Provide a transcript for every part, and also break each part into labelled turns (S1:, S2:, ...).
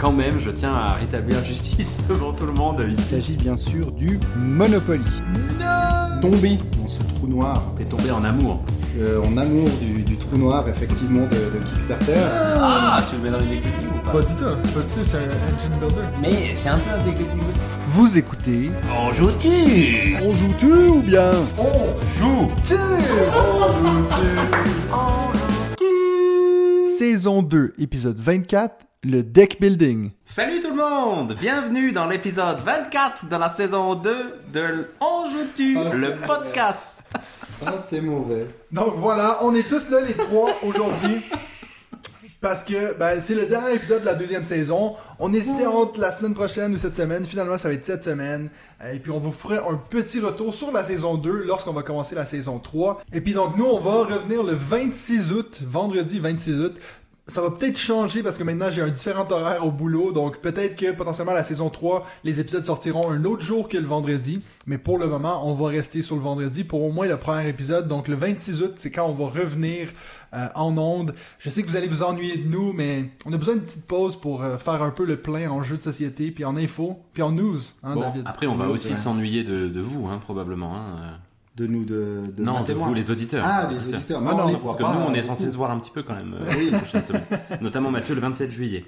S1: quand même, je tiens à rétablir justice devant tout le monde
S2: Il
S1: ici.
S2: s'agit bien sûr du Monopoly.
S3: Non.
S2: Tombé dans ce trou noir,
S1: T'es tombé en amour.
S2: en amour du trou noir, effectivement, de Kickstarter.
S1: Ah, tu le mets dans les déclics ou pas?
S3: Pas du tout, c'est un engine builder.
S1: Mais c'est un peu un déclic aussi.
S2: Vous écoutez...
S1: En joues-tu?
S2: On joue-tu ou bien...
S1: Joue!
S2: Saison 2, épisode 24, le deck building.
S1: Salut tout le monde! Bienvenue dans l'épisode 24 de la saison 2 de On joue-tu? Le podcast.
S2: Ah, c'est mauvais.
S3: Donc voilà, on est tous là les trois aujourd'hui. Parce que c'est le dernier épisode de la deuxième saison. On hésitait entre la semaine prochaine ou cette semaine. Finalement, ça va être cette semaine. Et puis, on vous ferait un petit retour sur la saison 2 lorsqu'on va commencer la saison 3. Et puis, donc, nous, on va revenir le 26 août, vendredi 26 août. Ça va peut-être changer parce que maintenant j'ai un différent horaire au boulot, donc peut-être que potentiellement la saison 3, les épisodes sortiront un autre jour que le vendredi, mais pour le moment, on va rester sur le vendredi pour au moins le premier épisode, donc le 26 août, c'est quand on va revenir en ondes. Je sais que vous allez vous ennuyer de nous, mais on a besoin d'une petite pause pour faire un peu le plein en jeux de société, puis en info, puis en news, hein,
S1: Bon,
S3: David?
S1: après on va
S2: Oui,
S1: aussi
S2: c'est vrai.
S1: s'ennuyer de vous, hein, probablement. Hein.
S2: De nous, de
S1: Non,
S2: ma
S1: de
S2: témoin.
S1: vous les auditeurs.
S2: Ah, les auditeurs.
S3: Ah,
S2: Non, on les
S1: Parce
S2: voit
S1: que
S2: pas,
S1: nous, on est
S2: beaucoup.
S1: censé se voir un petit peu quand même
S2: Oui.
S1: la prochaine semaine. Notamment Mathieu le 27 juillet.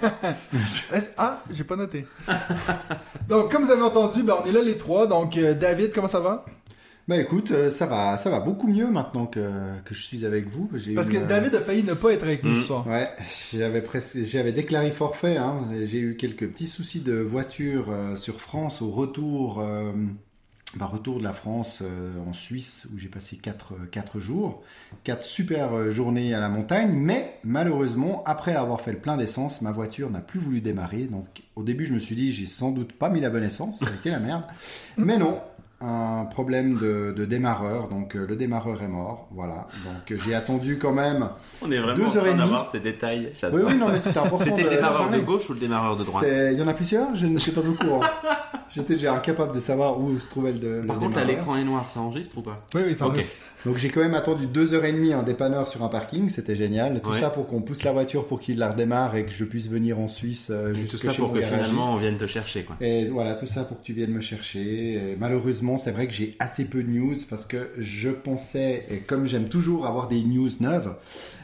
S3: Ah, j'ai pas noté. Donc, comme vous avez entendu, on est là les trois, donc David, comment ça va?
S2: Bah écoute, ça va beaucoup mieux maintenant que je suis avec vous. J'ai
S3: Parce
S2: eu,
S3: que David a failli ne pas être avec nous ce soir.
S2: Ouais, j'avais déclaré forfait. Hein. J'ai eu quelques petits soucis de voiture sur France au retour, retour de la France en Suisse où j'ai passé 4 jours, 4 super journées à la montagne. Mais malheureusement, après avoir fait le plein d'essence, ma voiture n'a plus voulu démarrer. Donc au début, je me suis dit, j'ai sans doute pas mis la bonne essence, ça a été la merde. Mais non. Un problème de démarreur, donc le démarreur est mort, voilà. Donc j'ai attendu quand même.
S1: On est vraiment
S2: 2
S1: en
S2: heures
S1: train
S2: et demie.
S1: d'avoir ces détails. J'adore.
S2: Oui, non, mais c'était important.
S1: C'était le démarreur de
S2: parler.
S1: gauche ou le démarreur de droite?
S2: Il y en a plusieurs, je ne suis pas au courant. J'étais déjà incapable de savoir où se trouvait le
S1: Par contre, là,
S2: démarreur.
S1: l'écran est noir, ça enregistre ou pas?
S3: Oui, ça
S1: Ok.
S3: va.
S2: Donc j'ai quand même attendu 2h30 un dépanneur sur un parking, c'était génial. Tout
S1: Ouais.
S2: ça pour qu'on pousse la voiture pour qu'il la redémarre et que je puisse venir en Suisse
S1: Et
S2: jusque
S1: tout ça
S2: chez
S1: pour
S2: mon
S1: que
S2: garagiste.
S1: finalement on vienne te chercher, quoi.
S2: Et voilà, tout ça pour que tu viennes me chercher. Et malheureusement, c'est vrai que j'ai assez peu de news parce que je pensais, et comme j'aime toujours avoir des news neuves,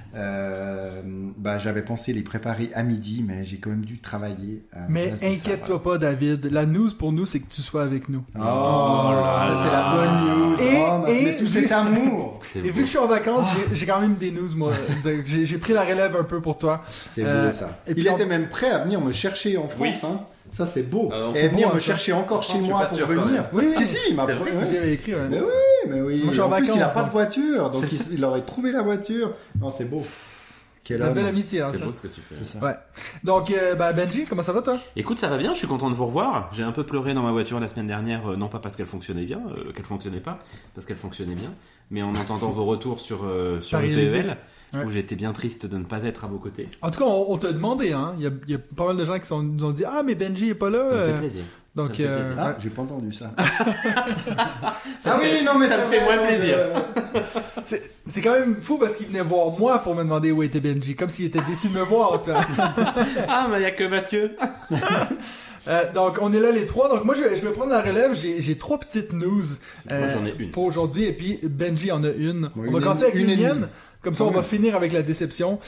S2: j'avais pensé les préparer à midi, mais j'ai quand même dû travailler.
S3: Mais
S2: là, c'est ça,
S3: inquiète-toi pas, David. La news pour nous, c'est que tu sois avec nous.
S2: voilà. Oh, ça c'est la bonne news. Mais tout cet amour.
S1: C'est
S3: Et
S1: beau.
S3: vu que je suis en vacances, j'ai quand même des news, moi. J'ai pris la relève un peu pour toi.
S2: C'est
S3: Euh,
S2: beau ça.
S3: et puis
S2: Il
S3: on-
S2: était même prêt à venir me chercher en France.
S1: Oui.
S2: Hein. Ça c'est beau.
S1: Ah non,
S2: et
S1: c'est
S2: venir
S3: beau,
S2: me
S3: ça.
S2: chercher encore
S1: Franchement,
S2: chez
S1: je suis
S2: moi
S1: pas
S2: pour
S1: sûr, quand
S2: venir.
S3: même. Oui,
S2: si, si, il m'a
S1: c'est
S2: pris.
S1: vrai.
S2: Ouais.
S3: J'avais écrit un.
S2: Mais oui.
S3: Moi, je suis en
S2: en plus, il
S3: vacances,
S2: n'a pas
S3: donc.
S2: de voiture, donc
S1: C'est-
S2: il aurait trouvé la voiture. Non, c'est beau. Quel
S3: La
S2: homme.
S3: belle amitié, hein,
S1: C'est
S3: ça.
S1: beau ce que tu fais.
S2: C'est ça.
S3: Ouais. Donc, Benji, comment ça va, toi?
S1: Écoute, ça va bien, je suis content de vous revoir. J'ai un peu pleuré dans ma voiture la semaine dernière, non pas parce qu'elle fonctionnait bien, qu'elle fonctionnait pas, parce qu'elle fonctionnait bien, mais en entendant vos retours sur le
S3: Paris
S1: PEL,
S3: Ouais.
S1: où j'étais bien triste de ne pas être à vos côtés.
S3: En tout cas, on t'a demandé, hein. Il y a pas mal de gens qui nous ont dit « Ah, mais Benji est pas là.
S1: Ça me fait plaisir.
S3: Donc,
S1: Ça me fait plaisir.
S2: Ah,
S3: ouais.
S2: j'ai pas entendu ça.
S1: Ça me fait moins plaisir.
S3: C'est quand même fou parce qu'il venait voir moi pour me demander où était Benji, comme s'il était déçu de me voir, toi.
S1: Ah, mais il n'y a que Mathieu.
S3: Donc, on est là les trois. Donc, moi, je vais prendre la relève. J'ai 3 petites news
S1: Moi, j'en ai une.
S3: pour aujourd'hui. Et puis, Benji en a une.
S2: Moi,
S3: on va
S2: une
S3: commencer avec
S2: et
S3: une
S2: demie.
S3: mienne. Comme ça, on va finir avec la déception.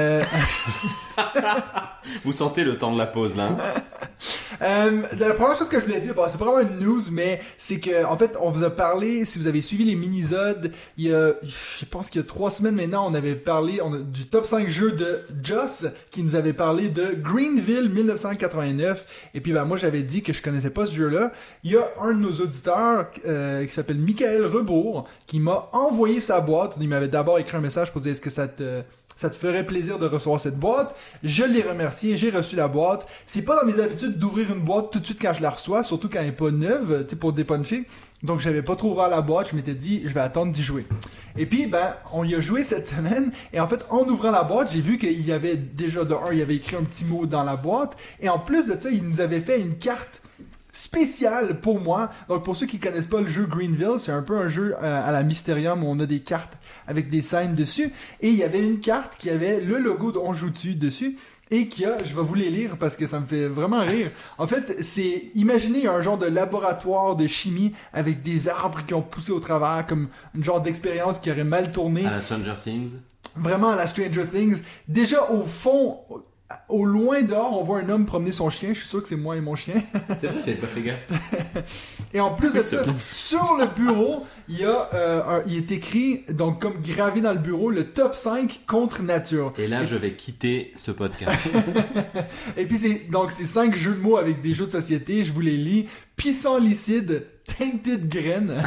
S1: Vous sentez le temps de la pause, là.
S3: La première chose que je voulais dire, c'est pas vraiment une news, mais c'est que, en fait, on vous a parlé, si vous avez suivi les minisodes, je pense qu'il y a 3 semaines maintenant, on avait parlé du top 5 jeux de Joss, qui nous avait parlé de Greenville 1989. Et puis, moi, j'avais dit que je connaissais pas ce jeu-là. Il y a un de nos auditeurs, qui s'appelle Michael Rebourg, qui m'a envoyé sa boîte. Il m'avait d'abord écrit un message pour dire est-ce que ça te ferait plaisir de recevoir cette boîte. Je l'ai remercié, j'ai reçu la boîte. C'est pas dans mes habitudes d'ouvrir une boîte tout de suite quand je la reçois, surtout quand elle est pas neuve, tu sais, pour dépuncher. Donc j'avais pas trop ouvert la boîte, je m'étais dit je vais attendre d'y jouer. Et puis on y a joué cette semaine et en fait en ouvrant la boîte, j'ai vu qu'il y avait déjà il y avait écrit un petit mot dans la boîte et en plus de ça, il nous avait fait une carte spécial pour moi. Donc pour ceux qui connaissent pas le jeu Greenville, c'est un peu un jeu à la Mysterium où on a des cartes avec des scènes dessus. Et il y avait une carte qui avait le logo de On joue-tu dessus. et je vais vous les lire parce que ça me fait vraiment rire. En fait, imaginez un genre de laboratoire de chimie avec des arbres qui ont poussé au travers, comme une genre d'expérience qui aurait mal tourné.
S1: À la Stranger Things.
S3: Vraiment à la Stranger Things. Déjà, au fond, au loin dehors, on voit un homme promener son chien. Je suis sûr que c'est moi et mon chien.
S1: C'est vrai, j'avais pas fait gaffe.
S3: Et en plus de ça, sur le bureau, il est écrit, donc comme gravé dans le bureau, le top 5 contre nature.
S1: Et là, je vais quitter ce podcast.
S3: Et puis c'est 5 jeux de mots avec des jeux de société, je vous les lis. Pissenlicide, Tainted Graine,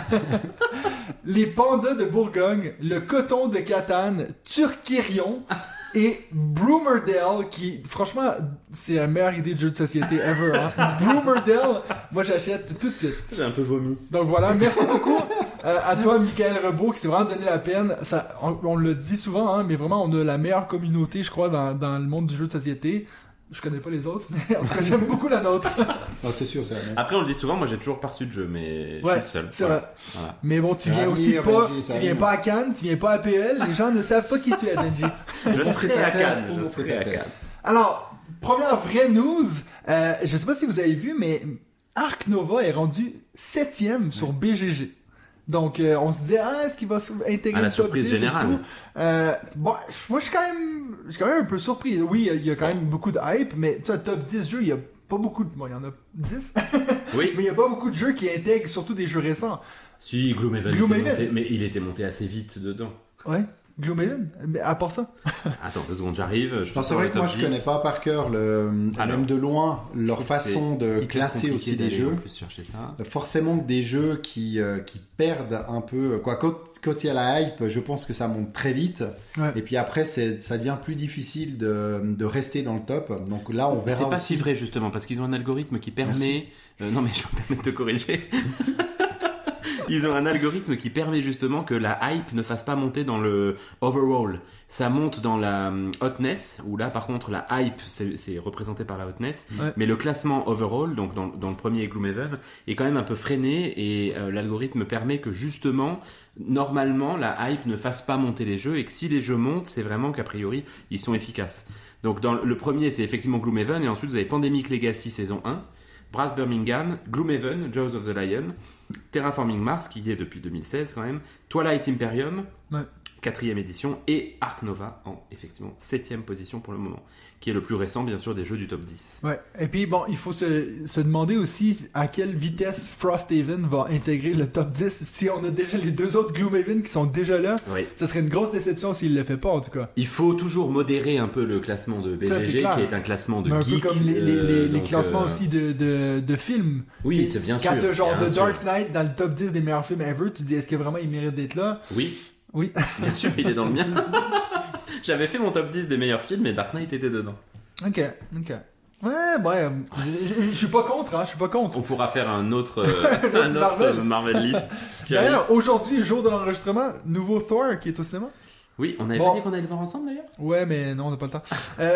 S3: les pandas de Bourgogne, le coton de Catane, Turquirion et Broomerdale, qui franchement c'est la meilleure idée de jeu de société ever. Hein. Broomerdale, moi j'achète tout de suite.
S1: J'ai un peu vomi.
S3: Donc voilà, merci beaucoup à toi Michael Rebaud qui s'est vraiment donné la peine. On le dit souvent, hein, mais vraiment on a la meilleure communauté je crois dans le monde du jeu de société. Je connais pas les autres, mais en tout cas j'aime beaucoup la nôtre.
S2: Non, c'est sûr, c'est la même.
S1: Après, on le dit souvent, moi j'ai toujours pas reçu de jeu, mais
S3: Ouais,
S1: je suis seul.
S3: c'est
S1: Voilà.
S3: vrai.
S1: Voilà.
S3: Mais bon, tu
S2: Ça
S3: viens
S2: va
S3: aussi
S2: venir,
S3: pas,
S2: Benji, ça
S3: tu
S2: va
S3: viens
S2: venir.
S3: pas à Cannes, tu viens pas à PEL, les gens ne savent pas qui tu es, Benji.
S1: Je
S2: Faut
S1: serai
S2: montrer
S1: à
S2: ta tête,
S1: Cannes.
S2: faut
S1: Je
S2: montrer
S1: serai
S2: ta
S1: à
S2: tête.
S1: Cannes.
S3: Alors, première vraie news, je sais pas si vous avez vu, mais Ark Nova est rendu 7ème sur BGG. Donc, on se disait, est-ce qu'il va intégrer
S1: À la
S3: le top
S1: surprise
S3: 10 et
S1: générale.
S3: tout? Bon, moi, je suis quand même un peu surpris. Oui, il y a quand même beaucoup de hype, mais tu vois, top 10 jeux, il y a pas beaucoup de... Bon, il y en a 10,
S1: Oui.
S3: mais il y a pas beaucoup de jeux qui intègrent surtout des jeux récents.
S1: Si, Gloomhaven.
S3: Gloomhaven.
S1: était monté, mais il était monté assez vite dedans.
S3: Ouais, Gloomhaven, mais à part ça.
S1: Attends, 2 secondes, j'arrive. Je
S2: Non, c'est vrai que moi je connais pas par cœur même de loin leur
S1: trouve
S2: façon
S1: que c'est
S2: de
S1: hyper
S2: classer
S1: compliqué
S2: aussi des
S1: d'aller
S2: jeux.
S1: en plus chercher ça.
S2: Forcément des jeux qui perdent un peu. Quoi, quand il y a la hype, je pense que ça monte très vite.
S3: Ouais.
S2: Et puis après, ça devient plus difficile de rester dans le top. Donc là, on verra.
S1: C'est pas
S2: aussi.
S1: si vrai justement, parce qu'ils ont un algorithme qui permet... non mais je me permets de te corriger. Ils ont un algorithme qui permet justement que la hype ne fasse pas monter dans le overall. Ça monte dans la hotness, où là par contre la hype c'est représenté par la hotness,
S3: Ouais.
S1: mais le classement overall, donc dans le premier Gloomhaven, est quand même un peu freiné et l'algorithme permet que justement, normalement, la hype ne fasse pas monter les jeux et que si les jeux montent, c'est vraiment qu'a priori ils sont efficaces. Donc dans le premier c'est effectivement Gloomhaven et ensuite vous avez Pandemic Legacy saison 1, Brass Birmingham, Gloomhaven, Jaws of the Lion, Terraforming Mars, qui y est depuis 2016 quand même, Twilight Imperium,
S3: Ouais.
S1: 4e édition, et Ark Nova en effectivement 7e position pour le moment, qui est le plus récent bien sûr des jeux du top 10.
S3: Ouais. Et puis bon, il faut se demander aussi à quelle vitesse Frosthaven va intégrer le top 10. Si on a déjà les deux autres Gloomhaven qui sont déjà là,
S1: Oui.
S3: ça serait une grosse déception s'il le fait pas en tout cas.
S1: Il faut toujours modérer un peu le classement de
S3: Ça, c'est
S1: BGG,
S3: clair.
S1: qui est un classement de
S3: Mais un
S1: geek.
S3: peu comme les
S1: donc,
S3: classements aussi de films.
S1: Oui,
S3: T'sais,
S1: c'est bien
S3: quand
S1: sûr.
S3: t'as genre
S1: bien
S3: The
S1: sûr.
S3: Dark Knight dans le top 10 des meilleurs films ever, tu te dis est-ce que vraiment il mérite d'être là?
S1: Oui,
S3: Oui.
S1: bien sûr, il est dans le mien. J'avais fait mon top 10 des meilleurs films et Dark Knight était dedans.
S3: Ok. Ouais, je suis pas contre, hein, je suis pas contre.
S1: On pourra faire un autre,
S3: Marvel.
S1: Marvel list. Tier list.
S3: D'ailleurs, aujourd'hui, jour de l'enregistrement, nouveau Thor qui est au cinéma.
S1: Oui, on avait
S3: Bon.
S1: pas dit qu'on allait le voir ensemble d'ailleurs.
S3: Ouais, mais non, on n'a pas le temps.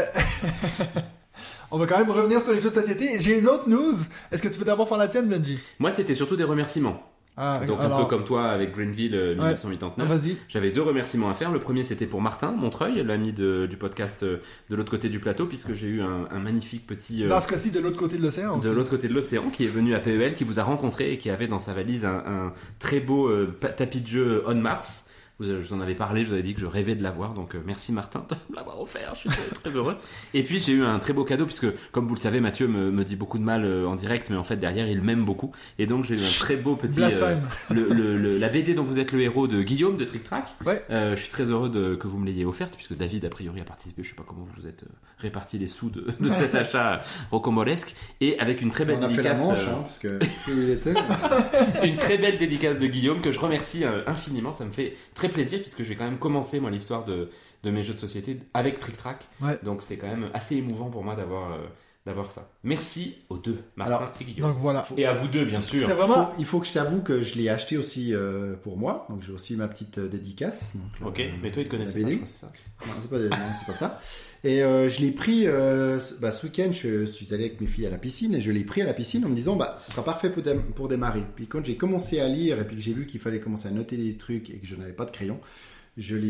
S3: On va quand même revenir sur les jeux de société. J'ai une autre news. Est-ce que tu veux d'abord faire la tienne, Benji?
S1: Moi, c'était surtout des remerciements.
S3: Ah,
S1: Donc un peu comme toi avec Greenville 1989.
S3: Vas-y.
S1: J'avais 2 remerciements à faire. Le premier, c'était pour Martin Montreuil, l'ami du podcast de l'autre côté du plateau, puisque j'ai eu un magnifique petit...
S3: Dans ce cas-ci, de l'autre côté de l'océan aussi.
S1: de l'autre côté de l'océan, qui est venu à PEL, qui vous a rencontré et qui avait dans sa valise un très beau tapis de jeu On Mars. Je vous en avais parlé, je vous avais dit que je rêvais de l'avoir, donc merci Martin de me l'avoir offert, je suis très, très heureux. Et puis j'ai eu un très beau cadeau, puisque comme vous le savez, Mathieu me dit beaucoup de mal en direct, mais en fait derrière il m'aime beaucoup. Et donc j'ai eu un très beau petit...
S3: Blasphème.
S1: La BD dont vous êtes le héros de Guillaume de Trick Track.
S3: Ouais.
S1: Je suis très heureux que vous me l'ayez offerte, puisque David a priori a participé, je sais pas comment vous êtes répartis les sous de cet achat rocambolesque. Et avec une très belle
S2: On a fait la
S1: dédicace...
S2: manche, hein, parce que il était.
S1: Une très belle dédicace de Guillaume que je remercie infiniment, ça me fait très plaisir puisque j'ai quand même commencé moi l'histoire de mes jeux de société avec Trick Track,
S3: Ouais.
S1: donc c'est quand même assez émouvant pour moi d'avoir ça. Merci aux deux, Martin
S2: Alors,
S1: et Guillaume.
S3: Donc voilà.
S1: Et à vous deux bien sûr.
S3: C'était vraiment...
S2: Il faut que je t'avoue que je l'ai acheté aussi pour moi, donc j'ai aussi ma petite dédicace. Donc,
S1: Ok, mais toi il te connaissait
S2: la
S1: pas, je
S2: BD.
S1: crois, c'est ça.
S2: Non, c'est pas ça. Et je l'ai pris ce week-end, je suis allé avec mes filles à la piscine et je l'ai pris à la piscine en me disant ce sera parfait pour démarrer. Puis quand j'ai commencé à lire et puis que j'ai vu qu'il fallait commencer à noter des trucs et que je n'avais pas de crayon, je l'ai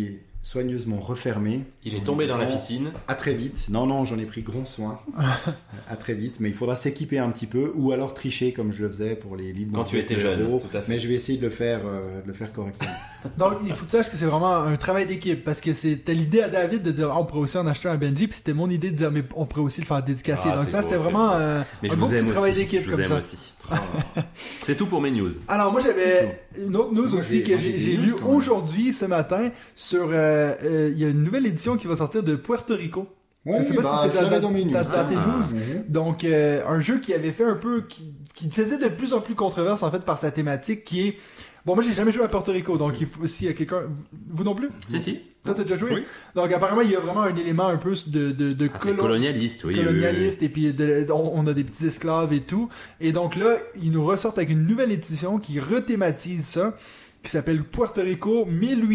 S2: soigneusement refermé.
S1: Il est tombé dans la piscine.
S2: À très vite. Non, j'en ai pris grand soin. À très vite, mais il faudra s'équiper un petit peu ou alors tricher comme je le faisais pour les livres.
S1: Quand tu étais jeune, tout à fait.
S2: Mais je vais essayer de le faire correctement.
S3: Donc, il faut que tu saches que c'est vraiment un travail d'équipe parce que c'était l'idée à David de dire on pourrait aussi en acheter un Benji, puis c'était mon idée de dire mais on pourrait aussi le faire dédicacer. Donc ça, c'était vraiment un bon petit travail d'équipe comme ça.
S1: Aussi. C'est tout pour mes news.
S3: Alors moi j'avais une autre news aussi que j'ai lu aujourd'hui ce matin sur il y a une nouvelle édition qui va sortir de Puerto Rico.
S2: Oui,
S3: je sais pas si c'est
S2: dans mes news.
S3: Dans tes news. Donc un jeu qui avait fait un peu qui faisait de plus en plus controverse en fait par sa thématique qui est bon, moi j'ai jamais joué à Porto Rico, donc il faut s'il y a quelqu'un vous non plus.
S1: Si.
S3: Toi t'as déjà joué?
S1: Oui.
S3: Donc apparemment il y a vraiment un élément un peu de
S1: c'est colonialiste, oui.
S3: Colonialiste et puis on a des petits esclaves et tout. Et donc là ils nous ressortent avec une nouvelle édition qui rethématise ça, qui s'appelle Puerto Rico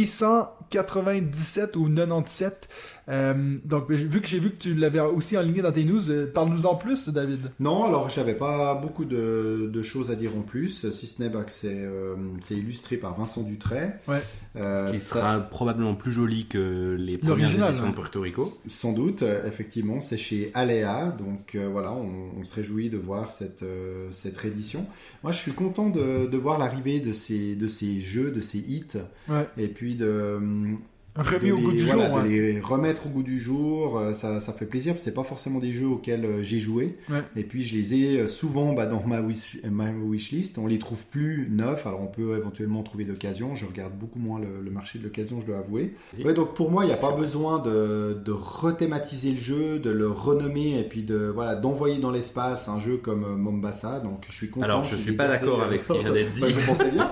S3: 1897 ou 97. Donc vu que tu l'avais aussi enligné dans tes news, parle-nous en plus, David.
S2: Non, alors j'avais pas beaucoup de choses à dire en plus, si ce n'est que c'est illustré par Vincent Dutray.
S1: Ouais. Ce qui sera probablement plus joli que les premières éditions de Puerto Rico.
S2: Sans doute, effectivement, c'est chez Alea, donc voilà, on se réjouit de voir cette réédition. Moi, je suis content de voir l'arrivée de ces jeux, de ces hits, et puis de les remettre au goût du jour, ça fait plaisir, parce que c'est pas forcément des jeux auxquels j'ai joué, et puis je les ai souvent dans ma wishlist. On les trouve plus neufs, alors on peut éventuellement trouver d'occasion. Je regarde beaucoup moins le marché de l'occasion, je dois avouer. Donc pour moi il n'y a pas besoin de rethématiser le jeu, de le renommer et puis d'envoyer dans l'espace un jeu comme Mombasa. Donc je suis content.
S1: Alors je suis pas d'accord avec ce qui vient d'être dit.
S2: Je pensais bien.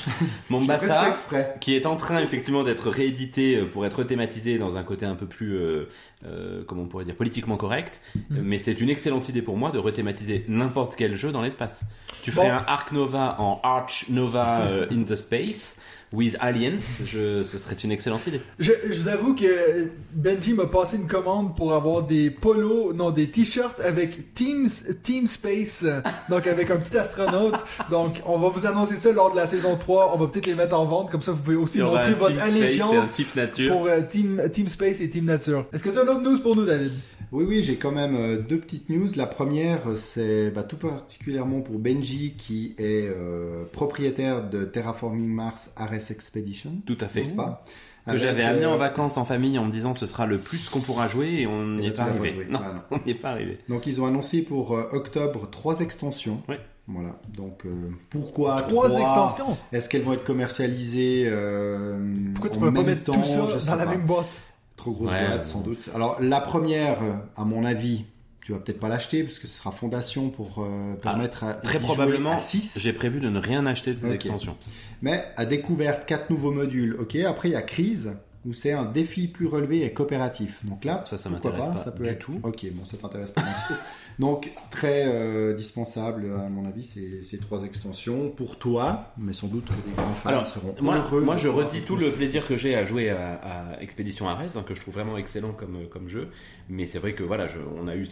S1: Mombasa qui est en train effectivement d'être réédité pour être thématisé dans un côté un peu plus comment on pourrait dire, politiquement correct, mais c'est une excellente idée pour moi de rethématiser n'importe quel jeu dans l'espace. Tu ferais un Ark Nova en Arch Nova in the Space with Aliens, ce serait une excellente idée.
S3: Je vous avoue que Benji m'a passé une commande pour avoir des des t-shirts avec Team Space, donc avec un petit astronaute. Donc on va vous annoncer ça lors de la saison 3, on va peut-être les mettre en vente, comme ça vous pouvez aussi montrer votre allégeance pour Team Space et Team Nature. Est-ce que tu as une autre news pour nous, David?
S2: Oui, j'ai quand même deux petites news. La première, c'est tout particulièrement pour Benji, qui est propriétaire de Terraforming Mars Ares Expedition.
S1: Tout à fait.
S2: N'est-ce pas?
S1: Que j'avais amené en vacances en famille en me disant ce sera le plus qu'on pourra jouer, et on n'y est pas arrivé. Non, on n'y est pas arrivé.
S2: Donc ils ont annoncé pour octobre 3 extensions.
S1: Oui.
S2: Voilà, donc pourquoi
S3: 3 extensions?
S2: Est-ce qu'elles vont être commercialisées
S3: pourquoi tu peux pas mettre tout ça dans la même boîte?
S2: Trop grosse boîte, sans doute. Alors la première, à mon avis, tu vas peut-être pas l'acheter parce que ce sera fondation pour permettre
S1: très probablement
S2: à 6.
S1: J'ai prévu de ne rien acheter de ces extensions.
S2: Mais à découverte 4 nouveaux modules. Après il y a Crise, où c'est un défi plus relevé et coopératif. Donc là,
S1: ça m'intéresse pas,
S2: ça peut
S1: du
S2: être...
S1: tout.
S2: Ok, bon, ça t'intéresse pas du tout. Donc très dispensable, à mon avis, ces 3 extensions pour toi, mais sans doute que des grands fans seront heureux.
S1: Moi, je redis tout le plaisir que j'ai à jouer à Expédition Ares, que je trouve vraiment excellent comme jeu. Mais c'est vrai que voilà, on a eu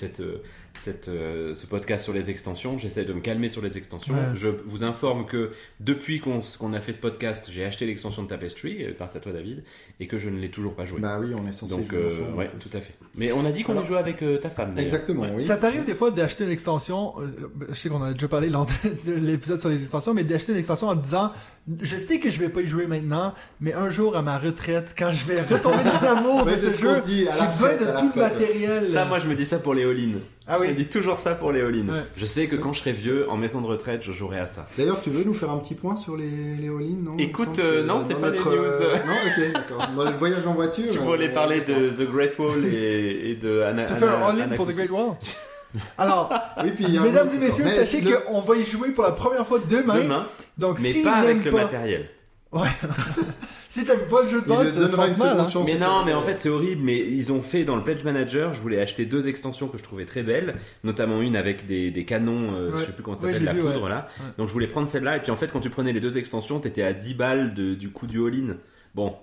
S1: ce podcast sur les extensions. J'essaie de me calmer sur les extensions. Ouais. Je vous informe que depuis qu'on a fait ce podcast, j'ai acheté l'extension de Tapestry, grâce à toi, David, et que je ne l'ai toujours pas joué.
S2: Bah oui, on est censé jouer ensemble.
S1: Ouais, tout à fait. Mais on a dit qu'on y jouait avec ta femme. D'ailleurs.
S2: Exactement. Oui.
S3: Ça t'arrive des fois d'acheter une extension, je sais qu'on en a déjà parlé lors de l'épisode sur les extensions, mais d'acheter une extension en te disant je sais que je vais pas y jouer maintenant, mais un jour à ma retraite, quand je vais retomber dans l'amour de ce jeu, j'ai besoin de tout le matériel.
S1: Ça, moi je me dis ça pour les all-in.
S3: Ah oui.
S1: Je me dis toujours ça pour les all-in.
S3: Ouais.
S1: Je sais que quand je serai vieux, en maison de retraite, je jouerai à ça.
S2: D'ailleurs, tu veux nous faire un petit point sur les all-in, non?
S1: Écoute, non, c'est pas les news.
S2: Non, ok, d'accord. Dans le voyage en voiture.
S1: Tu voulais parler de The Great Wall et de Anna.
S3: Tu fais un all-in pour The Great Wall? Alors, oui, puis, mesdames et messieurs, sachez qu'on va y jouer pour la première fois demain. Donc,
S1: mais
S3: si
S1: pas avec le matériel.
S3: Ouais. Si t'aimes pas le jeu de base, ça se passe mal.
S1: Mais non, mais en fait c'est horrible. Mais ils ont fait dans le Pledge Manager, je voulais acheter 2 extensions que je trouvais très belles, notamment une avec des canons, je sais plus comment ça s'appelle, la poudre là. Ouais. Donc je voulais prendre celle-là, et puis en fait quand tu prenais les 2 extensions, t'étais à 10 balles du coût du all-in. Bon.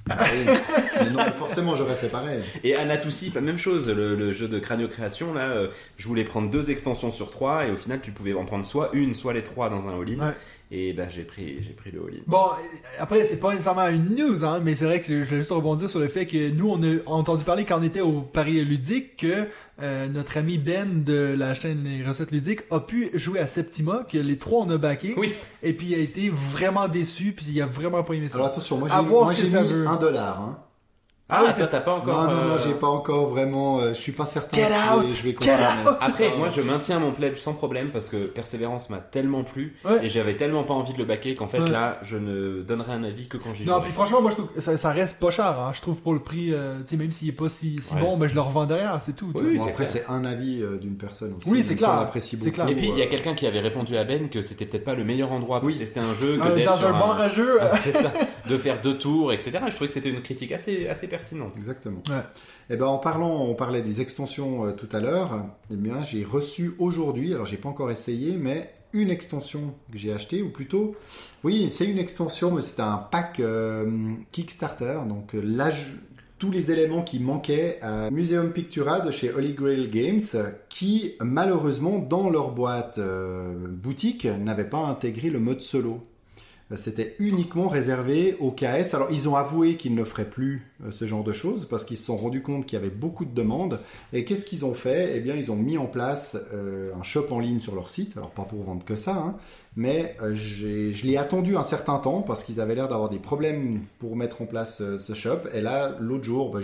S2: Oui. Mais non, forcément, j'aurais fait pareil.
S1: Et Anatoussi, pas même chose, le jeu de crânio-création, là, je voulais prendre 2 extensions sur 3, et au final, tu pouvais en prendre soit une, soit les 3 dans un all-in.
S3: Ouais.
S1: Et ben, j'ai pris le all-in.
S3: Bon, après, c'est pas nécessairement une news, hein, mais c'est vrai que je voulais juste rebondir sur le fait que nous, on a entendu parler quand on était au Paris Ludique que notre ami Ben de la chaîne Les Recettes Ludiques a pu jouer à Septima, que les 3 on a backé.
S1: Oui.
S3: Et puis il a été vraiment déçu, puis il a vraiment pas aimé ça.
S2: Alors attention, moi
S3: À voir ce
S2: j'ai
S3: que ça
S2: mis
S3: veut.
S2: $1. Hein.
S1: Ah, toi, t'as pas encore...
S2: Non, j'ai pas encore vraiment... je suis pas certain
S3: Get out,
S2: je vais
S3: get
S2: continuer.
S3: out.
S1: Après, moi, je maintiens mon pledge sans problème parce que Persévérance m'a tellement plu
S3: Ouais.
S1: et j'avais tellement pas envie de le backer qu'en fait,
S3: Ouais.
S1: là, je ne donnerai un avis que quand j'y
S3: Non,
S1: jouerai.
S3: puis franchement, moi je trouve que ça reste pas cher, hein. Je trouve pour le prix, tu sais, même s'il est pas si
S1: Ouais.
S3: bon, ben je le revends derrière, c'est tout. tu
S1: Oui,
S3: vois.
S2: Bon, après,
S1: clair.
S2: c'est un avis d'une personne aussi.
S3: Oui, c'est
S2: même
S3: clair.
S2: Si on l'apprécie
S3: C'est
S2: beaucoup.
S3: clair.
S1: Et puis, il y a quelqu'un qui avait répondu à Ben que c'était peut-être pas le meilleur endroit pour
S2: Oui.
S1: tester un jeu que d'être
S3: Dans
S1: sur
S3: un bar à jeu.
S1: C'est ça, de faire 2 tours, etc. Je trouvais que c'était une critique assez pertinente.
S2: Exactement.
S3: Ouais.
S2: Eh ben, on parlait des extensions tout à l'heure. Eh bien, j'ai reçu aujourd'hui, alors j'ai pas encore essayé, mais une extension que j'ai achetée, ou plutôt, oui, c'est une extension, mais c'est un pack Kickstarter. Donc tous les éléments qui manquaient à Museum Pictura de chez Holy Grail Games, qui malheureusement dans leur boîte boutique n'avaient pas intégré le mode solo. C'était uniquement réservé au KS. Alors, ils ont avoué qu'ils ne feraient plus ce genre de choses parce qu'ils se sont rendus compte qu'il y avait beaucoup de demandes. Et qu'est-ce qu'ils ont fait ? Eh bien, ils ont mis en place un shop en ligne sur leur site. Alors, pas pour vendre que ça, hein, mais je l'ai attendu un certain temps parce qu'ils avaient l'air d'avoir des problèmes pour mettre en place ce shop. Et là, l'autre jour,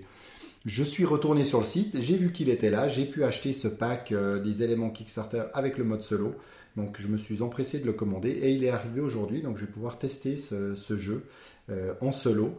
S2: je suis retourné sur le site, j'ai vu qu'il était là, j'ai pu acheter ce pack des éléments Kickstarter avec le mode solo. Donc je me suis empressé de le commander et il est arrivé aujourd'hui, donc je vais pouvoir tester ce jeu en solo.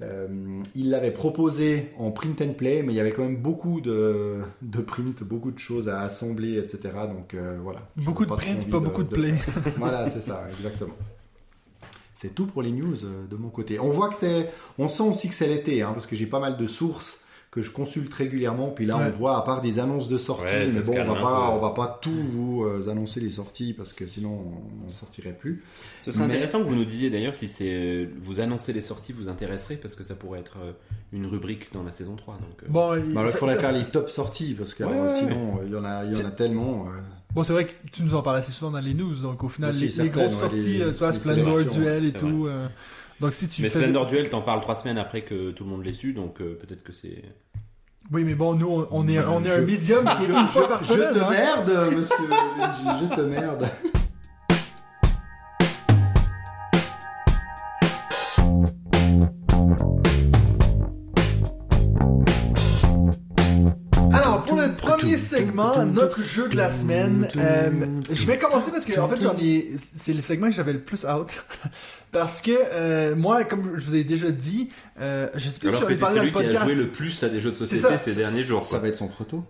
S2: Il l'avait proposé en print and play, mais il y avait quand même beaucoup de print, beaucoup de choses à assembler, etc. Donc voilà.
S3: Beaucoup de print, pas beaucoup de play.
S2: Voilà, c'est ça, exactement. C'est tout pour les news de mon côté. On sent aussi que c'est l'été, hein, parce que j'ai pas mal de sources que je consulte régulièrement, puis là on voit à part des annonces de sortie,
S1: Ouais,
S2: mais bon on va
S1: peu.
S2: pas tout vous annoncer les sorties parce que sinon on n'en sortirait plus.
S1: Ce serait intéressant que vous nous disiez d'ailleurs si vous annoncez les sorties vous intéresserait parce que ça pourrait être une rubrique dans la saison 3. Donc,
S3: Bon,
S2: Bah, il faudrait faire les top sorties parce que sinon il y en a tellement.
S3: Bon, c'est vrai que tu nous en parles assez souvent dans les news, donc au final,
S2: Aussi,
S3: les
S2: certaines,
S3: grosses
S2: ouais,
S3: sorties,
S2: les
S3: tu vois, Splendor
S2: sélections,
S3: Duel et
S1: c'est
S3: tout. Donc si tu
S1: mais
S3: faisais...
S1: Splendor Duel t'en parles 3 semaines après que tout le monde l'ait su, donc peut-être que c'est...
S3: Oui, mais bon, nous, on est un médium qui est une fois par
S2: Je
S3: semaine.
S2: te
S3: hein.
S2: merde, monsieur Luigi, je te merde.
S3: Alors, pour le premier segment, notre jeu de la semaine, je vais commencer parce que, en fait, c'est le segment que j'avais le plus out. Parce que, moi, comme je vous ai déjà dit, je sais plus si
S1: Alors
S3: j'en
S1: que
S3: ai
S1: t'es
S3: parlé dans
S1: celui
S3: le
S1: qui a
S3: podcast.
S1: joué le plus à des jeux de société
S3: ça.
S1: ces derniers jours.
S2: Ça
S1: Quoi.
S2: va être son proto.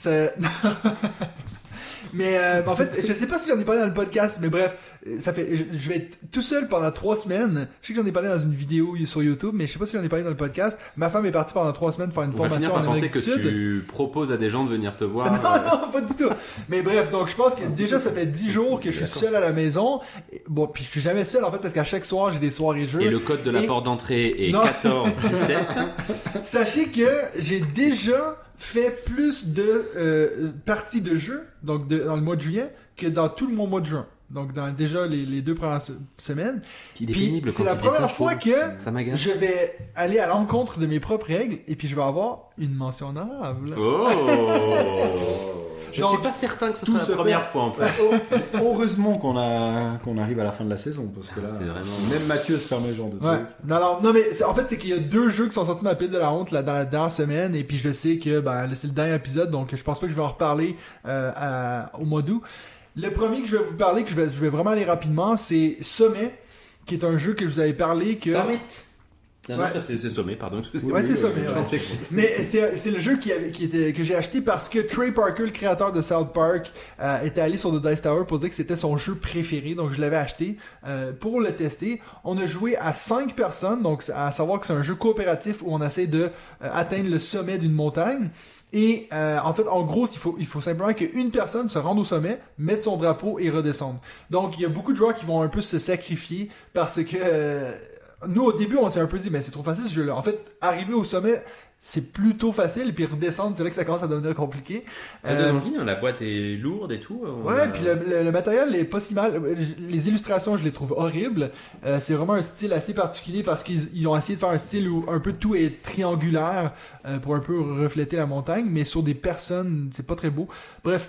S3: Mais en fait, je sais pas si j'en ai parlé dans le podcast, mais bref, je vais être tout seul pendant 3 semaines. Je sais que j'en ai parlé dans une vidéo sur YouTube, mais je sais pas si j'en ai parlé dans le podcast. Ma femme est partie pendant 3 semaines faire une
S1: On va finir
S3: formation
S1: par
S3: en
S1: penser
S3: Amérique
S1: que
S3: du Sud.
S1: tu proposes à des gens de venir te voir.
S3: Non, pas du tout. Mais bref, donc je pense que déjà ça fait 10 jours que je suis seul à la maison. Bon, puis je suis jamais seul en fait parce qu'à chaque soir j'ai des soirées jeux.
S1: Et le code de la porte d'entrée est
S3: Non.
S1: 14-17.
S3: Sachez que j'ai déjà fait plus de parties de jeu donc dans le mois de juillet que dans tout mon mois de juin. Donc dans déjà les 2 premières semaines.
S1: Il est
S3: Puis
S1: pénible
S3: c'est
S1: quand
S3: la
S1: il dit ça,
S3: première
S1: je
S3: fois
S1: trouve.
S3: que
S1: Ça m'agace.
S3: je vais aller à l'encontre de mes propres règles et puis je vais avoir une mention honorable.
S1: Oh Je
S3: Donc,
S1: suis pas certain que ce
S2: tout
S1: soit la
S2: se
S1: première
S2: perd.
S1: fois en plus.
S2: Heureusement qu'on arrive à la fin de la saison parce que là,
S1: C'est vraiment-
S2: même Mathieu se permet ce genre de truc.
S3: Ouais. Non, mais en fait, c'est qu'il y a 2 jeux qui sont sortis de ma pile de la honte là, dans la dernière semaine, et puis je sais que c'est le dernier épisode, donc je pense pas que je vais en reparler au mois d'août. Le premier que je vais vous parler, que je vais vraiment aller rapidement, c'est Sommet, qui est un jeu que je vous avais parlé que...
S1: Summit. Non,
S3: Ouais.
S1: ça, c'est Sommet, pardon. excusez-moi.
S3: Ouais, c'est Sommet. Ouais.
S1: C'est-
S3: Mais c'est le jeu que j'ai acheté parce que Trey Parker, le créateur de South Park, était allé sur The Dice Tower pour dire que c'était son jeu préféré. Donc je l'avais acheté pour le tester. On a joué à 5 personnes, donc à savoir que c'est un jeu coopératif où on essaie de atteindre le sommet d'une montagne. Et en fait, en gros, il faut simplement qu'une personne se rende au sommet, mette son drapeau et redescende. Donc il y a beaucoup de joueurs qui vont un peu se sacrifier parce que... nous au début on s'est un peu dit mais c'est trop facile ce jeu-là. En fait, arriver au sommet c'est plutôt facile, puis redescendre, c'est là que ça commence à devenir compliqué.
S1: Ça donne envie, hein, la boîte est lourde et tout.
S3: Ouais, puis le matériel est pas si mal. Les illustrations, je les trouve horribles. C'est vraiment un style assez particulier parce qu'ils ont essayé de faire un style où un peu tout est triangulaire pour un peu refléter la montagne, mais sur des personnes, c'est pas très beau. Bref.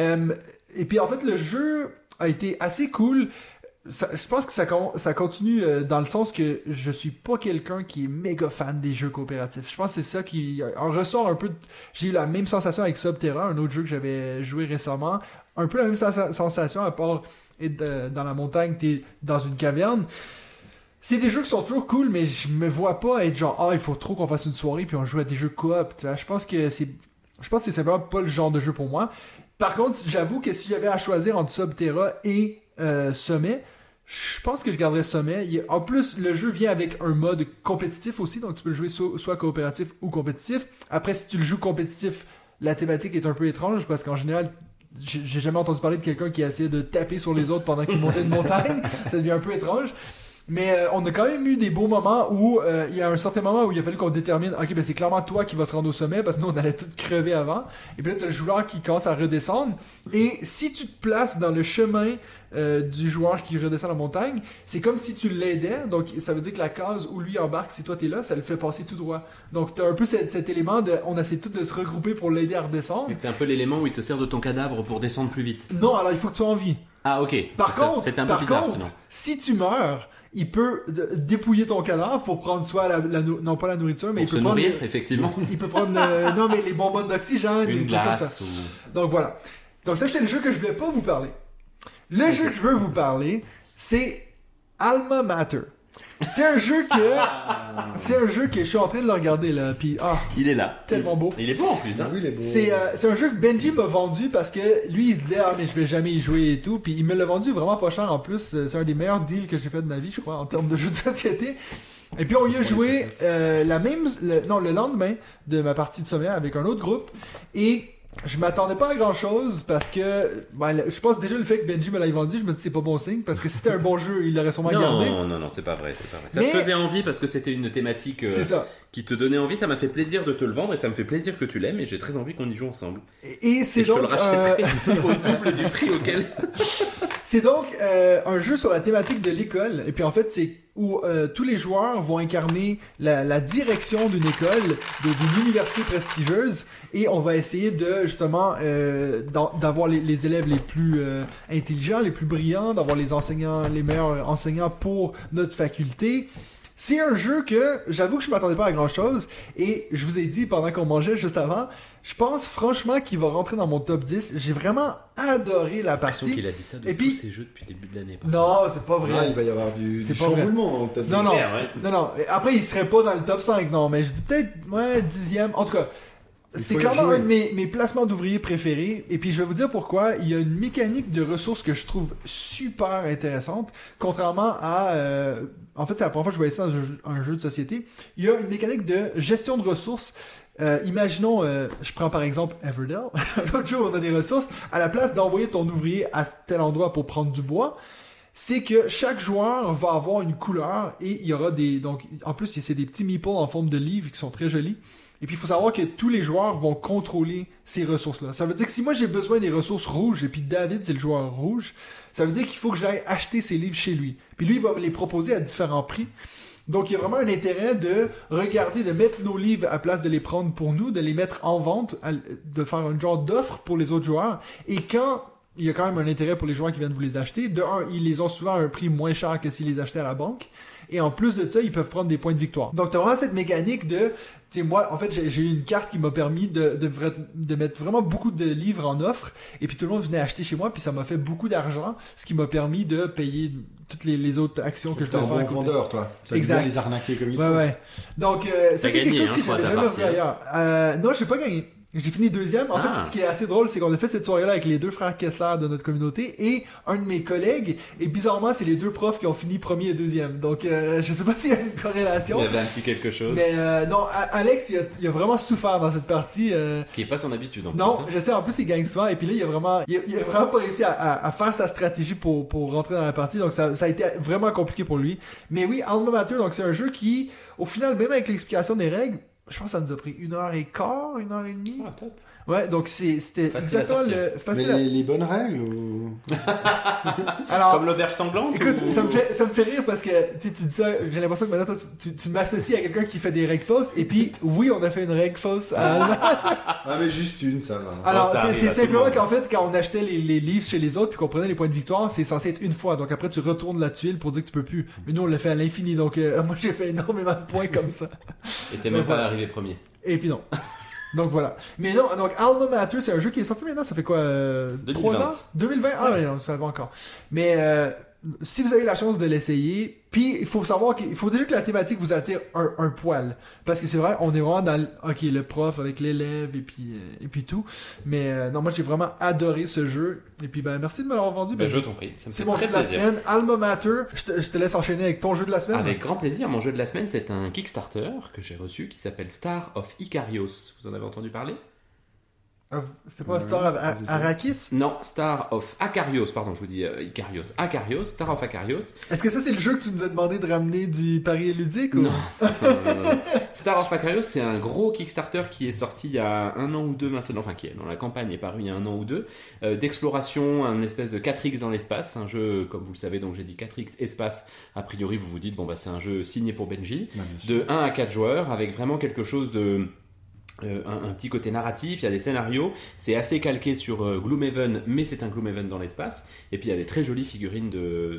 S3: Et puis en fait, le jeu a été assez cool. Je pense que ça continue dans le sens que je suis pas quelqu'un qui est méga fan des jeux coopératifs. Je pense que c'est ça qui en ressort un peu. J'ai eu la même sensation avec Subterra, un autre jeu que j'avais joué récemment. Un peu la même sensation, à part être dans la montagne, t'es dans une caverne. C'est des jeux qui sont toujours cool, mais je me vois pas être genre il faut trop qu'on fasse une soirée puis on joue à des jeux coop. Tu vois. Je pense que c'est simplement pas le genre de jeu pour moi. Par contre, j'avoue que si j'avais à choisir entre Subterra et Sommet, je pense que je garderais Sommet. En plus, le jeu vient avec un mode compétitif aussi, donc tu peux le jouer soit coopératif ou compétitif. Après, si tu le joues compétitif, la thématique est un peu étrange parce qu'en général, j'ai jamais entendu parler de quelqu'un qui a essayé de taper sur les autres pendant qu'il montait une montagne. Ça devient un peu étrange. Mais on a quand même eu des beaux moments où il y a un certain moment où il a fallu qu'on détermine ok, ben c'est clairement toi qui vas se rendre au sommet parce que nous on allait tout crever avant. Et puis là t'as le joueur qui commence à redescendre. Et si tu te places dans le chemin du joueur qui redescend la montagne, c'est comme si tu l'aidais. Donc ça veut dire que la case où lui embarque, si toi t'es là, ça le fait passer tout droit. Donc t'as un peu cet élément de on essaie tous de se regrouper pour l'aider à redescendre.
S1: T'as un peu l'élément où il se sert de ton cadavre pour descendre plus vite.
S3: Non, alors il faut que tu aies envie.
S1: Ah ok.
S3: Par contre,
S1: c'est un peu bizarre, sinon.
S3: si tu meurs, il peut dépouiller ton cadavre pour prendre soit non pas la nourriture, mais
S1: pour
S3: il peut
S1: nourrir,
S3: prendre
S1: effectivement.
S3: Il peut prendre non mais les bonbons d'oxygène,
S1: une
S3: des trucs comme ça.
S1: glace ou...
S3: Donc voilà. Donc ça c'est le jeu que je voulais pas vous parler. Le jeu que je veux vous parler, c'est Alma Mater. C'est un jeu que je suis en train de le regarder là, puis
S1: il est là.
S3: Tellement beau.
S1: Il est beau en plus, hein.
S2: Oui, il est beau.
S3: C'est un jeu que Benji m'a vendu parce que lui il se disait mais je vais jamais y jouer et tout, puis il me l'a vendu vraiment pas cher en plus. C'est un des meilleurs deals que j'ai fait de ma vie, je crois, en termes de jeux de société. Et puis on y a joué le lendemain de ma partie de sommet avec un autre groupe et je m'attendais pas à grand chose parce que je pense déjà le fait que Benji me l'ait vendu, je me dis c'est pas bon signe parce que si c'était un bon jeu, il l'aurait sûrement gardé.
S1: Non, c'est pas vrai. Ça te faisait envie parce que c'était une thématique qui te donnait envie. Ça m'a fait plaisir de te le vendre et ça me fait plaisir que tu l'aimes et j'ai très envie qu'on y joue ensemble.
S3: Et c'est donc
S1: je te le rachèterai au double du prix auquel.
S3: C'est donc un jeu sur la thématique de l'école et puis en fait c'est où tous les joueurs vont incarner la direction d'une école, d'une université prestigieuse, et on va essayer de justement d'avoir les élèves les plus intelligents, les plus brillants, d'avoir les meilleurs enseignants pour notre faculté. C'est un jeu que j'avoue que je m'attendais pas à grand chose, et je vous ai dit pendant qu'on mangeait juste avant, je pense franchement qu'il va rentrer dans mon top 10. J'ai vraiment adoré la partie.
S1: Qu'il a dit ça de tous ces jeux depuis le début de l'année.
S3: Non, c'est pas vrai.
S2: Il va y avoir du chamboulement.
S3: Non. Après, il serait pas dans le top 5, non, mais je dis peut-être 10e. En tout cas, c'est clairement un de mes placements d'ouvriers préférés. Et puis, je vais vous dire pourquoi. Il y a une mécanique de ressources que je trouve super intéressante. Contrairement à... en fait, c'est la première fois que je voyais ça dans un jeu de société. Il y a une mécanique de gestion de ressources. Imaginons, je prends par exemple Everdell. L'autre jour, on a des ressources. À la place d'envoyer ton ouvrier à tel endroit pour prendre du bois, c'est que chaque joueur va avoir une couleur et il y aura donc en plus c'est des petits meeples en forme de livres qui sont très jolis. Et puis il faut savoir que tous les joueurs vont contrôler ces ressources-là. Ça veut dire que si moi j'ai besoin des ressources rouges et puis David c'est le joueur rouge, ça veut dire qu'il faut que j'aille acheter ces livres chez lui. Puis lui il va me les proposer à différents prix. Donc il y a vraiment un intérêt de regarder, de mettre nos livres à place de les prendre pour nous, de les mettre en vente, de faire un genre d'offre pour les autres joueurs. Et quand il y a quand même un intérêt pour les joueurs qui viennent vous les acheter, de un, ils les ont souvent à un prix moins cher que s'ils les achetaient à la banque. Et en plus de ça, ils peuvent prendre des points de victoire. Donc t'as vraiment cette mécanique de... Tu sais, moi, en fait, j'ai eu une carte qui m'a permis de mettre vraiment beaucoup de livres en offre. Et puis tout le monde venait acheter chez moi, puis ça m'a fait beaucoup d'argent, ce qui m'a permis de payer toutes les autres actions que je dois faire.
S2: T'es un bon vendeur, toi. T'as bien les arnaquer comme il faut.
S3: Ouais. Donc, ça c'est quelque chose que j'avais jamais vu ailleurs. Non, j'ai pas gagné. J'ai fini deuxième. En fait, ce qui est assez drôle, c'est qu'on a fait cette soirée-là avec les 2 frères Kessler de notre communauté et un de mes collègues. Et bizarrement, c'est les 2 profs qui ont fini premier et deuxième. Donc, je sais pas s'il y a une corrélation.
S1: Il y avait un petit quelque chose.
S3: Mais non, Alex, il a vraiment souffert dans cette partie.
S1: Ce qui est pas son habitude.
S3: Non, je sais. En plus, il gagne souvent. Et puis là, il a vraiment pas réussi à faire sa stratégie pour rentrer dans la partie. Donc, ça a été vraiment compliqué pour lui. Mais oui, Alma Mater, donc c'est un jeu qui, au final, même avec l'explication des règles, je pense que ça nous a pris 1h15, 1h30.
S1: Ah, top.
S3: Ouais, donc c'était exactement le facile.
S2: Mais les bonnes règles ou...
S3: Alors,
S1: comme l'auberge sanglante.
S3: écoute,
S1: ou...
S3: ça me fait rire parce que tu dis ça, j'ai l'impression que maintenant toi, tu m'associes à quelqu'un qui fait des règles fausses. Et puis, oui, on a fait une règle fausse à Alma.
S2: Ah, mais juste une, ça va.
S3: Alors,
S1: ça
S3: c'est
S1: arrive à
S3: simplement
S1: tout le monde.
S3: qu'en fait, quand on achetait les livres chez les autres puis qu'on prenait les points de victoire, c'est censé être une fois. Donc après, tu retournes la tuile pour dire que tu peux plus. Mais nous, on l'a fait à l'infini. Donc, moi, j'ai fait énormément de points comme ça.
S1: Et t'es même pas arrivé premier.
S3: Et puis non. Donc voilà. Mais non, donc Alma Mater, c'est un jeu qui est sorti maintenant, ça fait quoi 3 ans 2020 Ah ouais, non, ça va encore. Mais si vous avez la chance de l'essayer, puis il faut savoir qu'il faut déjà que la thématique vous attire un poil. Parce que c'est vrai, on est vraiment dans le prof avec l'élève et puis tout. Mais non, moi j'ai vraiment adoré ce jeu. Et puis ben merci de me l'avoir vendu.
S1: Ben, je t'en prie. Ça me
S3: c'est
S1: fait
S3: mon
S1: très
S3: jeu de la
S1: plaisir.
S3: semaine, Alma Mater. Je te laisse enchaîner avec ton jeu de la semaine.
S1: Avec grand plaisir. Mon jeu de la semaine, c'est un Kickstarter que j'ai reçu qui s'appelle Star of Icarios. Vous en avez entendu parler?
S3: C'était pas Star of Arrakis?
S1: Non, Star of Acarios, pardon, je vous dis Icarios. Acarios, Star of Acarios.
S3: Est-ce que ça c'est le jeu que tu nous as demandé de ramener du Paris ludique ou...
S1: Non. Star of Acarios, c'est un gros Kickstarter qui est sorti il y a 1 an ou 2 maintenant, enfin qui est dans la campagne est paru il y a 1 an ou 2, d'exploration, un espèce de 4X dans l'espace, un jeu, comme vous le savez, donc j'ai dit 4X espace, a priori vous vous dites, bon bah c'est un jeu signé pour Benji, de 1 à 4 joueurs, avec vraiment quelque chose de... un petit côté narratif, il y a des scénarios, c'est assez calqué sur Gloomhaven, mais c'est un Gloomhaven dans l'espace, et puis il y a des très jolies figurines de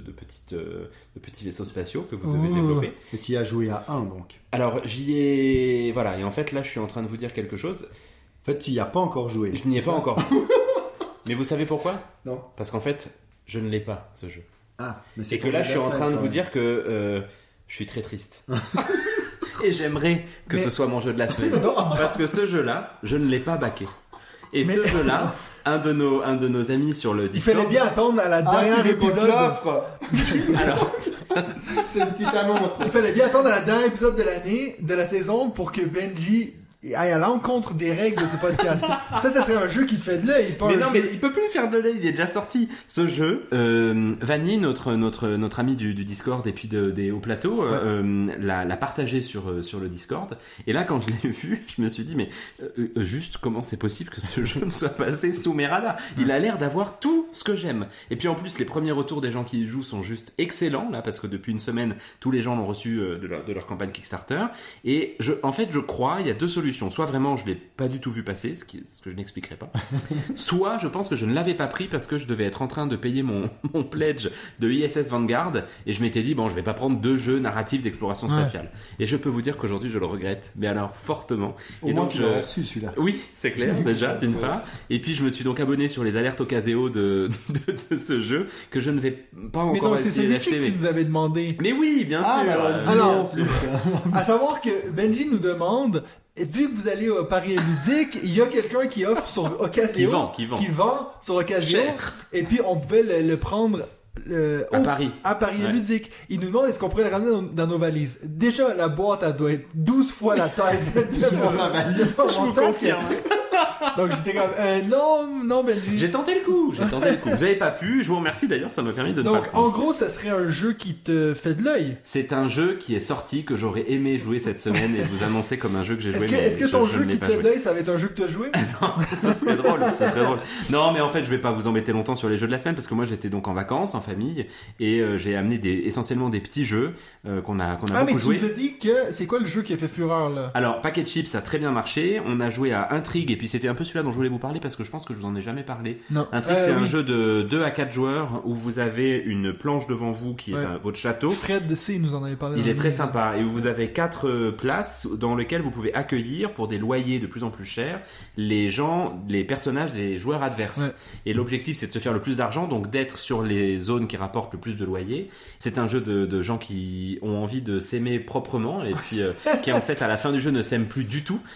S1: petits vaisseaux spatiaux que vous devez développer.
S2: Et tu y as joué à 1 donc.
S1: Alors j'y ai... Voilà, et en fait là je suis en train de vous dire quelque chose.
S2: En fait, tu y as pas encore joué.
S1: Je n'y ai pas encore. Mais vous savez pourquoi?
S2: Non.
S1: Parce qu'en fait, je ne l'ai pas, ce jeu.
S2: Ah, mais
S1: Et que là je suis en train de vous dire que je suis très triste. Et j'aimerais que ce soit mon jeu de la semaine. Parce que ce jeu-là, je ne l'ai pas backé. Et ce jeu-là, un de nos amis sur le
S3: Il
S1: Discord...
S3: fallait bien attendre à la dernière épisode.
S1: Alors,
S2: c'est une petite annonce.
S3: Il fallait bien attendre à la dernière épisode de l'année, de la saison, pour que Benji aille à l'encontre des règles de ce podcast. Ça serait un jeu qui te fait de l'œil.
S1: mais non, mais il peut plus me faire de l'œil, il est déjà sorti. Ce jeu, Vanny, notre ami du Discord et puis au plateau, l'a partagé sur le Discord. Et là, quand je l'ai vu, je me suis dit, mais juste comment c'est possible que ce jeu me soit passé sous mes radars? Il a l'air d'avoir tout ce que j'aime. Et puis en plus, les premiers retours des gens qui y jouent sont juste excellents, là, parce que depuis une semaine, tous les gens l'ont reçu de leur campagne Kickstarter. Et en fait, je crois, il y a 2 solutions. Soit vraiment je l'ai pas du tout vu passer, ce que je n'expliquerai pas. Soit je pense que je ne l'avais pas pris parce que je devais être en train de payer mon pledge de ISS Vanguard et je m'étais dit bon je vais pas prendre 2 jeux narratifs d'exploration spatiale. Et je peux vous dire qu'aujourd'hui je le regrette, mais alors fortement.
S2: Au
S1: et
S2: moins
S1: donc
S2: tu l'aurais reçu celui-là.
S1: Oui, c'est clair déjà d'une part. Et puis je me suis donc abonné sur les alertes Ocaseo de ce jeu que je ne vais pas encore
S3: mais donc c'est
S1: essayer
S3: celui-ci
S1: d'acheter.
S3: que tu nous avais demandé.
S1: Mais oui, bien sûr.
S3: Alors, à savoir que Benji nous demande. Et vu que vous allez au Paris ludique, il y a quelqu'un qui offre sur Ocasio,
S1: qui vend
S3: sur Ocasio,
S1: cher.
S3: et puis on pouvait le prendre
S1: à Paris.
S3: À Paris ludique. Il nous demande est-ce qu'on pourrait le ramener dans nos valises. Déjà la boîte elle doit être 12 fois la taille de
S2: la valise.
S1: Je vous confirme.
S3: Donc j'étais comme non Benji.
S1: J'ai tenté le coup. Vous avez pas pu. Je vous remercie d'ailleurs, ça m'a permis de ne pas
S3: Donc
S1: le prendre.
S3: en gros, ça serait un jeu qui te fait de l'œil.
S1: C'est un jeu qui est sorti que j'aurais aimé jouer cette semaine et vous annoncer comme un jeu que j'ai joué.
S3: Est-ce que ton
S1: je
S3: jeu
S1: ne l'ai
S3: qui te
S1: pas
S3: fait de
S1: joué.
S3: l'œil, ça va être un jeu que tu as joué?
S1: Non, ça serait drôle. Non, mais en fait, je vais pas vous embêter longtemps sur les jeux de la semaine parce que moi j'étais donc en vacances, en famille, et j'ai amené essentiellement des petits jeux qu'on a beaucoup
S3: mais
S1: joué.
S3: tu nous as dit que c'est quoi le jeu qui a fait fureur là?
S1: Alors, Packet Chips a très bien marché. On a joué à Intrigue et puis puis c'était un peu celui-là dont je voulais vous parler parce que je pense que je vous en ai jamais parlé.
S3: Non.
S1: Intrigue, c'est un
S3: oui.
S1: jeu de 2 à 4 joueurs où vous avez une planche devant vous qui est votre château.
S3: Fred C nous en avait parlé.
S1: Il est très sympa et où vous avez 4 places dans lesquelles vous pouvez accueillir pour des loyers de plus en plus chers les personnages des joueurs adverses.
S3: Ouais.
S1: Et l'objectif c'est de se faire le plus d'argent, donc d'être sur les zones qui rapportent le plus de loyers. C'est un jeu de gens qui ont envie de s'aimer proprement et puis qui en fait à la fin du jeu ne s'aiment plus du tout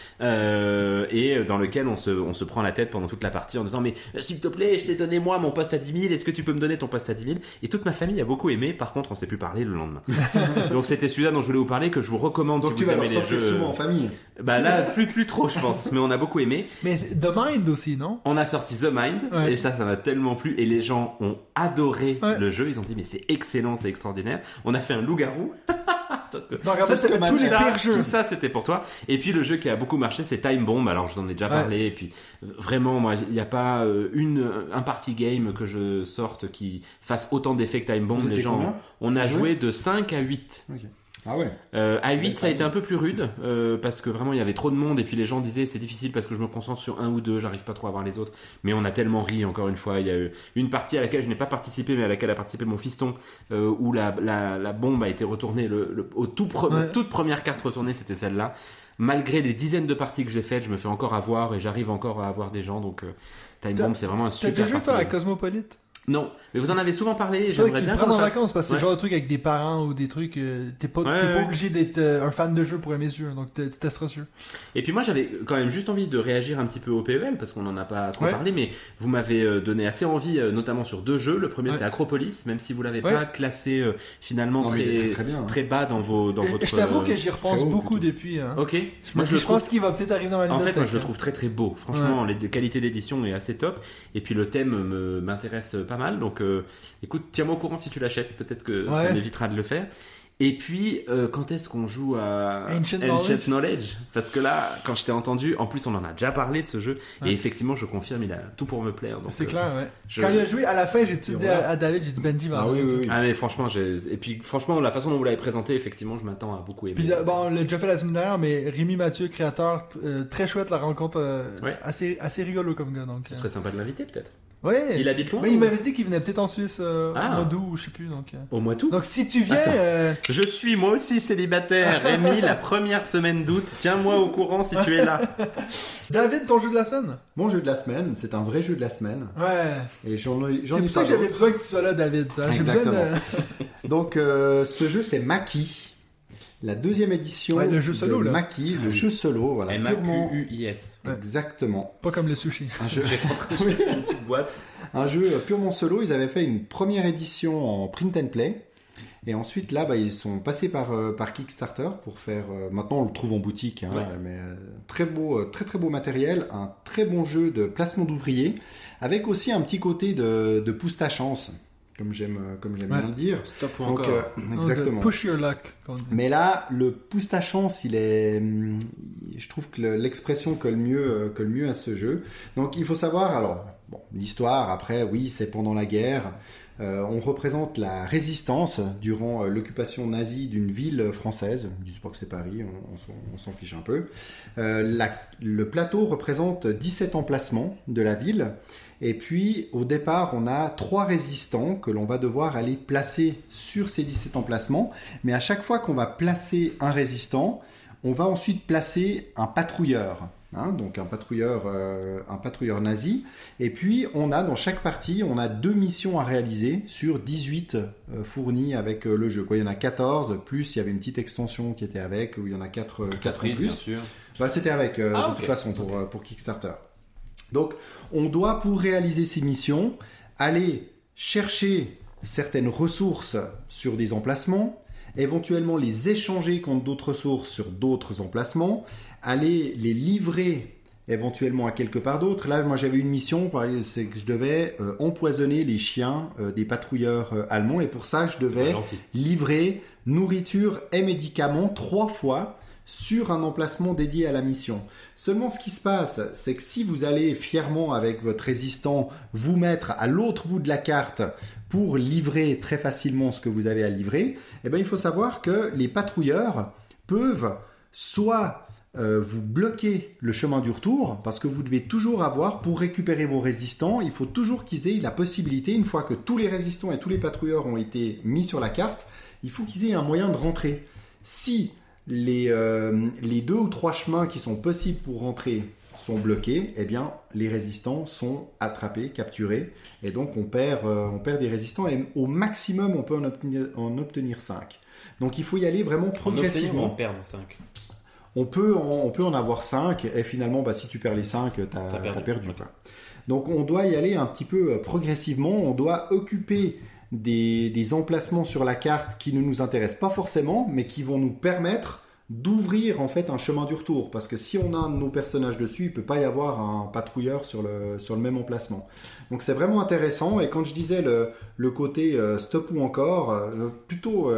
S1: et dans lequel on se prend la tête pendant toute la partie en disant mais s'il te plaît je t'ai donné moi mon poste à 10 000, est-ce que tu peux me donner ton poste à 10 000? Et toute ma famille a beaucoup aimé, par contre on s'est plus parlé le lendemain. Donc c'était celui-là dont je voulais vous parler, que je vous recommande.
S2: Donc
S1: si vous aimez les jeux.
S2: souvent en famille.
S1: Bah là plus trop je pense, mais on a beaucoup aimé.
S3: Mais The Mind aussi, non?
S1: On a sorti The Mind et ça m'a tellement plu et les gens ont adoré le jeu, ils ont dit mais c'est excellent, c'est extraordinaire. On a fait un loup-garou.
S3: Donc en fait, c'était tous les pires jeux.
S1: Tout ça c'était pour toi. Et puis le jeu qui a beaucoup marché c'est Time Bomb. Alors je vous en ai déjà parlé et puis vraiment moi il n'y a pas un party game que je sorte qui fasse autant d'effets que Time Bomb. Les gens on a joué de 5 à 8.
S2: Okay. Ah ouais.
S1: À 8 ça a été un peu plus rude parce que vraiment il y avait trop de monde et puis les gens disaient c'est difficile parce que je me concentre sur un ou deux, j'arrive pas trop à voir les autres, mais on a tellement ri. Encore une fois il y a eu une partie à laquelle je n'ai pas participé mais à laquelle a participé mon fiston où la bombe a été retournée toute première carte retournée c'était celle-là. Malgré les dizaines de parties que j'ai faites je me fais encore avoir et j'arrive encore à avoir des gens, donc Time Bomb c'est vraiment un super
S3: T'as déjà joué toi à
S1: game.
S3: Cosmopolite?
S1: Non, mais vous en avez souvent parlé et
S3: j'aimerais
S1: bien
S3: que tu le prennes en
S1: fasse.
S3: vacances parce que c'est le genre de truc avec des parents ou des trucs t'es pas obligé d'être un fan de jeu pour aimer ce jeu, donc tu testeras ce jeu.
S1: Et puis moi j'avais quand même juste envie de réagir un petit peu au PEL parce qu'on en a pas trop parlé, mais vous m'avez donné assez envie notamment sur 2 jeux. Le premier c'est Acropolis, même si vous l'avez pas classé finalement très bas dans votre.
S3: Je t'avoue que j'y repense beaucoup depuis. Hein.
S1: Ok.
S3: Je pense qu'il va peut-être arriver dans ma ludothèque.
S1: En fait moi je le trouve très très beau. Franchement les qualités d'édition est assez top et puis le thème m'intéresse pas mal, donc écoute, tiens-moi au courant si tu l'achètes, peut-être que ça m'évitera de le faire. Et puis, quand est-ce qu'on joue à
S3: Ancient
S1: Knowledge? Parce que là, quand je t'ai entendu, en plus on en a déjà parlé de ce jeu, et effectivement je confirme, il a tout pour me plaire. Donc,
S3: c'est clair, Quand il a joué, à la fin, j'ai tout dit à David, j'ai dit Benji va
S2: oui.
S1: Ah mais franchement, et puis franchement, la façon dont vous l'avez présenté, effectivement, je m'attends à beaucoup aimer.
S3: Puis bon, on l'a déjà fait la semaine dernière, mais Rémi Mathieu, créateur, très chouette la rencontre, assez rigolo comme gars. Donc,
S1: ce serait sympa de l'inviter peut-être.
S3: Ouais.
S1: Il habite loin?
S3: Mais il m'avait dit qu'il venait peut-être en Suisse au mois d'août ou je sais plus. Donc,
S1: au mois d'août?
S3: Donc si tu viens...
S1: Je suis moi aussi célibataire. Rémi, la première semaine d'août. Tiens-moi au courant si tu es là.
S3: David, ton jeu de la semaine?
S2: Mon jeu de la semaine, c'est un vrai jeu de la semaine.
S3: Ouais.
S2: Et j'en ai
S3: c'est pour ça que j'avais besoin que tu sois là, David.
S2: Exactement. Donc ce jeu c'est Maki. La deuxième édition
S3: le jeu solo,
S2: de Maki, le jeu solo, voilà.
S1: M-A-Q-U-I-S.
S2: Exactement.
S3: Pas comme le sushi.
S2: Un jeu...
S1: une petite boîte.
S2: Un jeu purement solo. Ils avaient fait une première édition en print and play. Et ensuite, là, ils sont passés par Kickstarter pour faire... maintenant, on le trouve en boutique. Mais très beau, très très beau matériel. Un très bon jeu de placement d'ouvriers. Avec aussi un petit côté de pousse ta chance. Comme j'aime bien le dire.
S1: Stop ou encore.
S2: Exactement.
S3: Push your luck.
S2: Mais là, le pousse ta chance, je trouve que l'expression colle mieux à ce jeu. Donc il faut savoir, alors, l'histoire, après, oui, c'est pendant la guerre. On représente la résistance durant l'occupation nazie d'une ville française. Je ne dis pas que c'est Paris, on s'en fiche un peu. Le plateau représente 17 emplacements de la ville. Et puis, au départ, on a 3 résistants que l'on va devoir aller placer sur ces 17 emplacements. Mais à chaque fois qu'on va placer un résistant, on va ensuite placer un patrouilleur. Donc un patrouilleur nazi. Et puis, dans chaque partie, on a 2 missions à réaliser sur 18 fournies avec le jeu. Il y en a 14, plus il y avait une petite extension qui était avec, où il y en a 4 en plus.
S1: Bien sûr.
S2: C'était avec, de toute façon, pour Kickstarter. Donc, on doit, pour réaliser ces missions, aller chercher certaines ressources sur des emplacements, éventuellement les échanger contre d'autres ressources sur d'autres emplacements, aller les livrer éventuellement à quelque part d'autre. Là, moi, j'avais une mission, c'est que je devais empoisonner les chiens des patrouilleurs allemands, et pour ça, je devais livrer nourriture et médicaments 3 fois sur un emplacement dédié à la mission. Seulement, ce qui se passe, c'est que si vous allez fièrement avec votre résistant vous mettre à l'autre bout de la carte pour livrer très facilement ce que vous avez à livrer, il faut savoir que les patrouilleurs peuvent soit vous bloquez le chemin du retour parce que vous devez toujours avoir, pour récupérer vos résistants, il faut toujours qu'ils aient la possibilité, une fois que tous les résistants et tous les patrouilleurs ont été mis sur la carte, il faut qu'ils aient un moyen de rentrer. Si les 2 ou 3 chemins qui sont possibles pour rentrer sont bloqués, eh bien les résistants sont attrapés, capturés, et donc on perd des résistants, et au maximum on peut en obtenir 5. Donc il faut y aller vraiment progressivement.
S1: On perd 5.
S2: On peut en avoir 5, et finalement, si tu perds les 5, t'as perdu.
S1: Okay.
S2: Quoi. Donc on doit y aller un petit peu progressivement, on doit occuper des emplacements sur la carte qui ne nous intéressent pas forcément, mais qui vont nous permettre d'ouvrir en fait un chemin du retour, parce que si on a un de nos personnages dessus, il peut pas y avoir un patrouilleur sur le même emplacement. Donc c'est vraiment intéressant, et quand je disais le côté stop ou encore, plutôt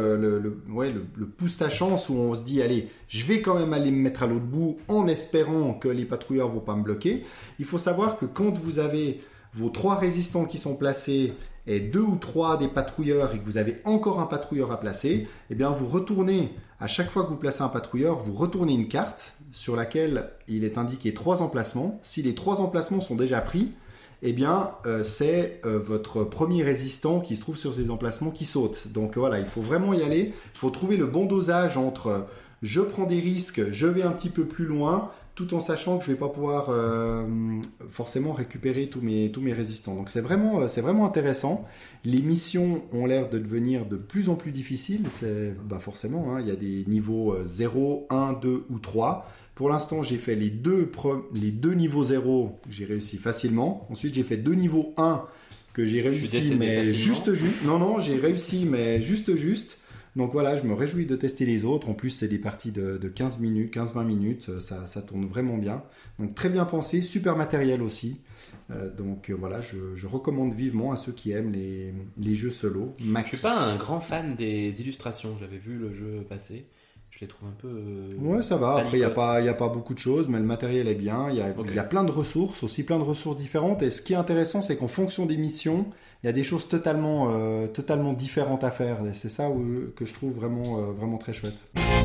S2: le pousse ta chance, où on se dit allez, je vais quand même aller me mettre à l'autre bout en espérant que les patrouilleurs vont pas me bloquer. Il faut savoir que quand vous avez vos 3 résistants qui sont placés et 2 ou 3 des patrouilleurs, et que vous avez encore un patrouilleur à placer, eh bien vous retournez, à chaque fois que vous placez un patrouilleur, vous retournez une carte sur laquelle il est indiqué 3 emplacements. Si les 3 emplacements sont déjà pris, eh bien c'est votre premier résistant qui se trouve sur ces emplacements qui saute. Donc voilà, il faut vraiment y aller, il faut trouver le bon dosage entre je prends des risques, je vais un petit peu plus loin, tout en sachant que je ne vais pas pouvoir forcément récupérer tous mes résistants. Donc c'est vraiment intéressant. Les missions ont l'air de devenir de plus en plus difficiles. Forcément, il y a des niveaux 0, 1, 2 ou 3. Pour l'instant, j'ai fait les deux niveaux 0 que j'ai réussi facilement. Ensuite, j'ai fait 2 niveaux 1 que j'ai réussi, mais juste. Non, j'ai réussi, mais juste. Donc voilà, je me réjouis de tester les autres. En plus, c'est des parties de 15-20 minutes. Ça tourne vraiment bien. Donc très bien pensé, super matériel aussi. Voilà, je recommande vivement à ceux qui aiment les jeux solo.
S1: Je suis pas un grand fan des illustrations. J'avais vu le jeu passer. Je les trouve un peu...
S2: ouais, ça va. Après, il n'y a pas beaucoup de choses, mais le matériel est bien. Il y a plein de ressources, aussi plein de ressources différentes. Et ce qui est intéressant, c'est qu'en fonction des missions, il y a des choses totalement différentes à faire. Et c'est ça que je trouve vraiment très chouette.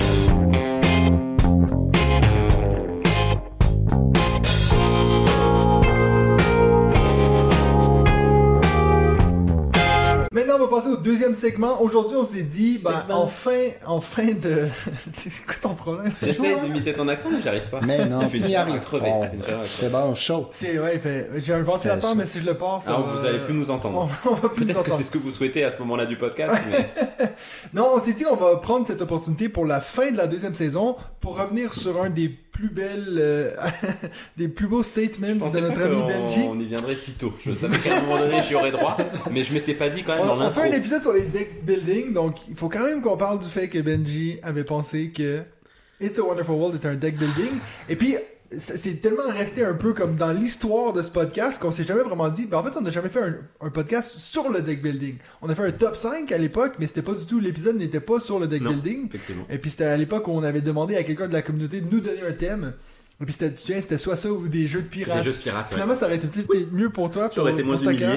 S3: Maintenant, on va passer au deuxième segment. Aujourd'hui, on s'est dit, enfin de... C'est quoi ton problème?
S1: J'essaie d'imiter ton accent, mais j'y arrive pas.
S2: Mais non, tu n'y arrives pas. C'est bon, chaud.
S3: J'ai un ventilateur, mais si je le passe...
S1: Alors, vous allez plus nous entendre.
S3: On va plus
S1: Peut-être que c'est ce que vous souhaitez à ce moment-là du podcast. Mais...
S3: Non, on s'est dit, on va prendre cette opportunité pour la fin de la deuxième saison pour revenir sur un des plus belles, des plus beaux statements de notre ami Benji.
S1: On y viendrait si tôt. Je savais qu'à un moment donné, j'y aurais droit, mais je m'étais pas dit quand même dans l'intro.
S3: On fait un épisode sur les deck building, donc il faut quand même qu'on parle du fait que Benji avait pensé que It's a Wonderful World était un deck building. Et puis, c'est tellement resté un peu comme dans l'histoire de ce podcast qu'on s'est jamais vraiment dit. En fait, on n'a jamais fait un podcast sur le deck building. On a fait un top 5 à l'époque, mais c'était pas du tout, l'épisode n'était pas sur le deck building.
S1: Effectivement.
S3: Et puis c'était à l'époque où on avait demandé à quelqu'un de la communauté de nous donner un thème. Et puis c'était soit ça ou des jeux de pirates.
S1: Des jeux de pirates,
S3: Finalement, ça aurait été peut-être mieux pour toi.
S1: J'aurais été moins humilié.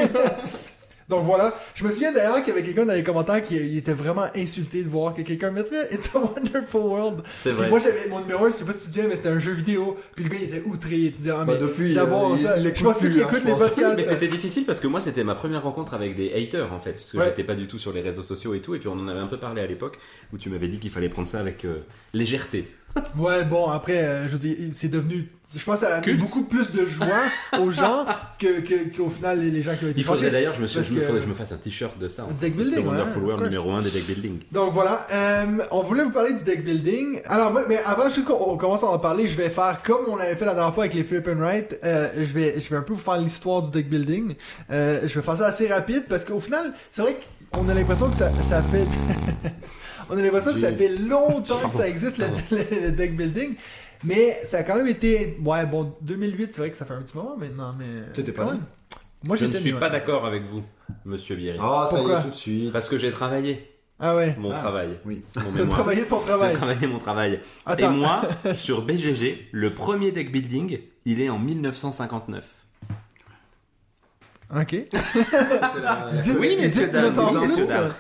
S3: Donc voilà, je me souviens d'ailleurs qu'il y avait quelqu'un dans les commentaires qui était vraiment insulté de voir que quelqu'un mettrait It's a Wonderful World.
S1: C'est vrai.
S3: Puis moi j'avais mon numéro 1, je sais pas si tu te souviens, mais c'était un jeu vidéo. Puis le gars il était outré, il disait mais
S2: depuis
S3: d'avoir ça, je pense plus qu'il écoute les podcasts.
S1: Mais c'était difficile parce que moi c'était ma première rencontre avec des haters en fait, parce que j'étais pas du tout sur les réseaux sociaux et tout, et puis on en avait un peu parlé à l'époque où tu m'avais dit qu'il fallait prendre ça avec légèreté.
S3: Ouais, bon, après, je veux dire, c'est devenu... Je pense que ça a mis beaucoup plus de joie aux gens qu'au final, les gens qui ont été
S1: Il faudrait d'ailleurs, faudrait que je me fasse un t-shirt de ça.
S3: Deck building,
S1: c'est Wonderful World numéro 1 des deck building.
S3: Donc voilà, on voulait vous parler du deck building. Alors, mais avant, juste qu'on commence à en parler, je vais faire comme on avait fait la dernière fois avec les Flip and Write. Je vais un peu vous faire l'histoire du deck building. Je vais faire ça assez rapide parce qu'au final, c'est vrai qu'on a l'impression que ça fait... On a l'impression que ça fait longtemps que ça existe le deck building, mais ça a quand même été... Ouais, bon, 2008, c'est vrai que ça fait un petit moment maintenant, mais...
S2: T'étais pas là.
S3: Moi,
S1: je ne suis pas d'accord avec vous, monsieur Bierry.
S2: Ah, ça y est, tout de suite.
S1: Parce que j'ai travaillé.
S3: Ah ouais.
S1: Mon travail.
S2: Oui.
S3: T'as travaillé ton travail.
S1: J'ai travaillé mon travail.
S3: Attends.
S1: Et moi, sur BGG, le premier deck building, il est en 1959.
S3: Ok.
S2: Dites,
S1: oui, mais
S3: dites-nous en plus.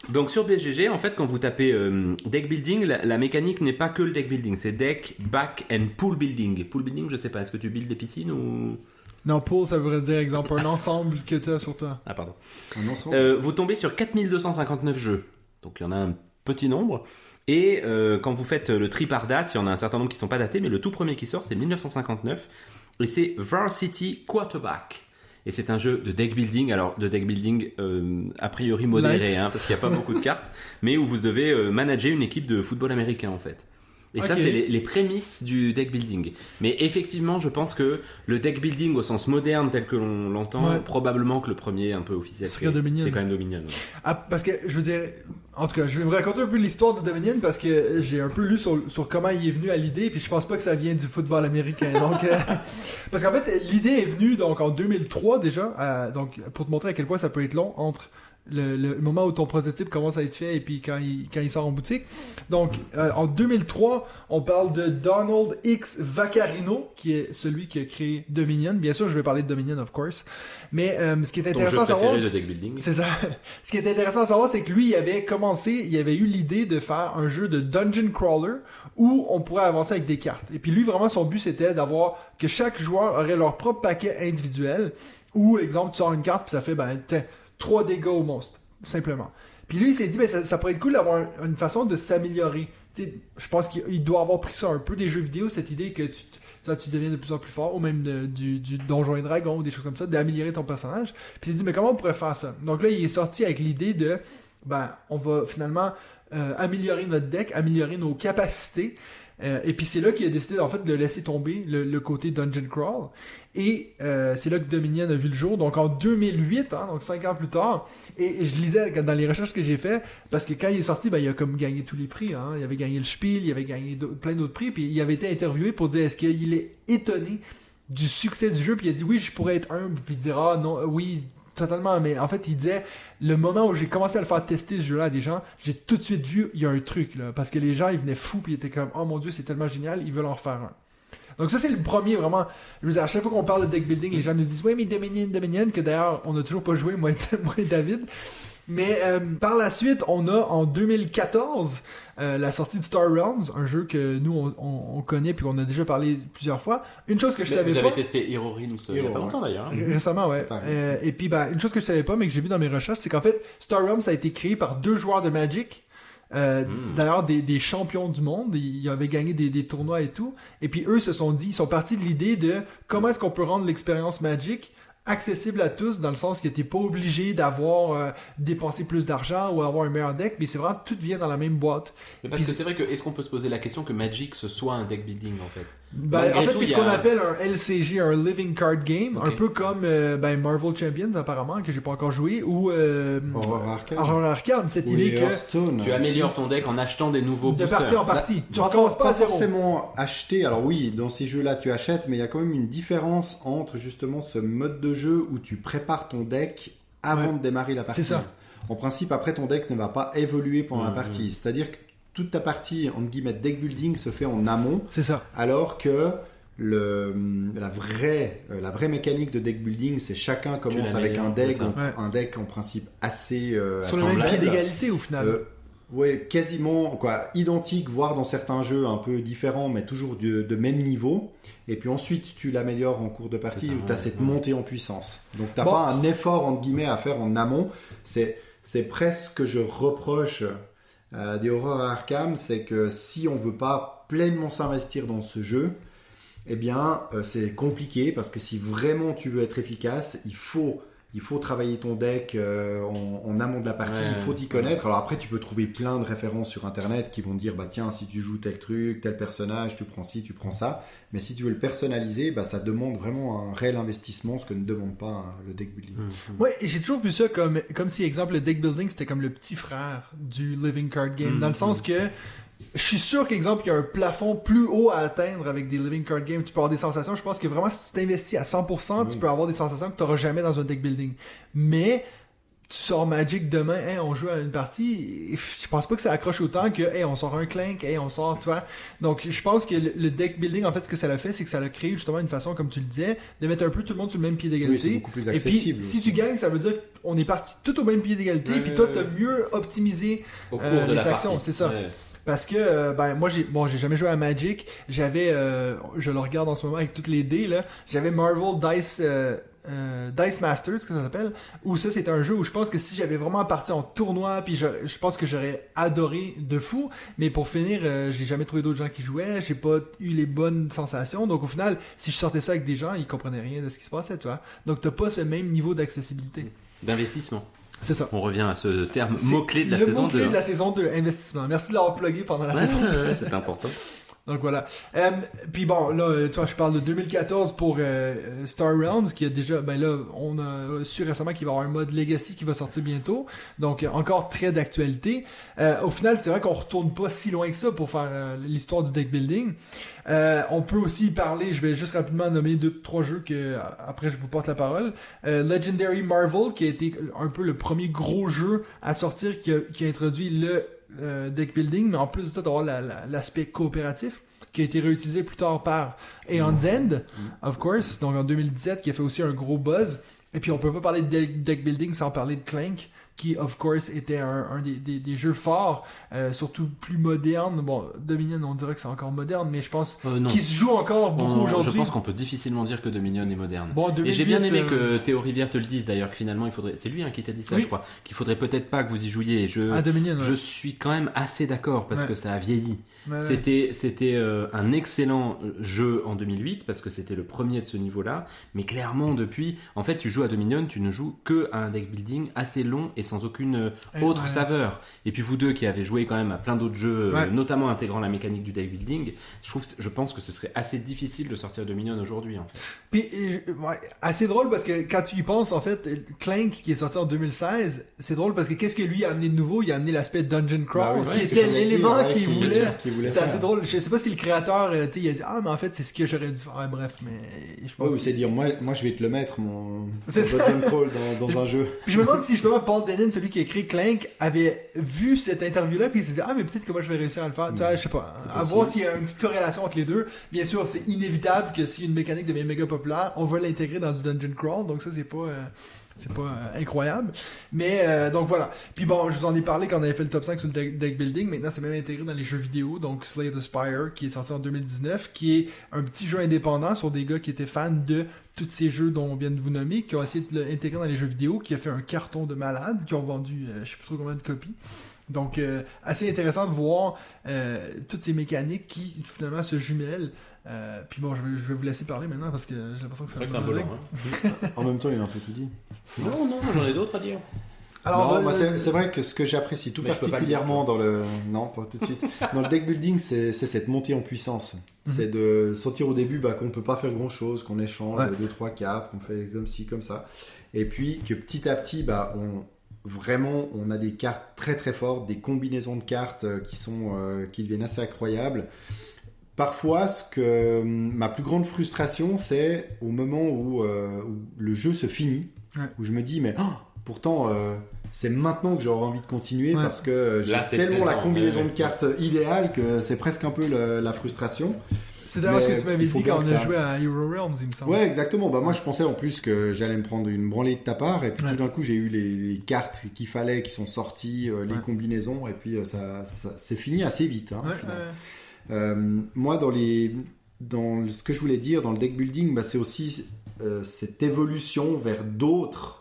S1: Donc sur BGG, en fait, quand vous tapez deck building, la mécanique n'est pas que le deck building, c'est deck, back and pool building. Pool building, je sais pas, est-ce que tu builds des piscines ou...
S3: Non, pool, ça voudrait dire, exemple, un ensemble que tu as sur toi.
S1: Ah, pardon.
S2: Un ensemble.
S1: Vous tombez sur 4259 jeux. Donc il y en a un petit nombre. Et quand vous faites le tri par date, il y en a un certain nombre qui ne sont pas datés, mais le tout premier qui sort, c'est 1959. Et c'est Varsity Quarterback. Et c'est un jeu de deck building, alors de deck building a priori modéré, parce qu'il n'y a pas beaucoup de cartes, mais où vous devez manager une équipe de football américain en fait. Et ça, c'est les prémices du deck building. Mais effectivement, je pense que le deck building au sens moderne tel que l'on l'entend, probablement que le premier un peu officiel, c'est quand même Dominion. Ouais.
S3: Ah, parce que, je veux dire, en tout cas, je vais vous raconter un peu l'histoire de Dominion parce que j'ai un peu lu sur comment il est venu à l'idée, puis je pense pas que ça vient du football américain. Donc, parce qu'en fait, l'idée est venue donc en 2003 déjà, donc pour te montrer à quel point ça peut être long entre le moment où ton prototype commence à être fait et puis quand il sort en boutique. Donc, en 2003, on parle de Donald X Vaccarino, qui est celui qui a créé Dominion. Bien sûr, je vais parler de Dominion, of course. Mais ce qui est intéressant à savoir...
S1: de deck building.
S3: C'est ça. Ce qui est intéressant à savoir, c'est que lui, il avait eu l'idée de faire un jeu de dungeon crawler où on pourrait avancer avec des cartes. Et puis lui, vraiment, son but, c'était d'avoir que chaque joueur aurait leur propre paquet individuel où, exemple, tu sors une carte puis ça fait, 3 dégâts au monstre, simplement. Puis lui, il s'est dit, ça pourrait être cool d'avoir une façon de s'améliorer. Je pense qu'il doit avoir pris ça un peu des jeux vidéo, cette idée que tu deviens de plus en plus fort, ou même du Donjon et Dragon, ou des choses comme ça, d'améliorer ton personnage. Puis il s'est dit, mais comment on pourrait faire ça? Donc là, il est sorti avec l'idée de, on va finalement améliorer notre deck, améliorer nos capacités. Et puis c'est là qu'il a décidé en fait de laisser tomber le côté dungeon crawl. Et c'est là que Dominion a vu le jour, donc en 2008, donc 5 ans plus tard. Et je lisais dans les recherches que j'ai fait, parce que quand il est sorti, il a comme gagné tous les prix. Il avait gagné le Spiel, il avait gagné plein d'autres prix, puis il avait été interviewé pour dire est-ce qu'il est étonné du succès du jeu, puis il a dit oui, je pourrais être humble, puis il dira non, oui, totalement, mais en fait il disait le moment où j'ai commencé à le faire tester ce jeu-là à des gens, j'ai tout de suite vu il y a un truc là, parce que les gens ils venaient fous, puis ils étaient comme oh mon dieu c'est tellement génial, ils veulent en faire un. Donc ça c'est le premier vraiment. Je veux dire, à chaque fois qu'on parle de deck building, les gens nous disent oui mais Dominion, que d'ailleurs on n'a toujours pas joué moi et David. Mais par la suite, on a en 2014 la sortie de Star Realms, un jeu que nous on connaît puis qu'on a déjà parlé plusieurs fois. Une chose que je savais pas.
S1: Vous avez testé Hero Realms il y a pas longtemps d'ailleurs.
S3: Récemment, ouais. Et puis une chose que je savais pas mais que j'ai vu dans mes recherches, c'est qu'en fait Star Realms a été créé par 2 joueurs de Magic. D'ailleurs des champions du monde, ils avaient gagné des tournois et tout, et puis eux se sont dit, ils sont partis de l'idée de comment est-ce qu'on peut rendre l'expérience Magic accessible à tous, dans le sens que t'es pas obligé d'avoir dépensé plus d'argent ou avoir un meilleur deck, mais c'est vraiment tout vient dans la même boîte.
S1: Mais parce que c'est vrai que est-ce qu'on peut se poser la question que Magic ce soit un deck building en fait?
S3: En fait, c'est ce qu'on appelle un LCG, un Living Card Game, un peu comme Marvel Champions apparemment, que j'ai pas encore joué, ou Aurora Arkham, cette idée que
S1: tu améliores ton deck en achetant des nouveaux boosters.
S3: De partie en partie. Tu
S2: recommences pas forcément acheter. Alors oui, dans ces jeux-là tu achètes, mais il y a quand même une différence entre justement ce mode de jeu où tu prépares ton deck avant de démarrer la partie.
S3: C'est ça.
S2: En principe, après ton deck ne va pas évoluer pendant la partie. C'est-à-dire que toute ta partie, entre guillemets, deck building se fait en amont.
S3: C'est ça.
S2: Alors que la vraie mécanique de deck building, c'est chacun commence avec un deck en principe assez
S3: sur le même pied d'égalité au final.
S2: Ouais, quasiment identique, voire dans certains jeux un peu différents, mais toujours de même niveau. Et puis ensuite, tu l'améliores en cours de partie où tu as cette montée en puissance. Donc, tu n'as pas un effort, entre guillemets, à faire en amont. C'est presque ce que je reproche des Aurora Arkham, c'est que si on veut pas pleinement s'investir dans ce jeu, eh bien, c'est compliqué parce que si vraiment tu veux être efficace, il faut travailler ton deck en amont de la partie, il faut t'y connaître. Alors après, tu peux trouver plein de références sur Internet qui vont te dire, tiens, si tu joues tel truc, tel personnage, tu prends ci, tu prends ça. Mais si tu veux le personnaliser, ça demande vraiment un réel investissement, ce que ne demande pas le deck building.
S3: Ouais, j'ai toujours vu ça comme si, exemple, le deck building, c'était comme le petit frère du Living Card Game. Dans le sens que je suis sûr qu'exemple, il y a un plafond plus haut à atteindre avec des Living Card Games. Tu peux avoir des sensations. Je pense que vraiment, si tu t'investis à 100%, tu peux avoir des sensations que tu n'auras jamais dans un deck building. Mais tu sors Magic demain, hey, on joue à une partie, je pense pas que ça accroche autant que hey, on sort un Clank, hey, on sort, tu vois. Donc je pense que le deck building, en fait, ce que ça l'a fait, c'est que ça l'a créé justement une façon, comme tu le disais, de mettre un peu tout le monde sur le même pied d'égalité.
S2: Oui, c'est beaucoup plus
S3: Et
S2: accessible.
S3: puis si tu gagnes, ça veut dire qu'on est parti tout au même pied d'égalité, puis toi t'as mieux optimisé
S1: Au cours de
S3: les
S1: la
S3: actions,
S1: partie.
S3: c'est ça.
S1: Ouais.
S3: Parce que, moi, j'ai jamais joué à Magic. J'avais, je le regarde en ce moment avec toutes les dés, là. J'avais Marvel Dice Masters, que ça s'appelle. Où ça, c'est un jeu où je pense que si j'avais vraiment parti en tournoi, puis je pense que j'aurais adoré de fou. Mais pour finir, j'ai jamais trouvé d'autres gens qui jouaient. J'ai pas eu les bonnes sensations. Donc au final, si je sortais ça avec des gens, ils comprenaient rien de ce qui se passait, tu vois. Donc t'as pas ce même niveau d'accessibilité.
S1: D'investissement.
S3: C'est ça.
S1: On revient à ce terme
S3: C'est
S1: mot-clé de la
S3: le
S1: saison
S3: mot-clé
S1: 2.
S3: de la saison 2, investissement. Merci de l'avoir plugué pendant la saison 2.
S1: C'est important.
S3: Donc voilà. Puis bon, là, tu vois, je parle de 2014 pour Star Realms, qui a déjà, ben là, on a su récemment qu'il va y avoir un mode Legacy qui va sortir bientôt. Donc encore très d'actualité. Au final, c'est vrai qu'on retourne pas si loin que ça pour faire l'histoire du deck building. On peut aussi parler, je vais juste rapidement nommer 2-3 jeux que après je vous passe la parole. Legendary Marvel, qui a été un peu le premier gros jeu à sortir qui a introduit le deck building, mais en plus de ça, tu vas avoir l'aspect coopératif qui a été réutilisé plus tard par Aeon's End, of course, donc en 2017, qui a fait aussi un gros buzz. Et puis on peut pas parler de deck building sans parler de Clank, qui of course était un des jeux forts, surtout plus moderne. Bon, Dominion, on dirait que c'est encore moderne, mais je pense qu'il se joue encore beaucoup aujourd'hui.
S1: Je pense qu'on peut difficilement dire que Dominion est moderne.
S3: Bon, 2008,
S1: et j'ai bien aimé que Théo Rivière te le dise d'ailleurs, que finalement il faudrait. C'est lui qui t'a dit ça,
S3: oui.
S1: je crois. Qu'il faudrait peut-être pas que vous y jouiez. Et
S3: Dominion,
S1: je suis quand même assez d'accord parce que ça a vieilli.
S3: Ouais.
S1: C'était un excellent jeu en 2008 parce que c'était le premier de ce niveau-là. Mais clairement, depuis, en fait, tu joues à Dominion, tu ne joues que à un deck building assez long et sans aucune autre saveur. Et puis vous deux qui avez joué quand même à plein d'autres jeux, notamment intégrant la mécanique du deck building, je pense que ce serait assez difficile de sortir Dominion aujourd'hui. En fait.
S3: Puis assez drôle parce que quand tu y penses, en fait, Clank qui est sorti en 2016, c'est drôle parce que qu'est-ce que lui a amené de nouveau? Il a amené l'aspect Dungeon Crawl, qui était l'élément qu'il voulait. C'est assez drôle. Je sais pas si le créateur, il a dit mais en fait c'est ce que j'aurais dû faire. Bref, mais je pense.
S2: Oui, c'est dire moi je vais te le mettre mon Dungeon Crawl dans un jeu.
S3: Je me demande si justement Paul Dennen, celui qui a écrit Clank, avait vu cette interview-là puis il s'est dit mais peut-être que moi je vais réussir à le faire. Tu vois, je sais pas. À voir s'il y a une petite corrélation entre les deux. Bien sûr, c'est inévitable que si une mécanique devient méga populaire, on va l'intégrer dans du Dungeon Crawl. Donc ça c'est pas incroyable. Mais donc voilà. Puis bon, je vous en ai parlé quand on avait fait le top 5 sur le deck building. Maintenant, c'est même intégré dans les jeux vidéo. Donc Slay the Spire, qui est sorti en 2019, qui est un petit jeu indépendant sur des gars qui étaient fans de tous ces jeux dont on vient de vous nommer, qui ont essayé de l'intégrer dans les jeux vidéo, qui a fait un carton de malade, qui ont vendu je sais plus trop combien de copies. Donc assez intéressant de voir toutes ces mécaniques qui finalement se jumellent. Puis bon, je vais vous laisser parler maintenant parce que j'ai l'impression que
S1: c'est un peu long.
S2: En même temps, il a un peu tout dit.
S1: Non, j'en ai d'autres à dire.
S2: Alors, moi, c'est vrai que ce que j'apprécie tout particulièrement dans le... Non, pas tout de suite. Dans le deck building, c'est cette montée en puissance. C'est de sentir au début qu'on peut pas faire grand-chose, qu'on échange 2-3 cartes, qu'on fait comme ci, comme ça. Et puis que petit à petit, on a des cartes très très fortes, des combinaisons de cartes qui deviennent assez incroyables. Parfois, ma plus grande frustration, c'est au moment où le jeu se finit, où je me dis, mais pourtant, c'est maintenant que j'aurais envie de continuer parce que j'ai tellement la combinaison de cartes idéale que c'est presque un peu la frustration.
S3: C'est d'ailleurs ce que tu m'avais dit quand on a joué à Hero Realms, il me semble.
S2: Ouais, exactement. Moi, je pensais en plus que j'allais me prendre une branlée de ta part, et puis tout d'un coup, j'ai eu les cartes qu'il fallait, qui sont sorties, les combinaisons, et puis ça c'est fini assez vite. Moi, dans ce que je voulais dire dans le deck building, c'est aussi cette évolution vers d'autres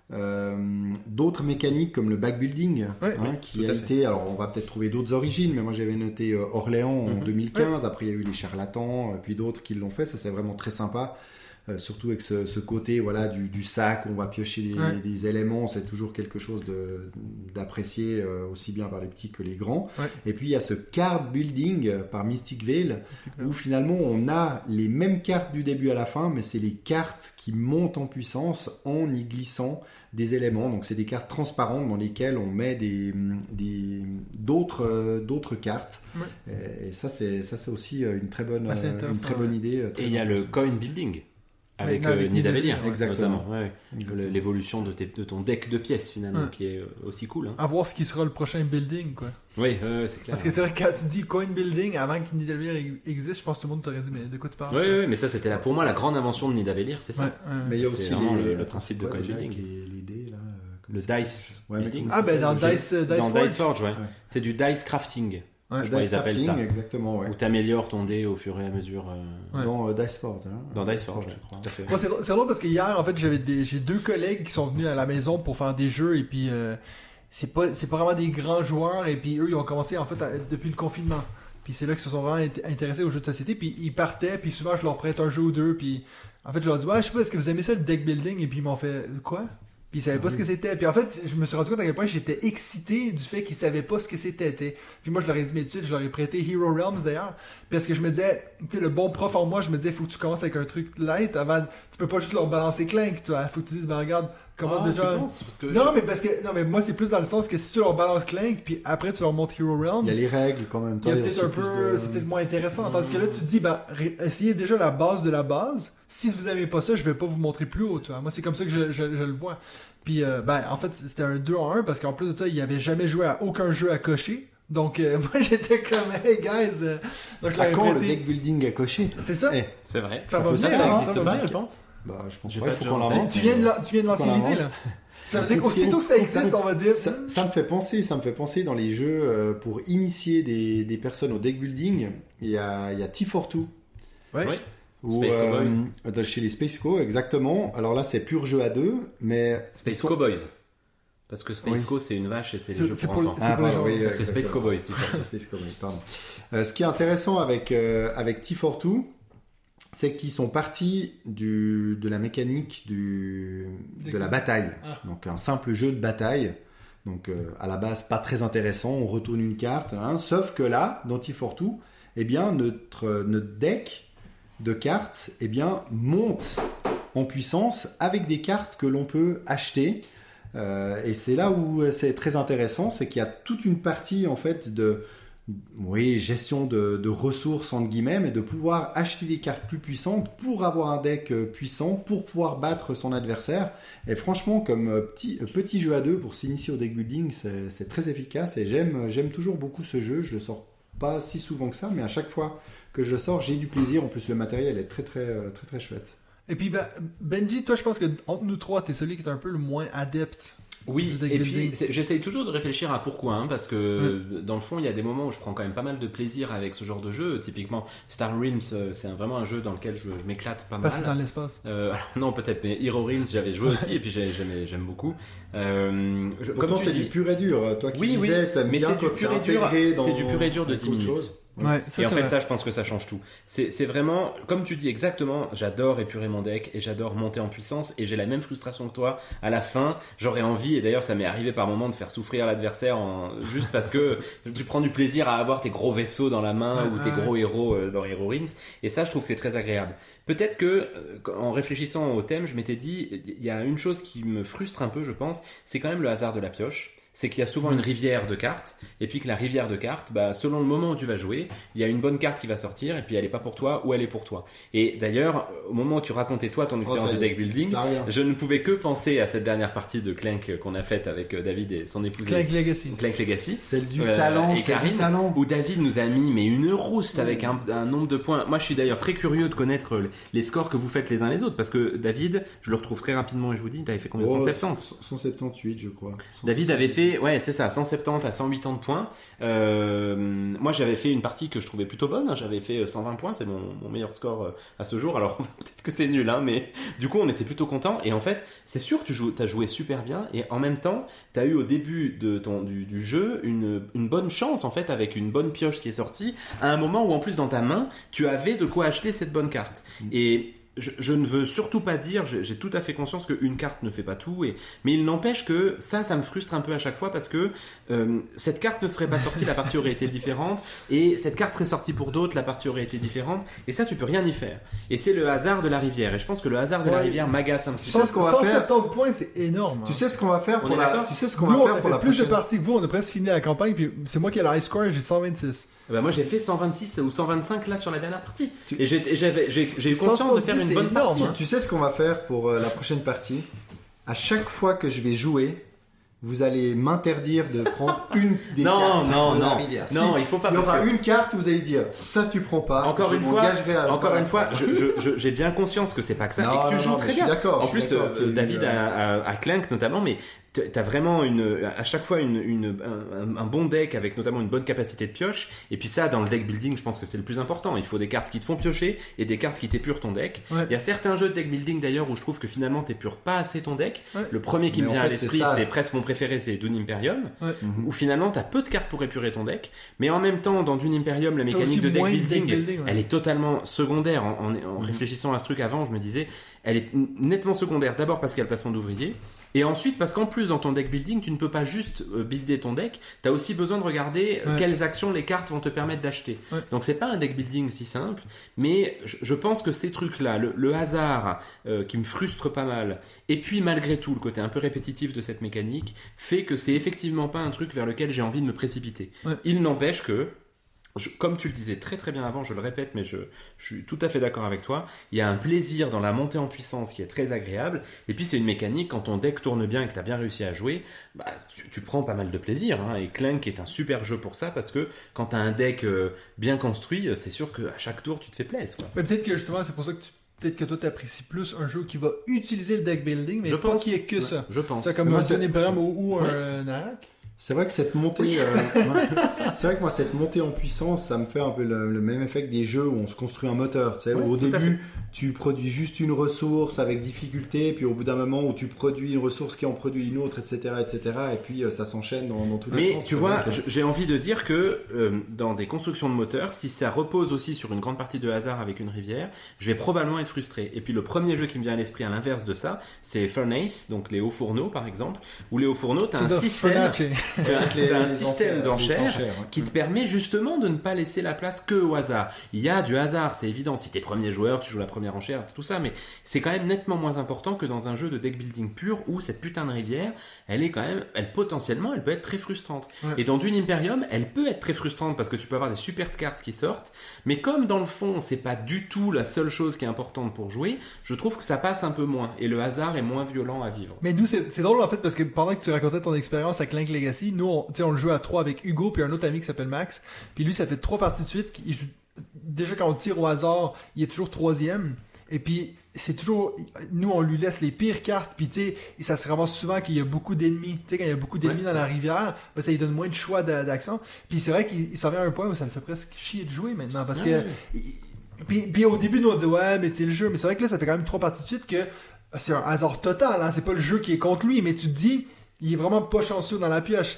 S2: mécaniques comme le backbuilding qui a été, alors on va peut-être trouver d'autres origines, mais moi j'avais noté Orléans en 2015, après il y a eu les charlatans, puis d'autres qui l'ont fait, ça c'est vraiment très sympa. Surtout avec ce côté du sac, on va piocher des éléments, c'est toujours quelque chose d'apprécié aussi bien par les petits que les grands. Et puis il y a ce card building par Mystic Vale où finalement on a les mêmes cartes du début à la fin, mais c'est les cartes qui montent en puissance en y glissant des éléments. Donc c'est des cartes transparentes dans lesquelles on met d'autres cartes. Et ça c'est aussi une très bonne idée.
S1: Et il y a le coin building. Avec
S3: avec
S1: Nidavellir,
S2: exactement.
S1: notamment. Ouais.
S2: Exactement.
S1: L'évolution de ton deck de pièces, finalement, qui est aussi cool. Hein.
S3: À voir ce qui sera le prochain building, quoi.
S1: Oui, c'est clair.
S3: Parce que c'est vrai que quand tu dis coin building, avant que Nidavellir existe, je pense que tout le monde t'aurait dit, mais de quoi tu parles?
S1: Oui, mais ça, c'était pour moi la grande invention de Nidavellir, c'est ça.
S2: Mais il y a
S1: C'est
S2: aussi
S1: vraiment le principe de
S2: quoi,
S1: coin
S2: déjà,
S1: building.
S2: avec les dés, là.
S1: Le dice
S2: Ouais, mais
S1: building.
S3: Ah, ben dans Dice
S1: Forge, ouais.
S2: Ouais.
S1: C'est du dice crafting.
S3: Ouais,
S1: je crois qu'ils appellent ça.
S2: Exactement, ouais.
S1: Où tu améliores ton dé au fur et à mesure.
S3: Ouais.
S2: Dans Dice Forge. Hein.
S1: Dans Dice Forge,
S2: je crois.
S1: tout à fait.
S3: Moi, c'est drôle parce que hier, en fait, j'ai 2 collègues qui sont venus à la maison pour faire des jeux et puis c'est pas vraiment des grands joueurs et puis eux, ils ont commencé en fait depuis le confinement. Puis c'est là qu'ils se sont vraiment intéressés aux jeux de société puis ils partaient puis souvent je leur prête un jeu ou deux puis en fait je leur dis ouais je sais pas est-ce que vous aimez ça le deck building et puis ils m'ont fait quoi? Puis ils savaient pas ce que c'était. Puis en fait, je me suis rendu compte à quel point j'étais excité du fait qu'ils savaient pas ce que c'était, tu sais. Puis moi, je leur ai dit, mais tu sais, je leur ai prêté Hero Realms d'ailleurs. Parce que je me disais, tu sais, le bon prof en moi, je me disais, faut que tu commences avec un truc light avant. Tu peux pas juste leur balancer Clank, tu vois. Faut que tu dises, ben regarde, commence déjà. Non, mais moi, c'est plus dans le sens que si tu leur balances Clank, puis après tu leur montres Hero Realms.
S2: Il y a les règles quand même.
S3: Il y a peut-être un peu. C'est peut-être moins intéressant. Tandis que là, tu te dis, ben, essayez déjà la base de la base. Si vous aimez pas ça, je vais pas vous montrer plus haut, tu vois. Moi, c'est comme ça que je le vois. Puis, en fait, c'était un 2-1 parce qu'en plus de ça, il avait jamais joué à aucun jeu à cocher. Donc, moi, j'étais comme, hey guys. Donc,
S2: à quand le deck building à cocher?
S3: C'est ça?
S1: C'est vrai.
S3: Ça va
S1: ça
S3: venir, hein,
S1: existe
S3: ça va
S1: pas,
S3: venir.
S1: je pense.
S2: Bah, je pense
S1: J'ai
S2: pas.
S1: pas
S2: Il faut
S1: de
S2: qu'on
S1: genre-
S2: l'invente.
S3: Tu viens de lancer
S2: Qu'on
S3: l'idée,
S2: l'invente.
S3: là. Ça veut dire qu'aussitôt que ça existe, on va dire.
S2: Ça me fait penser dans les jeux pour initier des personnes au deck building. Il y a T42.
S3: Ouais.
S1: Oui.
S2: Ou,
S1: Space Cowboys.
S2: chez les Space Co, exactement. Alors là, c'est pur jeu à deux, mais
S1: Space
S2: ils sont-
S1: Cowboys. Parce que Space
S2: Oui.
S1: Co, c'est une vache et c'est les
S3: C'est-
S1: jeux
S3: c'est
S1: pour
S3: pour-
S1: enfants.
S3: c'est pour les gens.
S2: oui,
S1: Ça, c'est Space
S2: exactement.
S1: Cowboys, T42.
S2: Space Cowboys, pardon. Ce qui est intéressant avec T42, c'est qu'ils sont partis de la mécanique de la bataille.
S3: Ah.
S2: Donc un simple jeu de bataille. Donc à la base pas très intéressant, on retourne une carte, hein. Sauf que là, dans T42, eh bien notre deck de cartes monte en puissance avec des cartes que l'on peut acheter. Et c'est là où c'est très intéressant, c'est qu'il y a toute une partie en fait de gestion de ressources entre guillemets, mais de pouvoir acheter des cartes plus puissantes pour avoir un deck puissant, pour pouvoir battre son adversaire. Et franchement, comme petit jeu à deux pour s'initier au deck building, c'est très efficace et j'aime toujours beaucoup ce jeu. Je le sors pas si souvent que ça, mais à chaque fois que je le sors, j'ai du plaisir. En plus, le matériel est très chouette.
S3: Et puis, Benji, toi, je pense que entre nous trois, t'es celui qui est un peu le moins adepte.
S1: Oui,
S3: du deck
S1: et
S3: building.
S1: puis j'essaye toujours de réfléchir à pourquoi, hein, parce que dans le fond, il y a des moments où je prends quand même pas mal de plaisir avec ce genre de jeu. Typiquement, Star Realms, c'est vraiment un jeu dans lequel je m'éclate pas mal.
S3: Passer dans l'espace.
S1: Alors, non, peut-être, mais Hero Realms, j'avais joué aussi, et puis j'aime beaucoup.
S2: Pourtant,
S1: comme tu
S2: c'est
S1: dis,
S2: du pur et dur. Toi qui
S1: oui,
S2: disais, t'aimes
S1: mais
S2: bien
S1: c'est du
S2: quand
S1: pur et dur.
S2: intégré dans-
S1: C'est du pur et dur de
S2: avec
S1: 10
S2: autre
S1: minutes.
S2: chose.
S3: Ouais,
S1: Et en
S3: c'est
S1: fait,
S3: vrai.
S1: ça, je pense que ça change tout. C'est vraiment, comme tu dis exactement, j'adore épurer mon deck et j'adore monter en puissance et j'ai la même frustration que toi. À la fin, j'aurais envie, et d'ailleurs, ça m'est arrivé par moment de faire souffrir l'adversaire juste parce que tu prends du plaisir à avoir tes gros vaisseaux dans la main ou tes gros héros dans Hero Realms. Et ça, je trouve que c'est très agréable. Peut-être que, en réfléchissant au thème, je m'étais dit, il y a une chose qui me frustre un peu, je pense, c'est quand même le hasard de la pioche. C'est qu'il y a souvent une rivière de cartes, et puis que la rivière de cartes, selon le moment où tu vas jouer, il y a une bonne carte qui va sortir, et puis elle est pas pour toi, ou elle est pour toi. Et d'ailleurs, au moment où tu racontais toi ton expérience
S2: ça
S1: de
S2: y est,
S1: deck building,
S2: ça revient.
S1: je ne pouvais que penser à cette dernière partie de Clank qu'on a faite avec David et son épouse.
S3: Clank Legacy.
S1: Clank Legacy.
S2: C'est du talent,
S1: et
S2: c'est
S1: Karine,
S2: du talent.
S1: où David nous a mis une rouste avec un nombre de points. Moi, je suis d'ailleurs très curieux de connaître les scores que vous faites les uns les autres, parce que David, je le retrouve très rapidement et je vous dis, t'avais fait combien? 170.
S2: 178, je crois.
S1: David avait fait, ouais, c'est ça, 170 à 180 points. Moi, j'avais fait une partie que je trouvais plutôt bonne. J'avais fait 120 points, c'est mon meilleur score à ce jour. Alors, peut-être que c'est nul, hein, mais du coup, on était plutôt contents. Et en fait, c'est sûr que tu as joué super bien. Et en même temps, tu as eu au début du jeu une bonne chance, en fait, avec une bonne pioche qui est sortie, à un moment où, en plus, dans ta main, tu avais de quoi acheter cette bonne carte. Et je ne veux surtout pas dire, j'ai tout à fait conscience qu'une carte ne fait pas tout, mais il n'empêche que ça me frustre un peu à chaque fois parce que cette carte ne serait pas sortie, la partie aurait été différente, et cette carte serait sortie pour d'autres, la partie aurait été différente, et ça tu peux rien y faire. Et c'est le hasard de la rivière, et je pense que le hasard de la rivière m'agace un petit
S2: Tu
S1: peu.
S2: sais ce qu'on va faire
S3: 170 points, c'est énorme.
S2: Tu sais ce qu'on va faire
S1: On
S2: pour
S1: est
S2: la
S1: d'accord
S2: tu sais ce qu'on
S3: Nous,
S2: va
S3: on
S2: faire
S3: a
S2: pour
S3: fait
S2: la
S3: plus de
S2: prochaine
S3: parties que vous, on a presque fini la campagne, puis c'est moi qui ai le high score, j'ai 126.
S1: Bah moi j'ai fait 126 ou 125 là sur la dernière partie. Et j'ai eu conscience de faire une bonne partie.
S2: Tu sais ce qu'on va faire pour la prochaine partie? À chaque fois que je vais jouer, vous allez m'interdire de prendre une des cartes de la rivière.
S1: Non, il faut pas.
S2: Il y aura une carte où vous allez dire ça tu prends pas.
S1: Encore une fois, j'ai bien conscience que c'est pas que ça et que tu joues très bien. En plus, David a Clank notamment, mais t'as vraiment à chaque fois un bon deck avec notamment une bonne capacité de pioche. Et puis ça, dans le deck building, je pense que c'est le plus important. Il faut des cartes qui te font piocher et des cartes qui t'épurent ton deck. Ouais. Il y a certains jeux de deck building d'ailleurs où je trouve que finalement t'épures pas assez ton deck. Ouais. Le premier qui me vient à l'esprit, c'est presque mon préféré, c'est Dune Imperium. Ouais. Où finalement t'as peu de cartes pour épurer ton deck. Mais en même temps, dans Dune Imperium, la mécanique de deck building, elle est totalement secondaire. En réfléchissant à ce truc avant, je me disais, elle est nettement secondaire. D'abord parce qu'il y a le placement d'ouvriers. Et ensuite, parce qu'en plus, dans ton deck building, tu ne peux pas juste builder ton deck, tu as aussi besoin de regarder quelles actions les cartes vont te permettre d'acheter. Ouais. Donc, c'est pas un deck building si simple, mais je pense que ces trucs-là, le hasard qui me frustre pas mal, et puis malgré tout, le côté un peu répétitif de cette mécanique, fait que c'est effectivement pas un truc vers lequel j'ai envie de me précipiter. Ouais. Il n'empêche que, comme tu le disais très très bien avant, je le répète, mais je suis tout à fait d'accord avec toi, il y a un plaisir dans la montée en puissance qui est très agréable, et puis c'est une mécanique, quand ton deck tourne bien et que tu as bien réussi à jouer, bah, tu prends pas mal de plaisir, hein, et Clank est un super jeu pour ça, parce que quand tu as un deck bien construit, c'est sûr qu'à chaque tour tu te fais plaisir.
S3: Mais peut-être que justement c'est pour ça que peut-être que toi t'apprécies plus un jeu qui va utiliser le deck building, mais pas qu'il y ait que ça.
S1: Je pense.
S3: C'est comme un Dune Imperium ou un Narak.
S2: C'est vrai que cette montée, c'est vrai que moi cette montée en puissance, ça me fait un peu le même effet que des jeux où on se construit un moteur. Tu sais, où au début, tu produis juste une ressource avec difficulté, puis au bout d'un moment où tu produis une ressource qui en produit une autre, etc., et puis ça s'enchaîne dans tous les sens.
S1: Mais tu vois, j'ai envie de dire que dans des constructions de moteurs, si ça repose aussi sur une grande partie de hasard avec une rivière, je vais probablement être frustré. Et puis le premier jeu qui me vient à l'esprit à l'inverse de ça, c'est Furnace, donc les hauts fourneaux par exemple, où les hauts fourneaux, tu as un système. T'as un système d'enchères qui te permet justement de ne pas laisser la place que au hasard. Il y a du hasard, c'est évident. Si t'es premier joueur, tu joues la première enchère, tout ça, mais c'est quand même nettement moins important que dans un jeu de deck building pur où cette putain de rivière, potentiellement, elle peut être très frustrante. Ouais. Et dans Dune Imperium, elle peut être très frustrante parce que tu peux avoir des super cartes qui sortent, mais comme dans le fond, c'est pas du tout la seule chose qui est importante pour jouer, je trouve que ça passe un peu moins et le hasard est moins violent à vivre.
S3: Mais nous, c'est drôle en fait parce que pendant que tu racontais ton expérience à Clank Legacy, nous, on le joue à 3 avec Hugo puis un autre ami qui s'appelle Max. Puis lui, ça fait 3 parties de suite. Déjà, quand on tire au hasard, il est toujours 3e. Et puis, c'est toujours... Nous, on lui laisse les pires cartes. Puis, tu sais, ça se ramasse souvent qu'il y a beaucoup d'ennemis. Tu sais, quand il y a beaucoup d'ennemis dans la rivière, ben, ça lui donne moins de choix d'action. Puis, c'est vrai qu'il s'en vient à un point où ça le fait presque chier de jouer maintenant. Parce que... Puis, au début, nous, on dit, ouais, mais c'est le jeu. Mais c'est vrai que là, ça fait quand même 3 parties de suite que c'est un hasard total. Hein. C'est pas le jeu qui est contre lui. Mais tu te dis... Il est vraiment pas chanceux dans la pioche.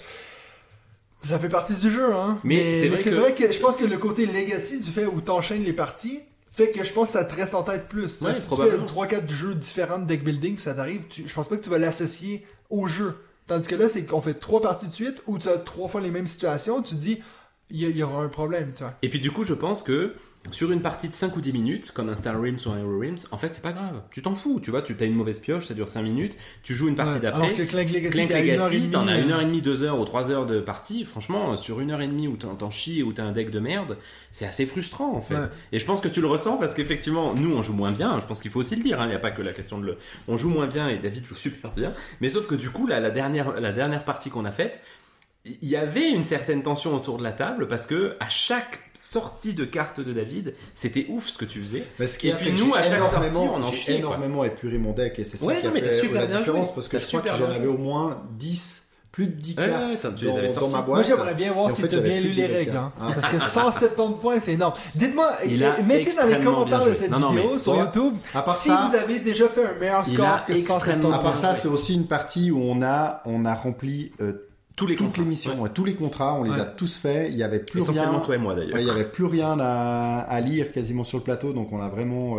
S3: Ça fait partie du jeu, hein. Mais c'est vrai que je pense que le côté legacy du fait où t'enchaînes les parties fait que je pense que ça te reste en tête plus.
S1: Ouais,
S3: si tu fais 3-4 jeux différents de deck building, puis ça t'arrive, je pense pas que tu vas l'associer au jeu. Tandis que là, c'est qu'on fait 3 parties de suite où tu as 3 fois les mêmes situations, tu te dis, il y aura un problème, tu vois.
S1: Et puis du coup, je pense que sur une partie de 5 ou 10 minutes, comme un Star Realms ou un Hero Realms, en fait, c'est pas grave. Tu t'en fous, tu vois, tu as une mauvaise pioche, ça dure 5 minutes, tu joues une partie d'après.
S3: Alors que Clank Legacy,
S1: t'en as 1h30, 2 heures ou 3 heures de partie. Franchement, sur 1h30 où t'en chies, où t'as un deck de merde, c'est assez frustrant, en fait. Ouais. Et je pense que tu le ressens parce qu'effectivement, nous, on joue moins bien. Je pense qu'il faut aussi le dire, hein. Il n'y a pas que la question de on joue moins bien et David joue super bien. Mais sauf que du coup, la dernière partie qu'on a faite, il y avait une certaine tension autour de la table parce que à chaque sortie de carte de David, c'était ouf ce que tu faisais.
S2: Et puis nous, à chaque sortie, on en chiait. J'ai énormément épuré mon deck et c'est ça qui a fait la différence parce que je crois que j'en avais au moins 10. Plus de 10 cartes dans ma boîte.
S3: Moi, j'aimerais bien voir si tu as bien lu les règles. Hein. Parce que 170 points, c'est énorme. Dites-moi, mettez dans les commentaires de cette vidéo sur YouTube si vous avez déjà fait un meilleur score que 170 points.
S2: À part ça, c'est aussi une partie où on a rempli toutes les missions, tous les contrats, on les a tous faits. Il y avait plus
S1: essentiellement toi et moi d'ailleurs.
S2: Il y avait plus rien à lire quasiment sur le plateau, donc on a vraiment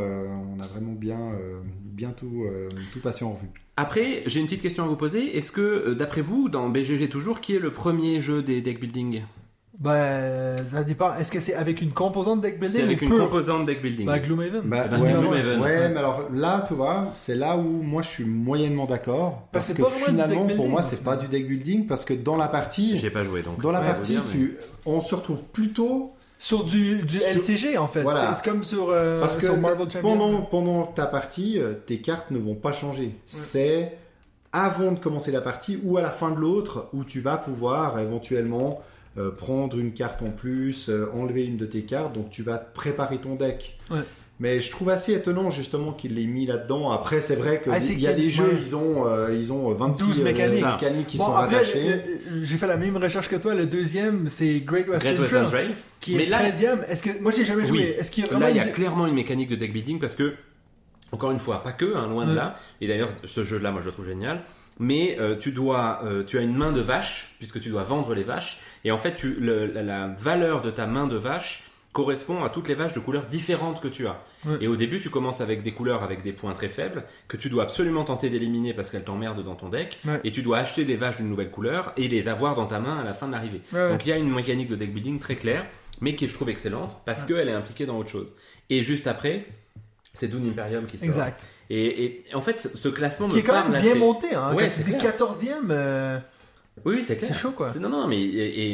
S2: bien tout passé en revue.
S1: Après, j'ai une petite question à vous poser. Est-ce que, d'après vous, dans BGG toujours, qui est le premier jeu des deck building ?
S3: Bah, ça dépend. Est-ce que c'est avec une composante deck building?
S1: C'est avec une composante deck building.
S3: Bah, Gloomhaven.
S2: C'est Gloomhaven. Ouais, mais alors là, tu vois, c'est là où moi je suis moyennement d'accord. Parce que finalement, pour moi, c'est pas du deck building parce que dans la partie.
S1: J'ai pas joué donc.
S2: Dans la partie, on se retrouve plutôt
S3: Sur du LCG, en fait.
S2: Voilà.
S3: C'est comme sur,
S2: Parce que
S3: sur Marvel Champions.
S2: pendant ta partie, tes cartes ne vont pas changer. C'est avant de commencer la partie ou à la fin de l'autre où tu vas pouvoir éventuellement prendre une carte en plus, enlever une de tes cartes. Donc tu vas préparer ton deck.
S3: Ouais.
S2: Mais je trouve assez étonnant justement qu'il l'ait mis là-dedans. Après, c'est vrai qu'il
S3: c'est
S2: y a des jeux,
S3: ouais.
S2: ils ont 26
S3: 12 mécaniques.
S2: qui
S3: Bon,
S2: sont
S3: après,
S2: rattachées.
S3: j'ai fait la même recherche que toi. Le deuxième, c'est Great Western
S1: Western
S3: Trail,
S1: Trail.
S3: qui est
S1: Mais là-
S3: 13e. Est-ce que moi j'ai jamais joué?
S1: Oui.
S3: Est-ce qu'il y a vraiment
S1: Là, il y a
S3: une-
S1: clairement une mécanique de deck building parce que, encore une fois, pas que, hein, loin de
S3: Ouais.
S1: là. Et d'ailleurs, ce jeu-là, moi, je le trouve génial. Mais tu as une main de vache, puisque tu dois vendre les vaches. Et en fait, la valeur de ta main de vache correspond à toutes les vaches de couleurs différentes que tu as.
S3: Ouais.
S1: Et au début, tu commences avec des couleurs avec des points très faibles que tu dois absolument tenter d'éliminer parce qu'elles t'emmerdent dans ton deck.
S3: Ouais.
S1: Et tu dois acheter des vaches d'une nouvelle couleur et les avoir dans ta main à la fin de l'arrivée.
S3: Ouais.
S1: Donc il y a une mécanique de deck building très claire, mais qui je trouve excellente parce qu'elle est impliquée dans autre chose. Et juste après, c'est Dune Imperium qui sort.
S3: Exact.
S1: Et en fait, ce classement
S3: Qui
S1: me
S3: est quand
S1: parle
S3: même bien
S1: assez.
S3: monté. Hein.
S1: Ouais,
S3: Quand
S1: c'est
S3: tu dis
S1: clair.
S3: 14e,
S1: Oui, c'est clair.
S3: c'est chaud, quoi.
S1: Non, mais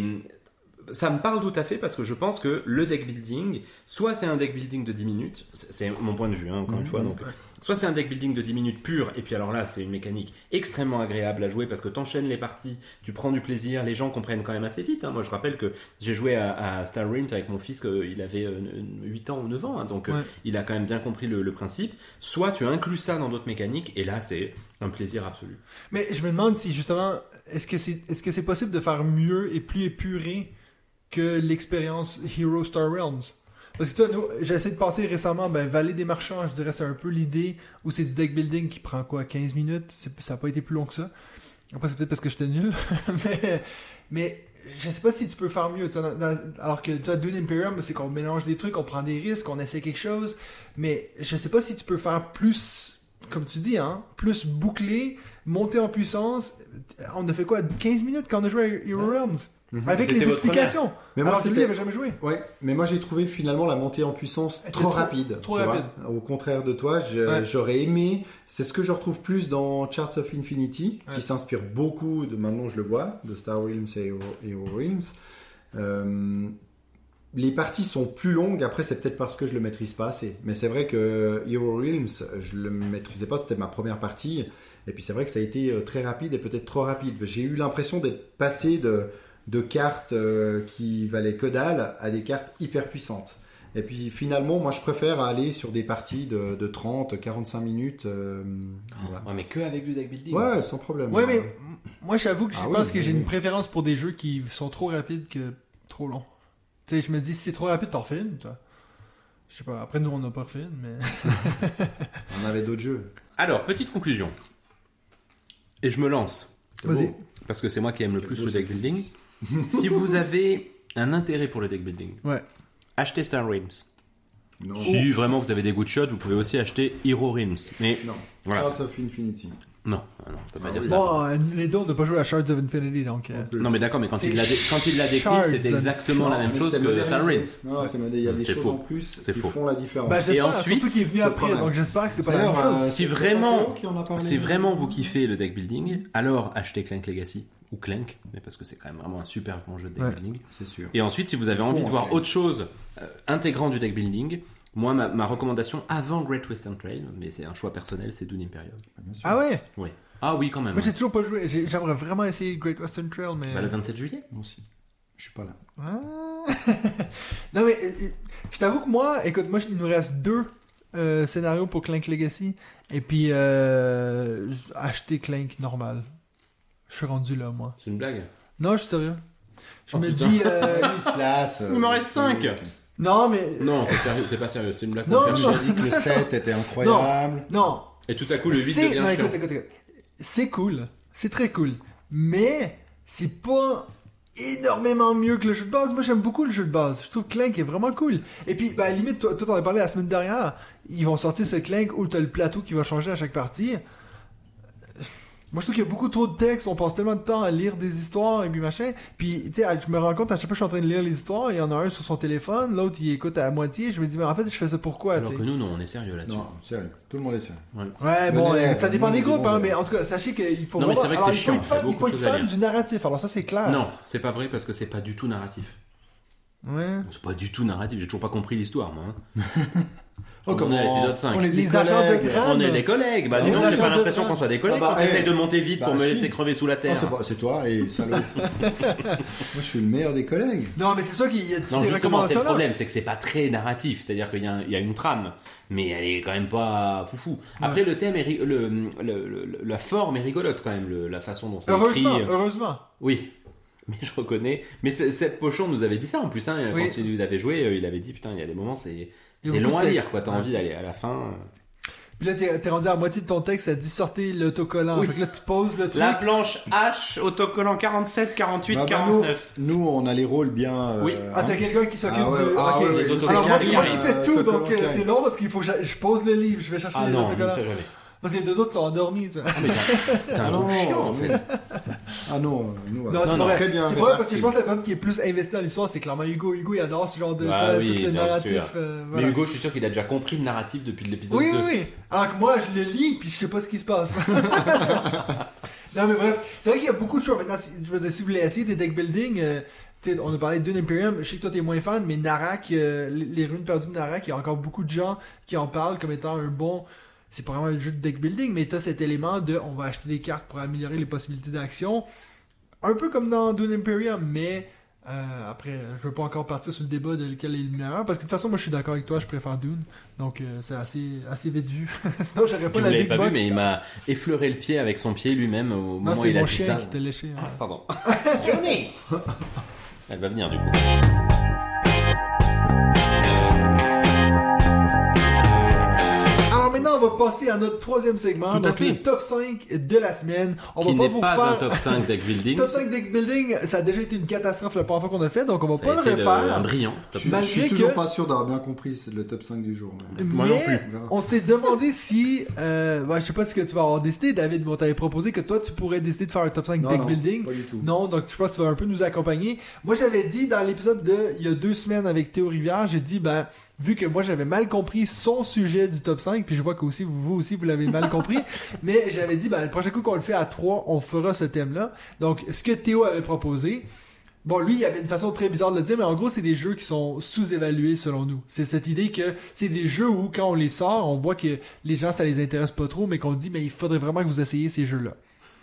S1: ça me parle tout à fait parce que je pense que le deck building, soit c'est un deck building de 10 minutes, c'est mon point de vue, hein, encore une fois, donc soit c'est un deck building de 10 minutes pur, et puis alors là, c'est une mécanique extrêmement agréable à jouer parce que t'enchaînes les parties, tu prends du plaisir, les gens comprennent quand même assez vite. Hein. Moi, je rappelle que j'ai joué à Star Realms avec mon fils, il avait 8 ans ou 9 ans, hein, donc il a quand même bien compris le principe. Soit tu inclus ça dans d'autres mécaniques, et là, c'est un plaisir absolu.
S3: Mais je me demande si justement, est-ce que c'est possible de faire mieux et plus épuré que l'expérience Hero Star Realms? Parce que toi, j'ai essayé de passer récemment, Vallée des Marchands, je dirais c'est un peu l'idée, où c'est du deck building qui prend quoi, 15 minutes? Ça n'a pas été plus long que ça. Après, c'est peut-être parce que j'étais nul. mais je sais pas si tu peux faire mieux. Alors que toi, Dune Imperium, c'est qu'on mélange des trucs, on prend des risques, on essaie quelque chose. Mais je sais pas si tu peux faire plus, comme tu dis, hein, plus bouclé, monter en puissance. On a fait quoi, 15 minutes quand on a joué à Hero Realms? Avec
S1: C'était
S3: les
S1: votre
S3: explications.
S2: Mais moi,
S3: Alors que lui, il avait jamais joué.
S2: Ouais, mais moi j'ai trouvé finalement la montée en puissance
S3: Elle
S2: trop
S3: était
S2: rapide.
S3: trop
S2: tu vois.
S3: rapide.
S2: Au contraire de toi,
S3: Ouais.
S2: j'aurais aimé. C'est ce que je retrouve plus dans Charts of Infinity,
S3: Ouais.
S2: qui s'inspire beaucoup de, maintenant je le vois, de Star Realms et Hero Realms. Les parties sont plus longues. Après, c'est peut-être parce que je le maîtrise pas assez. Mais c'est vrai que Hero Realms, je le maîtrisais pas. C'était ma première partie. Et puis c'est vrai que ça a été très rapide et peut-être trop rapide. J'ai eu l'impression d'être passé de cartes qui valaient que dalle à des cartes hyper puissantes. Et puis finalement, moi je préfère aller sur des parties de 30, 45 minutes. Voilà.
S1: Ouais, mais que avec du deck building.
S2: Ouais, sans problème.
S3: Ouais, mais moi, j'avoue que je
S2: Ah oui,
S3: pense que
S2: oui,
S3: j'ai
S2: oui.
S3: une préférence pour des jeux qui sont trop rapides que trop longs. Tu sais, je me dis, si c'est trop rapide, t'en refais une, toi. Je sais pas, après nous, on n'a pas refait une, mais...
S2: On avait d'autres jeux.
S1: Alors, petite conclusion. Et je me lance.
S3: Vas-y.
S2: Beau.
S1: Parce que c'est moi qui aime le plus
S2: beau,
S1: le
S2: ça.
S1: deck building. Si vous avez un intérêt pour le deck building,
S3: Ouais.
S1: achetez Star Realms.
S2: Non.
S1: Si vraiment vous avez des goûts de shot, vous pouvez aussi acheter Hero Realms. Mais
S2: Non.
S1: voilà.
S2: Charts of Infinity.
S1: Non, on peut pas
S2: Ah
S1: dire
S2: oui.
S1: ça.
S3: Bon, les deux, on n'a pas joué à Shards of Infinity, donc...
S1: Non, mais d'accord, mais quand
S3: C'est
S1: il l'a décrit,
S3: Shards.
S1: c'est exactement la même
S2: mais
S1: chose
S2: c'est
S1: que Star Realms.
S2: modernisé. Non, c'est moderne. Il y a des
S1: C'est
S2: choses
S1: faux.
S2: en plus
S1: C'est
S2: qui
S1: faux.
S2: font la différence.
S3: Bah, j'espère,
S1: ensuite,
S3: surtout qu'il est venu
S2: je te
S3: après,
S2: promets.
S3: donc j'espère que c'est pas la même
S2: D'ailleurs,
S3: chose.
S1: Si
S2: c'est
S1: vraiment-
S2: Franco qui en a parlé.
S1: Si vraiment vous kiffez le deck building, alors achetez Clank Legacy ou Clank, mais parce que c'est quand même vraiment un super bon jeu de deck
S3: Ouais.
S1: building.
S2: C'est sûr.
S1: Et ensuite, si vous avez envie de voir
S2: Clank.
S1: autre chose intégrant du deck building, moi, ma recommandation avant Great Western Trail, mais c'est un choix personnel, c'est Dune Imperium.
S2: Bien sûr.
S3: Ah ouais?
S1: Oui. Ah oui, quand même.
S3: Moi, j'ai toujours pas joué. J'aimerais vraiment essayer Great Western Trail, mais...
S1: Bah, le 27 juillet.
S2: Moi aussi. Je suis pas là.
S3: Ah. Non, mais je t'avoue que moi, écoute, moi, il nous reste 2 scénarios pour Clank Legacy. Et puis, acheter Clank normal. Je suis rendu là, moi.
S1: C'est une blague.
S3: Non, je suis sérieux. Je
S1: Oh,
S3: me
S1: putain.
S3: dis...
S2: Il se lasse.
S1: Il m'en reste 5.
S3: non, mais...
S1: Non, t'es sérieux, t'es pas sérieux, c'est une blague.
S3: Non,
S1: qu'on fait
S3: non,
S1: chier.
S2: J'ai dit que le 7 était incroyable.
S3: Non.
S1: Et tout à coup, le 8
S3: C'est-
S1: devient
S3: non,
S1: chiant.
S3: écoute. C'est cool. C'est très cool. Mais c'est pas énormément mieux que le jeu de base. Moi, j'aime beaucoup le jeu de base. Je trouve que Clank est vraiment cool. Et puis, à la limite, toi, t'en as parlé la semaine dernière. Ils vont sortir ce Clank où t'as le plateau qui va changer à chaque partie. Moi, je trouve qu'il y a beaucoup trop de textes. On passe tellement de temps à lire des histoires et puis machin. Puis, tu sais, je me rends compte à chaque fois que je suis en train de lire les histoires, il y en a un sur son téléphone, l'autre il écoute à moitié. Je me dis, mais en fait, je fais ça pourquoi, tu
S1: Alors
S3: sais.
S1: que nous, non, on est sérieux là-dessus.
S2: Non, sérieux. Tout le monde est sérieux.
S3: Ouais, bon,
S2: Bon élève,
S3: ça dépend
S2: bon
S3: des
S2: élève,
S3: groupes,
S2: bon
S3: hein,
S2: élève.
S3: mais en tout cas, sachez qu'il faut
S1: Non, mais
S3: vraiment...
S1: c'est vrai que
S3: alors,
S1: c'est
S3: il faut
S1: chiant,
S3: être
S1: il y a
S3: fan, il
S1: beaucoup
S3: faut
S1: de
S3: être
S1: choses à
S3: fan
S1: lire.
S3: du narratif, alors ça c'est clair.
S1: Non, c'est pas vrai parce que c'est pas du tout narratif.
S3: Ouais.
S1: C'est pas du tout narratif, j'ai toujours pas compris l'histoire, moi. Hein.
S2: Oh,
S1: On est à l'épisode 5.
S2: On est
S3: Les agents de Gran.
S1: On est des collègues. Bah,
S3: Les
S1: dis donc, j'ai
S3: agents
S1: pas
S3: de
S1: l'impression
S3: Gran.
S1: qu'on soit des collègues
S2: Ah bah,
S1: quand t'essayes de monter vite pour me
S2: si.
S1: laisser crever sous la
S2: Non,
S1: terre.
S2: c'est toi, et salaud. Moi, je suis le meilleur des collègues.
S3: Non, mais c'est sûr qu'il y a toutes
S1: Non,
S3: ces
S1: justement, c'est le
S3: recommandations là.
S1: problème, c'est que c'est pas très narratif. C'est-à-dire qu'il y a une trame, mais elle est quand même pas foufou. Après, le thème, la forme est rigolote quand même, la façon dont c'est écrit.
S3: Heureusement.
S1: Oui, mais je reconnais. Mais Seth Pochon nous avait dit ça en plus, hein,
S3: Oui.
S1: quand il avait joué, il avait dit putain, il y a des moments, c'est
S3: Il y a
S1: long
S3: beaucoup
S1: à
S3: de
S1: lire,
S3: texte.
S1: quoi. T'as
S3: Ouais.
S1: envie d'aller à la fin.
S3: Puis là, t'es rendu à la moitié de ton texte, ça dit sortez l'autocollant.
S1: Oui.
S3: Fait que là, tu poses le truc.
S1: La planche H, autocollant 47, 48,
S2: Bah,
S1: 49.
S2: nous, on a les rôles bien.
S1: Oui.
S3: Ah, t'as quelqu'un qui s'occupe
S2: Ah ouais,
S3: du.
S2: ah
S3: ok.
S2: ouais,
S1: les
S3: Alors moi, c'est moi qui
S1: autocollants,
S3: fais tout,
S2: autocollants
S3: donc
S2: qui
S3: c'est long parce qu'il faut que je pose le livre, je vais chercher
S1: Ah
S3: les
S1: non,
S3: autocollants.
S1: ça jamais.
S3: Parce que les deux autres sont endormis, tu sais.
S1: Ah, mais t'es un
S2: Ah
S1: gros
S2: non.
S1: chiant en fait.
S2: Ah non, nous,
S3: Non, c'est
S1: non,
S3: vrai.
S2: très bien.
S3: C'est vrai parce que
S2: répartis.
S3: je pense que la personne qui est plus investie dans l'histoire, c'est clairement Hugo. Hugo, il adore ce genre de
S1: Ah oui,
S3: tout le
S1: bien
S3: narratif.
S1: sûr.
S3: Voilà.
S1: Mais Hugo, je suis sûr qu'il a déjà compris le narratif depuis l'épisode
S3: Oui,
S1: 2.
S3: oui, oui. Alors que moi, je le lis, puis je sais pas ce qui se passe. Non, mais bref, c'est vrai qu'il y a beaucoup de choses. Maintenant, je veux dire, si vous voulez essayer des deck building, tu sais, on a parlé de Dune Imperium, je sais que toi t'es moins fan, mais Narak, les ruines perdues de Narak, il y a encore beaucoup de gens qui en parlent comme étant un bon. C'est pas vraiment un jeu de deck building, mais t'as cet élément de on va acheter des cartes pour améliorer les possibilités d'action. Un peu comme dans Dune Imperium, mais après, je veux pas encore partir sur le débat de lequel est le meilleur, parce que de toute façon, moi je suis d'accord avec toi, je préfère Dune, donc c'est assez vite vu. Sinon, j'aurais pas
S1: Vous
S3: la
S1: l'avez
S3: big
S1: pas
S3: box.
S1: vu, mais il m'a effleuré le pied avec son pied lui-même au
S3: Non,
S1: moment où
S3: c'est
S1: il a
S3: mon
S1: dit
S3: chien
S1: ça.
S3: qui t'a léché. hein.
S1: Ah, pardon. Johnny Elle va venir du coup.
S3: Alors maintenant, on va passer à notre troisième segment,
S1: Tout à
S3: donc
S1: fait.
S3: le top 5 de la semaine. On
S1: Qui
S3: va pas
S1: n'est
S3: vous
S1: pas un
S3: faire...
S1: top 5 deck building.
S3: Top 5 deck building, ça a déjà été une catastrophe la première fois qu'on a fait, donc on va
S1: Ça
S3: pas
S1: a
S3: le
S1: été
S3: refaire.
S1: un brillant top
S2: Je suis
S3: Malgré
S2: toujours
S3: que-
S2: pas sûr d'avoir bien compris le top 5 du jour. mais-
S1: Moi non plus.
S3: Mais on s'est demandé si, je sais pas ce que tu vas avoir décidé, David, mais on t'avait proposé que toi tu pourrais décider de faire un top 5
S2: Non,
S3: deck
S2: non,
S3: building.
S2: pas du tout.
S3: Non, donc je pense que tu vas un peu nous accompagner. Moi j'avais dit dans l'épisode de il y a 2 semaines avec Théo Rivière, j'ai dit vu que moi j'avais mal compris son sujet du top 5, puis je vois que aussi vous aussi vous l'avez mal compris, mais j'avais dit le prochain coup qu'on le fait à 3, on fera ce thème-là. Donc ce que Théo avait proposé, bon, lui, il y avait une façon très bizarre de le dire, mais en gros, c'est des jeux qui sont sous-évalués selon nous. C'est cette idée que c'est des jeux où, quand on les sort, on voit que les gens, ça les intéresse pas trop, mais qu'on dit, mais il faudrait vraiment que vous essayiez ces jeux-là.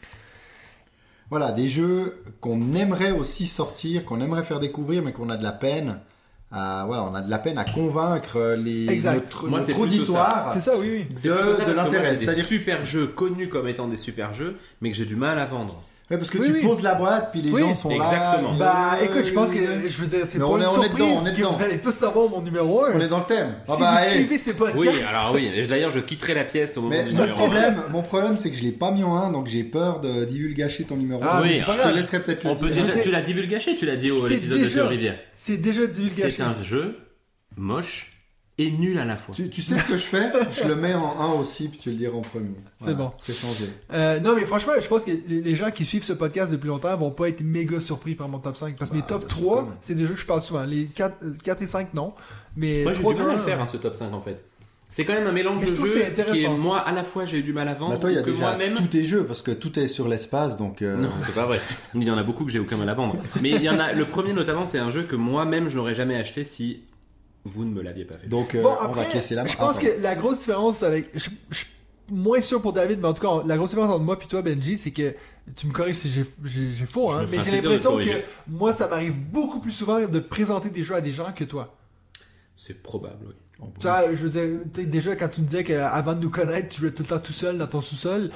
S2: Voilà, des jeux qu'on aimerait aussi sortir, qu'on aimerait faire découvrir, mais qu'on a de la peine on a de la peine à convaincre notre
S1: Moi, c'est plutôt
S2: auditoire
S3: C'est ça, oui, oui.
S1: C'est plutôt ça, parce que
S2: de
S1: moi,
S2: l'intérêt.
S1: j'ai des
S2: C'est-à-dire
S1: super jeux connus comme étant des super jeux, mais que j'ai du mal à vendre.
S2: Ouais, parce que
S3: Oui,
S2: tu
S3: oui.
S2: poses la boîte, puis les
S3: Oui,
S2: gens sont
S1: exactement.
S2: là.
S3: Écoute, je pense que, je veux dire, c'est
S2: Mais
S3: pas
S2: on
S3: une
S2: est
S3: surprise
S2: dedans, on est
S3: que
S2: dedans.
S3: vous allez tous savoir mon numéro 1.
S2: On est dans le thème.
S3: Si vous suivez ces podcasts,
S1: Oui, alors oui. Et d'ailleurs, je quitterai la pièce au moment
S2: Mais
S1: du numéro 1.
S2: mon problème, c'est que je l'ai pas mis en 1, donc j'ai peur de divulgacher ton numéro 1.
S3: Ah,
S1: oui,
S3: mais c'est pas
S2: je te
S3: grave.
S2: laisserai peut-être le
S1: On peut
S2: dire.
S1: déjà, tu l'as divulgaché, tu l'as dit au
S3: C'est
S1: l'épisode de
S3: déjà-
S1: Théo Rivière.
S3: c'est déjà
S1: C'est
S3: divulgation.
S1: un jeu moche et nul à la fois.
S2: Tu sais ce que je fais? Je le mets en 1 aussi, puis tu le diras en premier.
S3: C'est bon.
S2: C'est changé.
S3: Non, mais franchement, je pense que les gens qui suivent ce podcast depuis longtemps vont pas être méga surpris par mon top 5. Parce que mes top
S2: bien sûr,
S3: 3,
S2: quand même.
S3: c'est des jeux que je parle souvent. Les 4 et 5, non. Mais
S1: Moi, j'ai
S3: 3,
S1: du mal à
S3: 2,
S1: le faire, ce top 5 en fait. C'est quand même un mélange
S3: Mais je
S1: de
S3: trouve
S1: jeux
S3: que c'est intéressant.
S1: qui est, moi, à la fois, j'ai eu du mal à vendre,
S2: Bah, toi, il y a
S1: que
S2: déjà
S1: moi-même.
S2: tous tes jeux, parce que tout est sur l'espace, donc.
S1: Non, c'est pas vrai. Il y en a beaucoup que j'ai aucun mal à vendre. Mais il y en a, le premier notamment, c'est un jeu que moi-même, je n'aurais jamais acheté si vous ne me l'aviez pas fait.
S2: Donc,
S3: Bon,
S2: on va
S3: après,
S2: casser la main.
S3: je pense que la grosse différence avec... Je suis moins sûr pour David, mais en tout cas, la grosse différence entre moi et toi, Benji, c'est que... Tu me corriges si j'ai faux, hein,
S1: Je me
S3: mais
S1: ferai
S3: j'ai
S1: un plaisir de
S3: l'impression
S1: te
S3: que
S1: corriger.
S3: moi, ça m'arrive beaucoup plus souvent de présenter des jeux à des gens que toi.
S1: C'est probable, oui.
S3: Tu vois, je veux dire, déjà, quand tu me disais qu'avant de nous connaître, tu jouais tout le temps tout seul dans ton sous-sol.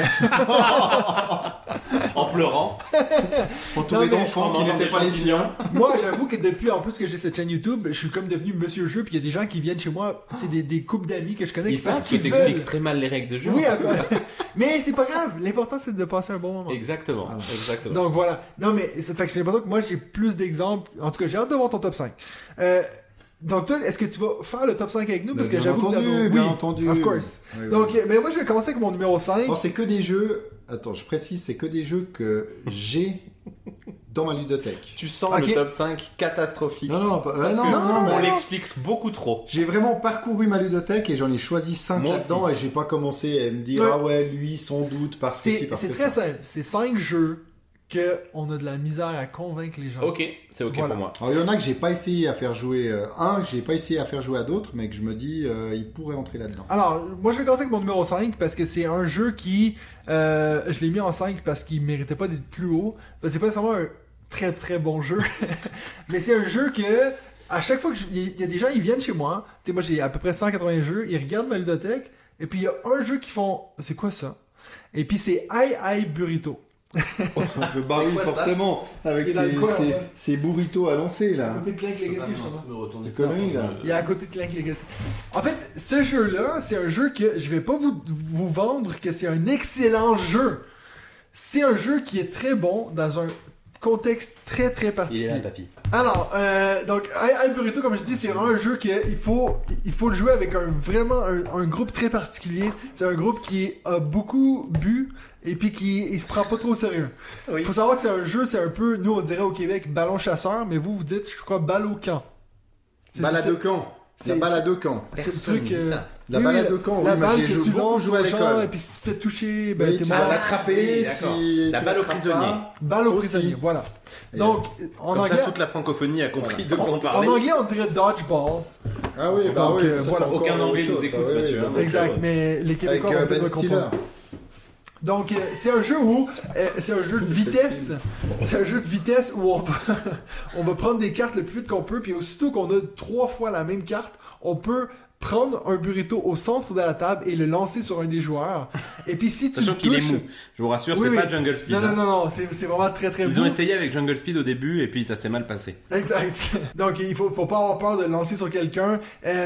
S1: En pleurant.
S2: Entouré
S3: Non, mais
S2: d'enfants
S1: en
S2: qui
S1: mangeant
S2: n'étaient
S1: des
S2: pas les
S1: champignons.
S2: siens.
S3: Moi, j'avoue que depuis, en plus que j'ai cette chaîne YouTube, je suis comme devenu Monsieur Jeu, puis il y a des gens qui viennent chez moi, c'est des couples d'amis que je connais
S1: Et
S3: qui
S1: ça,
S3: pensent
S1: c'est que
S3: qu'ils
S1: t'expliques
S3: veulent.
S1: très mal les règles de jeu.
S3: Oui, mais c'est pas grave. L'important, c'est de passer un bon moment.
S1: Exactement.
S2: Ah.
S1: Exactement.
S3: Donc voilà. Non, mais ça fait que j'ai l'impression que moi, j'ai plus d'exemples. En tout cas, j'ai hâte de voir ton top 5. Donc toi, est-ce que tu vas faire le top 5 avec nous? Parce que
S2: Bien
S3: j'avoue
S2: entendu,
S3: que
S2: bien
S3: oui,
S2: entendu.
S3: of course.
S2: Oui, oui.
S3: Donc, mais moi, je vais commencer avec mon numéro 5.
S2: Bon, c'est que des jeux. Attends, je précise, c'est que des jeux que j'ai dans ma ludothèque.
S1: Tu sens
S3: Ok.
S1: le top 5 catastrophique.
S2: Non, non,
S1: Parce
S2: non,
S1: que
S2: non, non,
S1: on
S2: mais-
S1: l'explique beaucoup trop.
S2: J'ai vraiment parcouru ma ludothèque et j'en ai choisi 5
S1: Moi
S2: là-dedans et j'ai pas commencé à me dire
S3: Ouais.
S2: ah ouais lui sans doute parce que si
S3: C'est
S2: parce que
S3: très
S2: ça.
S3: simple. C'est 5 jeux qu'on a de la misère à convaincre les gens.
S1: Ok, c'est ok
S3: Voilà.
S1: pour moi.
S2: Alors, il y en a que j'ai pas essayé à faire jouer. Un que j'ai pas essayé à faire jouer à d'autres, mais que je me dis, il pourrait entrer là-dedans.
S3: Alors, moi je vais commencer avec mon numéro 5 parce que c'est un jeu qui... je l'ai mis en 5 parce qu'il méritait pas d'être plus haut. Parce que c'est pas nécessairement un très très bon jeu. Mais c'est un jeu que... À chaque fois que il y a des gens, ils viennent chez moi. Tu sais, moi j'ai à peu près 180 jeux. Ils regardent ma ludothèque. Et puis il y a un jeu qui font... C'est quoi ça? Et puis c'est Ai Burrito.
S2: Bah oui, forcément, avec
S3: Il est dans le coin, ouais.
S2: ces burritos à lancer
S3: À
S2: là.
S3: côté de Clank Legacy, justement.
S2: C'est connerie là.
S3: Il est à côté de Clank Legacy. En fait, ce jeu-là, c'est un jeu que je vais pas vous vendre que c'est un excellent jeu. C'est un jeu qui est très bon dans un contexte très très
S1: Il est
S3: particulier.
S1: là, papy.
S3: Alors, donc, Ai Burrito, comme je dis, c'est vraiment un jeu qu'il faut le jouer avec un groupe très particulier. C'est un groupe qui a beaucoup bu et puis il se prend pas trop au sérieux.
S1: Oui.
S3: Faut savoir que c'est un jeu, c'est un peu, nous on dirait au Québec, ballon chasseur, mais vous dites, je crois, balle au camp.
S2: Balade de camp. La balade de camp.
S3: C'est
S1: Personne
S3: le truc.
S1: dit ça.
S2: La balade de camp,
S3: la
S2: oui, mais
S3: balle
S2: j'ai
S3: que tu
S2: beaucoup
S3: lances
S2: joué à
S3: aux gens,
S2: l'école.
S3: et puis si tu te fais toucher, ben
S2: Oui,
S3: t'es
S2: tu
S3: mort.
S2: vas l'attraper
S1: d'accord.
S2: si
S1: La
S2: tu
S1: balle au
S2: l'attrapes
S1: prisonnier.
S2: pas.
S3: Balle au
S2: Aussi.
S3: prisonnier, voilà.
S2: Et
S3: Donc, en
S1: Comme
S3: anglais,
S1: ça, toute la francophonie a compris de quoi on
S3: en
S1: parlait.
S3: anglais, on dirait dodgeball.
S2: Ah oui, bah
S3: Donc,
S2: oui,
S3: voilà.
S2: ça, c'est encore
S1: Aucun anglais
S2: autre
S1: nous
S2: chose,
S1: écoute,
S2: ça, oui,
S1: Mathieu,
S2: oui,
S1: hein.
S2: oui.
S3: Exact, mais les Québécois
S2: Avec
S3: vont peut-être
S2: Ben
S3: me comprendre.
S2: Stiller.
S3: Donc, c'est un jeu où, c'est un jeu de vitesse. C'est un jeu de vitesse où on va prendre des cartes le plus vite qu'on peut, puis aussitôt qu'on a 3 fois la même carte, on peut prendre un burrito au centre de la table et le lancer sur un des joueurs. Et puis si tu
S1: Sachant
S3: le
S1: qu'il est
S3: touches...
S1: mou. Je vous rassure,
S3: Oui,
S1: c'est
S3: oui.
S1: pas Jungle Speed. hein.
S3: Non, c'est vraiment très très
S1: Ils
S3: beau.
S1: ont essayé avec Jungle Speed au début et puis ça s'est mal passé.
S3: Exact. Donc il faut pas avoir peur de le lancer sur quelqu'un.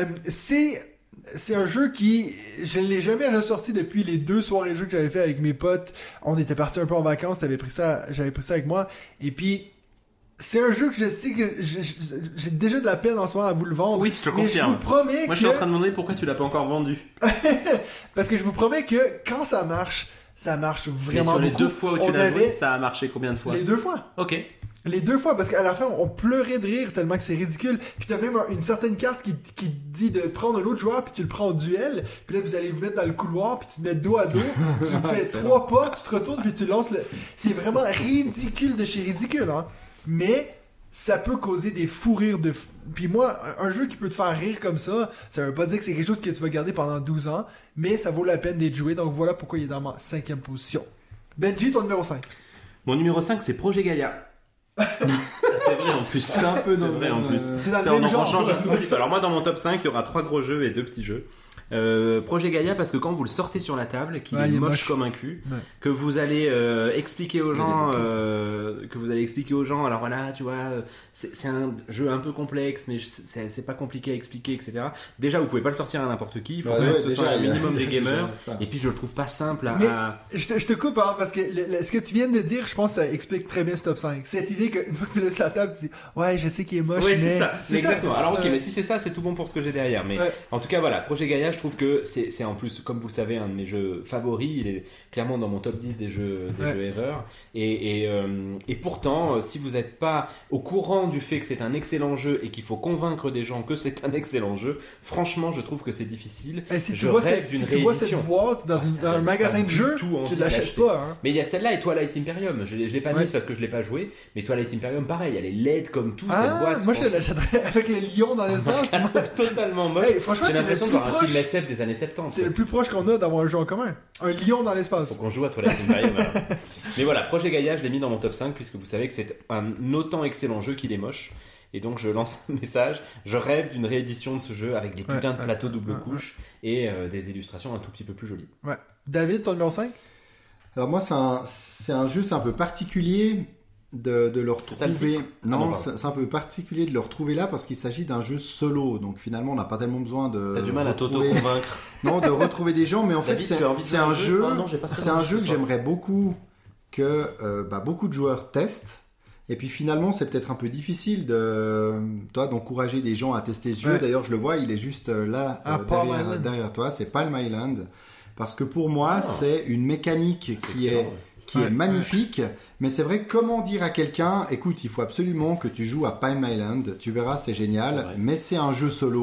S3: C'est un jeu qui, je ne l'ai jamais ressorti depuis les 2 soirées de jeu que j'avais fait avec mes potes. On était partis un peu en vacances, j'avais pris ça avec moi. Et puis, c'est un jeu que je sais que j'ai déjà de la peine en ce moment à vous le vendre.
S1: Oui, je te
S3: mais
S1: confirme.
S3: je vous promets
S1: Moi, je suis en train de me demander pourquoi tu l'as pas encore vendu.
S3: Parce que je vous promets que quand ça marche
S1: Mais
S3: vraiment
S1: sur les
S3: beaucoup.
S1: 2 fois où tu
S3: On
S1: l'as joué,
S3: avait
S1: ça a marché combien de fois
S3: les 2 fois.
S1: Ok.
S3: Les 2 fois, parce qu'à la fin, on pleurait de rire tellement que c'est ridicule. Puis t'as même une certaine carte qui dit de prendre un autre joueur, puis tu le prends au duel. Puis là, vous allez vous mettre dans le couloir, puis tu te mets dos à dos. Tu fais 3 pas, tu te retournes, puis tu lances le... C'est vraiment ridicule de chez ridicule, hein. Mais ça peut causer des fous rires de... Puis moi, un jeu qui peut te faire rire comme ça veut pas dire que c'est quelque chose que tu vas garder pendant 12 ans, mais ça vaut la peine d'être joué. Donc voilà pourquoi il est dans ma 5e position. Benji, ton numéro 5.
S1: Mon numéro 5, c'est Projet Gaïa. C'est vrai en plus.
S2: C'est un peu dans le
S1: vrai en
S2: même,
S1: plus.
S3: C'est dans le
S1: Ça,
S3: même
S1: on en
S3: genre.
S1: change un tout petit peu. Alors moi, dans mon top 5, il y aura 3 gros jeux et 2 petits jeux. Projet Gaïa, parce que quand vous le sortez sur la table, qu'il
S3: Ouais,
S1: est
S3: il est
S1: moche
S3: moche.
S1: comme un cul,
S3: Ouais.
S1: que vous allez expliquer aux gens, alors voilà, tu vois, c'est un jeu un peu complexe, mais c'est pas compliqué à expliquer, etc. Déjà, vous pouvez pas le sortir à n'importe qui, il faut
S2: Ouais,
S1: quand même
S2: ouais,
S1: que ce
S2: déjà,
S1: soit un
S2: il y a-
S1: minimum des
S2: déjà,
S1: gamers.
S2: ça.
S1: Et puis, je le trouve pas simple
S3: Mais
S1: à...
S3: je te coupe, hein, parce que ce que tu viens de dire, je pense que ça explique très bien ce top 5. Cette idée qu'une fois que tu laisses la table, tu dis ouais, je sais qu'il est moche,
S1: Oui,
S3: mais
S1: c'est ça, c'est exactement. Alors, ok,
S3: Ouais.
S1: mais si c'est ça, c'est tout bon pour ce que j'ai derrière. Mais
S3: Ouais.
S1: en tout cas, voilà, Projet Gaïa, je trouve que c'est en plus, comme vous le savez, un de mes jeux favoris. Il est clairement dans mon top 10 des jeux ever. Et pourtant, si vous n'êtes pas au courant du fait que c'est un excellent jeu et qu'il faut convaincre des gens que c'est un excellent jeu, franchement, je trouve que c'est difficile.
S3: Et si
S1: je
S3: tu vois
S1: rêve
S3: cette,
S1: d'une
S3: si tu vois cette
S1: réédition.
S3: boîte dans un magasin de jeux,
S1: du tout envie
S3: tu
S1: de
S3: l'achètes
S1: l'acheter.
S3: pas, hein.
S1: Mais il y a celle-là et Twilight Imperium. Je l'ai pas
S3: Ouais.
S1: mise parce que je l'ai pas joué. Mais Twilight Imperium, pareil, elle est laide comme tout, cette
S3: Ah,
S1: boîte.
S3: moi je
S1: franchement.
S3: l'achèterais avec les lions dans l'espace.
S1: Je la trouve totalement moche.
S3: Hey, franchement,
S1: J'ai
S3: c'est
S1: l'impression
S3: le
S1: de
S3: plus
S1: voir un film
S3: proche.
S1: SF des années 70.
S3: C'est le plus proche qu'on a d'avoir un jeu en commun. Un lion dans l'espace.
S1: Faut qu'on joue à Twilight Imperium. alors. Mais voilà, Projet Gaïa, je l'ai mis dans mon top 5 puisque vous savez que c'est un autant excellent jeu qu'il est moche. Et donc je lance un message. Je rêve d'une réédition de ce jeu avec des putains de plateaux double couche et des illustrations un tout petit peu plus jolies.
S3: Ouais. David, ton numéro 5?
S2: Alors moi, c'est un jeu, c'est un peu particulier de le
S1: C'est ça le
S2: retrouver.
S1: titre
S2: Non,
S1: pardon.
S2: c'est un peu particulier de le retrouver là parce qu'il s'agit d'un jeu solo. Donc finalement, on n'a pas tellement besoin de.
S1: T'as du mal à
S2: retrouver-
S1: t'auto-convaincre.
S2: Non, de retrouver des gens, mais en fait,
S1: David, tu as envie de
S2: c'est
S1: faire
S2: un
S1: un jeu
S2: jeu.
S1: Ah non, j'ai pas très
S2: C'est un
S1: envie
S2: jeu
S1: ce
S2: que
S1: soir.
S2: j'aimerais beaucoup que beaucoup de joueurs testent. Et puis finalement, c'est peut-être un peu difficile d'encourager des gens à tester ce jeu.
S3: Ouais.
S2: D'ailleurs, je le vois, il est juste là
S3: Palm Island.
S2: derrière toi. C'est Palm Island. Parce que pour moi, c'est une mécanique qui
S1: excellent,
S2: est
S1: ouais.
S2: qui
S3: Ouais,
S2: est magnifique, mais c'est vrai, comment dire à quelqu'un, écoute, il faut absolument que tu joues à Palm Island, tu verras, c'est
S1: C'est
S2: génial,
S1: vrai.
S2: mais c'est un jeu solo,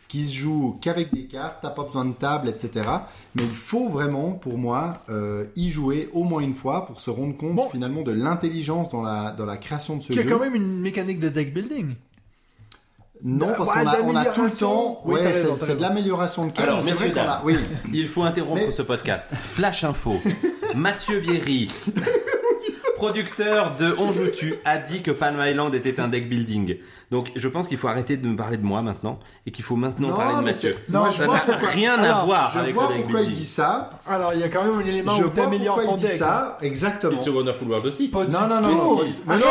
S2: qui se joue qu'avec des cartes, t'as pas besoin de table, etc. Mais il faut vraiment, pour moi, y jouer au moins une fois pour se rendre compte finalement de l'intelligence dans la création de ce jeu.
S3: Il y a quand même une mécanique de deck building.
S2: Non, parce qu'on a tout le temps.
S3: Oui,
S2: c'est de l'amélioration de cartes.
S1: Alors,
S2: c'est vrai qu'on a. Oui.
S1: Il faut interrompre ce podcast. Flash info. Mathieu Bierry, producteur de On Joue-Tu, a dit que Palm Island était un deck building. Donc, je pense qu'il faut arrêter de me parler de moi maintenant et qu'il faut maintenant parler de Mathieu.
S2: Non,
S1: ça n'a rien à voir avec le deck building.
S2: Je vois pourquoi il dit ça.
S3: Alors, il y a quand même un élément
S2: Je
S3: où
S2: vois
S3: t'améliores
S2: pourquoi
S3: ton
S2: il dit
S3: deck.
S2: ça. Exactement.
S1: Et sur Wonderful World aussi.
S3: Pas du
S2: Non.
S3: tout.
S2: Mais
S3: Arrête,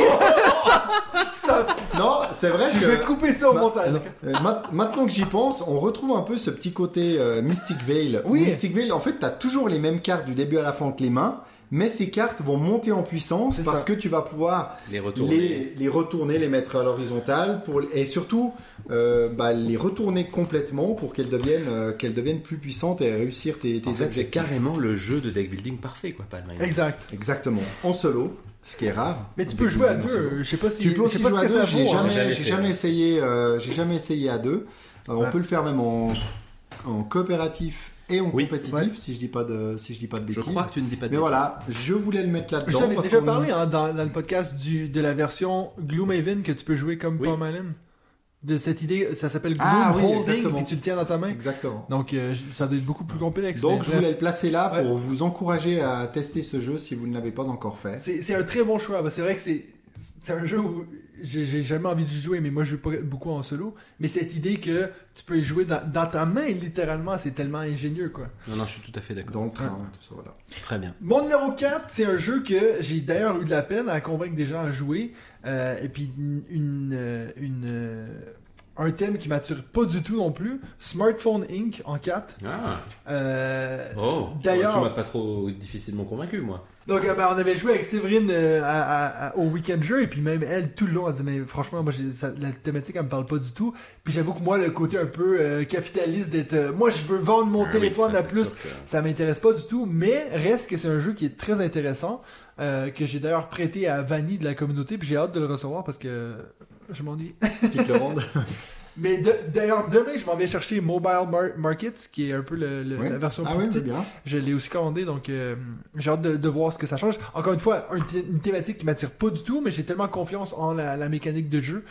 S2: non. Non, c'est vrai que.
S3: Je vais couper ça au montage.
S2: Maintenant que j'y pense, on retrouve un peu ce petit côté Mystic Veil.
S3: Oui.
S2: Mystic Veil, en fait, t'as toujours les mêmes cartes du début à la fin entre les mains, mais ces cartes vont monter en puissance
S3: C'est
S2: parce
S3: ça.
S2: que tu vas pouvoir
S1: Les retourner.
S2: les retourner, les mettre à l'horizontale et surtout les retourner complètement pour qu'elles deviennent plus puissantes et réussir tes
S1: En fait, c'est
S2: objectifs.
S1: carrément le jeu de deck building parfait, quoi, Palm Island.
S3: Exact.
S2: Exactement. En solo, ce qui est rare.
S3: Mais tu
S2: En
S3: peux
S2: deck
S3: jouer à
S2: building en solo.
S3: deux. Je sais pas si.
S2: Tu peux
S3: je
S2: aussi
S3: sais pas
S2: jouer
S3: ce
S2: à
S3: que
S2: deux.
S3: ça
S2: J'ai
S3: vaut. hein.
S2: jamais essayé à deux. Alors, on peut le faire même en coopératif et en compétitif, si je dis pas de bêtises.
S1: Je crois que tu ne dis pas de
S2: Mais
S1: bêtises.
S2: voilà, je voulais le mettre
S3: Je
S2: là-dedans.
S3: t'avais
S2: parce
S3: déjà
S2: qu'on-
S3: parlé dans le podcast de la version Gloomhaven que tu peux jouer comme
S1: Oui.
S3: Palm Island. De cette idée, ça s'appelle Gloom
S2: Ah oui,
S3: Holding,
S2: exactement.
S3: puis tu le tiens dans ta main.
S2: Exactement.
S3: Donc ça doit être beaucoup plus complexe.
S2: Donc
S3: mais
S2: je
S3: bref.
S2: voulais le placer là
S3: Ouais.
S2: pour vous encourager à tester ce jeu si vous ne l'avez pas encore fait.
S3: C'est un très bon choix. C'est vrai que c'est un jeu où j'ai jamais envie de jouer, mais moi je joue pas beaucoup en solo. Mais cette idée que tu peux y jouer dans ta main, littéralement, c'est tellement ingénieux, quoi.
S1: Non, je suis tout à fait d'accord.
S2: Dans le train, tout ça, voilà.
S1: Très bien.
S3: Mon numéro 4, c'est un jeu que j'ai d'ailleurs eu de la peine à convaincre des gens à jouer. Et puis un thème qui m'attire pas du tout non plus. Smartphone Inc. en 4.
S1: Ah.
S3: D'ailleurs-
S1: D'ailleurs, tu m'as pas trop difficilement convaincu, moi.
S3: Donc, on avait joué avec Séverine au week-end jeu, et puis même elle, tout le long, elle dit, mais franchement, moi, la thématique, elle me parle pas du tout. Puis j'avoue que moi, le côté un peu capitaliste d'être, moi, je veux vendre mon téléphone à plus, ça m'intéresse pas du tout, mais reste que c'est un jeu qui est très intéressant, que j'ai d'ailleurs prêté à Vanny de la communauté, puis j'ai hâte de le recevoir parce que je m'ennuie.
S2: Qui te le rende.
S3: Mais d'ailleurs, demain, je m'en vais chercher Mobile Markets, qui est un peu
S2: Oui.
S3: la version
S2: Ah
S3: plus
S2: oui,
S3: petite.
S2: c'est bien.
S3: Je l'ai aussi commandé, donc j'ai hâte de voir ce que ça change. Encore une fois, une thématique qui m'attire pas du tout, mais j'ai tellement confiance en la mécanique de jeu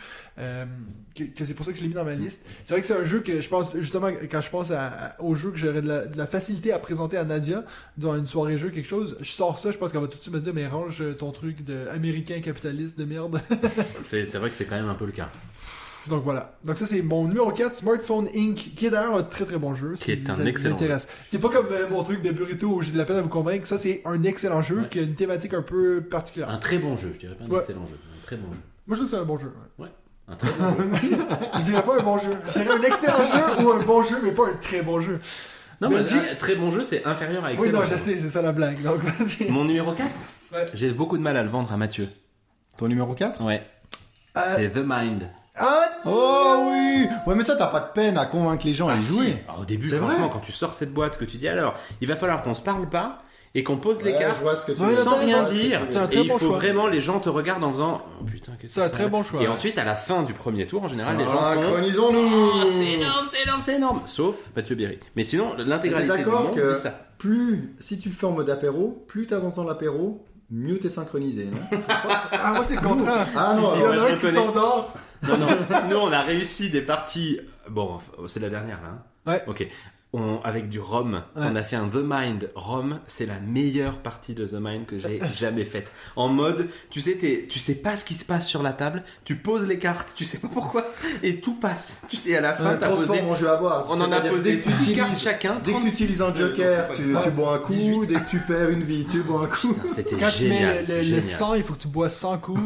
S3: que c'est pour ça que je l'ai mis dans ma liste. C'est vrai que c'est un jeu que je pense, justement, quand je pense au jeu que j'aurais de la facilité à présenter à Nadia, dans une soirée jeu, quelque chose, je sors ça, je pense qu'elle va tout de suite me dire, mais range ton truc de américain capitaliste de merde.
S1: C'est vrai que c'est quand même un peu le cas.
S3: Donc voilà. Donc ça c'est mon numéro 4, Smartphone Inc. Qui est d'ailleurs un très très bon jeu.
S1: Qui est un excellent jeu.
S3: C'est pas comme mon truc de Burrito où j'ai de la peine à vous convaincre. Ça c'est un excellent jeu qui a une thématique un peu particulière.
S1: Un très bon jeu, je dirais pas un
S3: Ouais.
S1: excellent jeu. Un très bon jeu.
S3: Moi je trouve que c'est un bon jeu.
S1: Ouais. Un très bon jeu.
S3: Je dirais pas un bon jeu. Je dirais un excellent jeu ou un bon jeu mais pas un très bon jeu.
S1: Non, mais
S3: Benji-
S1: très bon jeu, c'est inférieur à
S3: Oui
S1: excellent.
S3: non je sais, c'est ça la blague. Donc vas-y.
S1: Mon numéro 4
S3: Ouais.
S1: J'ai beaucoup de mal à le vendre à Mathieu.
S2: Ton numéro 4
S1: Ouais. C'est The Mind.
S3: Ah
S2: Oh oui. Ouais, mais ça, t'as pas de peine à convaincre les gens à y
S1: si.
S2: jouer.
S1: Au début,
S2: C'est
S1: franchement,
S2: vrai.
S1: quand tu sors cette boîte, que tu dis alors, il va falloir qu'on se parle pas et qu'on pose les
S2: Ouais,
S1: cartes
S2: je vois ce que tu
S3: Ouais,
S2: veux
S1: sans
S2: dire.
S1: rien
S2: Je vois ce que tu
S1: dire.
S2: veux
S3: C'est un
S2: dire.
S3: très
S1: Et il
S3: bon
S1: faut
S3: choix.
S1: vraiment, les gens te regardent en faisant oh putain, qu'est-ce
S3: C'est un
S1: que
S3: très bon choix.
S1: Et ensuite, à la fin du premier tour, en général, les gens font
S2: Synchronisons-nous.
S1: oh, c'est énorme, c'est énorme, c'est énorme. Sauf Mathieu Berry. Mais sinon,
S2: T'es
S1: l'intégralité du
S2: d'accord
S1: monde
S2: que
S1: dit ça.
S2: plus, si tu le fais en mode apéro, plus t'avances dans l'apéro, mieux t'es synchronisé, non?
S3: Ah moi c'est le contraire.
S2: Ah non,
S3: Il y en
S1: moi,
S3: a
S1: je
S3: un qui
S1: reconnais.
S3: s'endort.
S1: Non, nous, on a réussi des parties. Bon, c'est la dernière là. Hein.
S3: Ouais.
S1: Ok. Avec du rhum, on a fait un The Mind rhum. C'est la meilleure partie de The Mind que j'ai jamais faite. En mode, tu sais pas ce qui se passe sur la table. Tu poses les cartes, tu sais pas pourquoi, et tout passe. Tu sais, à la fin, t'as posé.
S2: transforme en jeu à boire.
S1: On en a
S2: C'est-à-dire,
S1: posé
S2: dès que tu
S1: 6 cartes
S2: utilises-
S1: chacun.
S2: Dès que tu
S1: 36,
S2: utilises un joker, tu bois un coup.
S1: 18.
S2: Dès que tu perds une vie, tu bois un coup.
S1: C'était
S3: Quand tu
S1: génial.
S3: mets le
S1: génial.
S3: sang, il faut que tu bois 100 coups.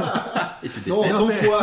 S1: Et tu t'es
S2: Non,
S1: fait.
S2: sans foi.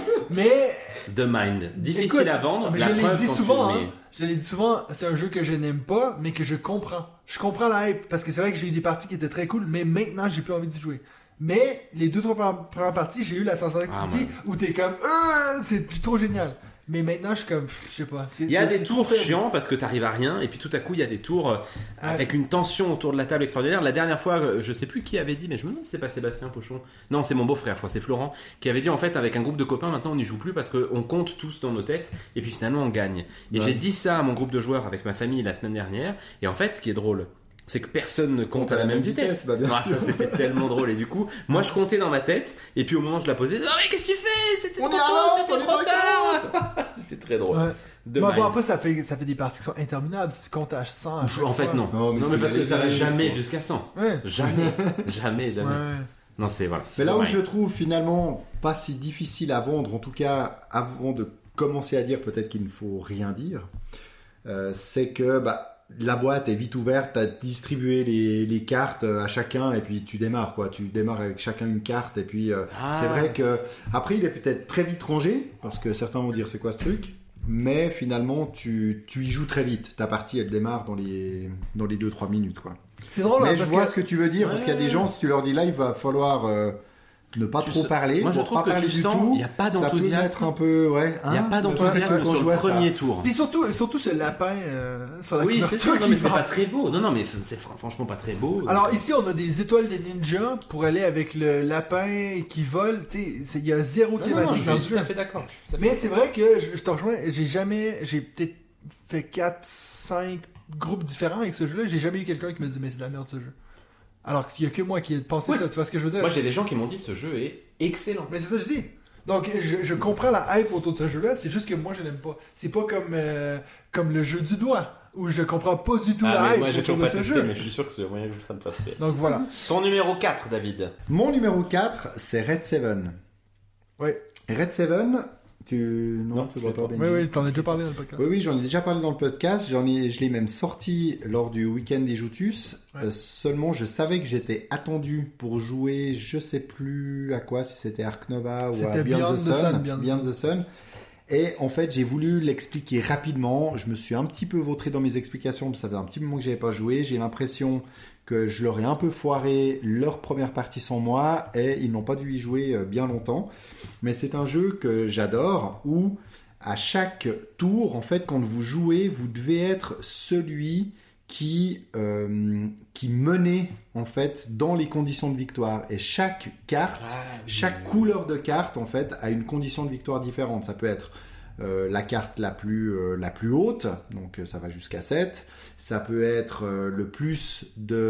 S3: Mais
S1: The Mind. Difficile
S3: écoute,
S1: à vendre.
S3: mais
S1: La
S3: je l'ai
S1: preuve,
S3: dit
S1: quand tu
S3: souvent,
S1: le mets-
S3: hein. Je l'ai dit souvent, c'est un jeu que je n'aime pas, mais que je comprends. Je comprends la hype, parce que c'est vrai que j'ai eu des parties qui étaient très cool, mais maintenant, j'ai plus envie d'y jouer. Mais les 2-3 premières parties, j'ai eu la sensation
S1: Ah,
S3: où t'es comme, c'est trop génial. Mais maintenant, je suis comme, je sais pas.
S1: Il y a des tours chiants parce que t'arrives à rien, et puis tout à coup, il y a des tours avec une tension autour de la table extraordinaire. La dernière fois, je sais plus qui avait dit, mais je me demande si c'est pas Sébastien Pochon. Non, c'est mon beau-frère, je crois, c'est Florent, qui avait dit en fait, avec un groupe de copains, maintenant on n'y joue plus parce qu'on compte tous dans nos têtes, et puis finalement on gagne. Et j'ai dit ça à mon groupe de joueurs avec ma famille la semaine dernière, et en fait, ce qui est drôle, c'est que personne ne compte à la même vitesse.
S2: Bah, bien sûr.
S1: Ça c'était tellement drôle, et du coup, moi je comptais dans ma tête, et puis au moment où je la posais, non mais qu'est-ce que tu fais? C'était trop tôt, c'était trop tard. C'était très drôle.
S3: Ouais.
S1: De
S3: Bon,
S1: même.
S3: après, ça fait des parties qui sont interminables. Si tu comptes à 100 à chaque
S1: En fait,
S3: fois.
S1: non.
S2: Non,
S1: Non, mais parce que ça va jamais jusqu'à 100.
S3: Ouais.
S1: Jamais.
S3: Ouais.
S1: Non, c'est voilà.
S2: Mais là où
S1: Ouais.
S2: je le trouve finalement pas si difficile à vendre, en tout cas avant de commencer à dire peut-être qu'il ne faut rien dire, c'est que la boîte est vite ouverte, tu as distribué les cartes à chacun et puis tu démarres quoi. Tu démarres avec chacun une carte et puis c'est vrai que après il est peut-être très vite rangé parce que certains vont dire c'est quoi ce truc, mais finalement tu y joues très vite. Ta partie elle démarre dans les 2-3 minutes quoi.
S3: C'est drôle,
S2: Mais
S3: hein,
S2: je
S3: parce
S2: vois
S3: que
S2: ce que tu veux dire, parce qu'il y a des gens, si tu leur dis là, il va falloir ne pas trop parler.
S1: Moi, je
S2: pour
S1: trouve
S2: pas
S1: que
S2: parler
S1: tu
S2: du
S1: sens,
S2: tout.
S1: il n'y a pas
S2: Ça peut
S1: d'enthousiasme.
S2: mettre un peu, ouais.
S1: Il n'y a pas
S2: Ouais,
S1: d'enthousiasme
S2: quand je
S1: sur
S2: vois
S1: le
S2: ça.
S1: premier tour.
S3: Puis surtout ce lapin sur la
S1: Oui, c'est
S3: couverture
S1: sûr. Non,
S3: qui
S1: mais c'est
S3: vend.
S1: pas très beau. Non, mais c'est franchement pas très beau.
S3: Alors ici, on a des étoiles de ninja pour aller avec le lapin qui vole. Tu sais, il y a zéro
S1: Non,
S3: thématique
S1: je
S3: dans
S1: suis
S3: ce
S1: tout à
S3: jeu.
S1: fait d'accord.
S3: Mais c'est vrai que je te rejoins, j'ai peut-être fait 4-5 groupes différents avec ce jeu-là, j'ai jamais eu quelqu'un qui me dit mais c'est de la merde ce jeu. Alors qu'il y a que moi qui ai pensé
S1: Ouais.
S3: ça, tu vois ce que je veux dire?
S1: Moi, j'ai des gens qui m'ont dit ce jeu est excellent.
S3: Mais c'est ça que je dis. Donc je comprends la hype autour de ce jeu-là, c'est juste que moi je l'aime pas. C'est pas comme le jeu du doigt, où je comprends pas du tout la
S1: mais
S3: hype
S1: moi, j'ai
S3: autour
S1: toujours
S3: de
S1: pas
S3: ce
S1: testé,
S3: jeu.
S1: mais je suis sûr que c'est le moyen que ça me fasse rire.
S3: Donc voilà.
S1: Ton numéro 4, David.
S2: Mon numéro 4, c'est Red 7.
S3: Oui,
S2: Red 7, non, tu
S1: je
S2: vois
S1: sais
S2: pas,
S1: pas.
S2: Benji.
S3: oui, t'en as déjà parlé dans le podcast.
S2: Oui, j'en ai déjà parlé dans le podcast. Je l'ai même sorti lors du week-end des Joutus.
S3: Ouais.
S2: Seulement, je savais que j'étais attendu pour jouer, je sais plus à quoi, si c'était Ark Nova ou à
S3: C'était
S2: Beyond the Sun.
S3: Beyond the
S2: Beyond the Sun. Et en fait, j'ai voulu l'expliquer rapidement. Je me suis un petit peu vautré dans mes explications, parce que ça fait un petit moment que j'avais pas joué. J'ai l'impression que je leur ai un peu foiré leur première partie sans moi, et ils n'ont pas dû y jouer bien longtemps. Mais c'est un jeu que j'adore, où à chaque tour, en fait, quand vous jouez, vous devez être celui qui menait, en fait, dans les conditions de victoire. Et chaque carte, chaque couleur de carte, en fait, a une condition de victoire différente. Ça peut être la carte la plus haute, donc ça va jusqu'à 7. Ça peut être le plus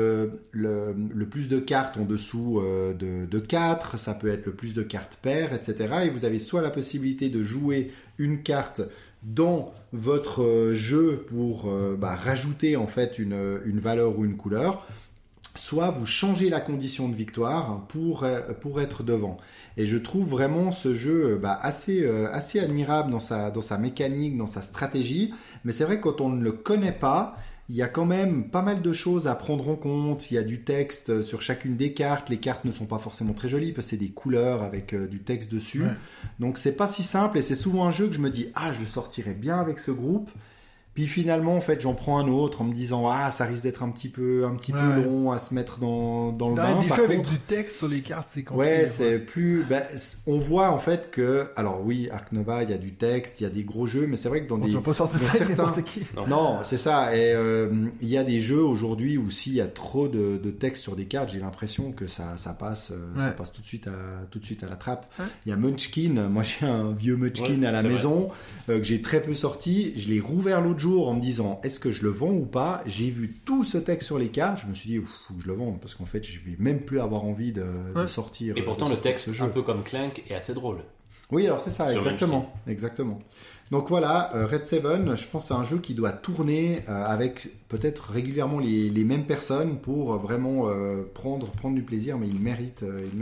S2: de cartes en dessous de 4. Ça peut être le plus de cartes paires, etc. Et vous avez soit la possibilité de jouer une carte dans votre jeu pour rajouter en fait une valeur ou une couleur, soit vous changez la condition de victoire pour être devant. Et je trouve vraiment ce jeu assez admirable dans sa mécanique, dans sa stratégie. Mais c'est vrai que quand on ne le connaît pas, il y a quand même pas mal de choses à prendre en compte. Il y a du texte sur chacune des cartes. Les cartes ne sont pas forcément très jolies parce que c'est des couleurs avec du texte dessus.
S3: Ouais.
S2: Donc c'est pas si simple et c'est souvent un jeu que je me dis je le sortirais bien avec ce groupe. Puis finalement, en fait, j'en prends un autre en me disant ça risque d'être un petit peu long à se mettre dans le bain.
S3: Des
S2: Par
S3: jeux avec
S2: contre,
S3: du texte sur les cartes, c'est compliqué.
S2: ouais, c'est plus. On voit en fait que, alors oui, Ark Nova, il y a du texte, il y a des gros jeux, mais c'est vrai que dans
S3: Tu
S2: des.
S3: vas pas sortir
S2: dans
S3: ça avec
S2: certains-
S3: n'importe qui.
S2: Non, c'est ça. Et il y a des jeux aujourd'hui où s'il y a trop de texte sur des cartes, j'ai l'impression que ça passe tout de suite à la trappe.
S3: Ouais.
S2: Il y a Munchkin. Moi, j'ai un vieux Munchkin à la
S1: c'est
S2: maison que j'ai très peu sorti. Je l'ai rouvert l'autre jour en me disant est-ce que je le vends ou pas. J'ai vu tout ce texte sur les cartes. Je me suis dit faut que je le vende parce qu'en fait, je vais même plus avoir envie de sortir.
S1: Et pourtant,
S2: de
S1: le
S2: sortir
S1: texte,
S2: ce jeu.
S1: un peu comme Clank, est assez drôle.
S2: Oui, alors c'est ça,
S1: Sur
S2: exactement. Donc voilà, Red 7, je pense que c'est un jeu qui doit tourner avec peut-être régulièrement les mêmes personnes pour vraiment prendre du plaisir, mais il mérite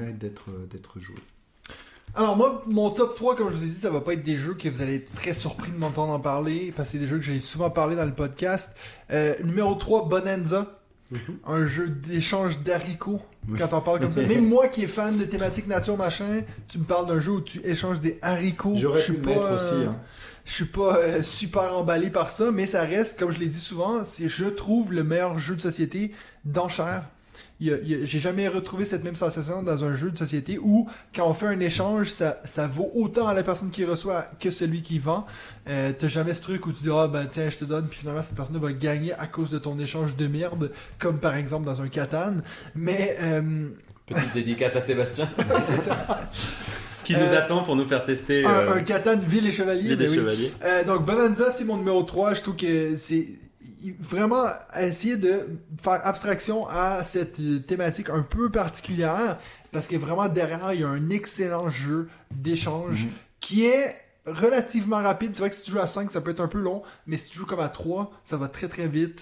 S2: d'être joué.
S3: Alors moi, mon top 3, comme je vous ai dit, ça va pas être des jeux que vous allez être très surpris de m'entendre en parler, parce que c'est des jeux que j'ai souvent parlé dans le podcast. Numéro 3, Bonanza. Un jeu d'échange d'haricots, quand on parle comme ça. Même moi qui est fan de thématique nature machin, tu me parles d'un jeu où tu échanges des haricots.
S2: J'aurais
S3: Je
S2: pu
S3: suis
S2: le mettre
S3: pas,
S2: aussi. Hein.
S3: Je suis pas super emballé par ça, mais ça reste, comme je l'ai dit souvent, c'est je trouve le meilleur jeu de société d'enchères. j'ai jamais retrouvé cette même sensation dans un jeu de société où, quand on fait un échange, ça vaut autant à la personne qui reçoit que celui qui vend. T'as jamais ce truc où tu dis, ah ben tiens, je te donne, puis finalement cette personne va gagner à cause de ton échange de merde, comme par exemple dans un Catan. Mais...
S1: Petite dédicace à Sébastien.
S3: c'est ça.
S1: Qui nous attend pour nous faire tester...
S3: Un Catan Ville et Chevalier.
S1: Ville et Chevalier.
S3: Donc Bonanza, c'est mon numéro 3. Je trouve que c'est... vraiment essayer de faire abstraction à cette thématique un peu particulière, parce que vraiment derrière il y a un excellent jeu d'échange qui est relativement rapide. C'est vrai que si tu joues à 5 ça peut être un peu long, mais si tu joues comme à 3 ça va très très vite.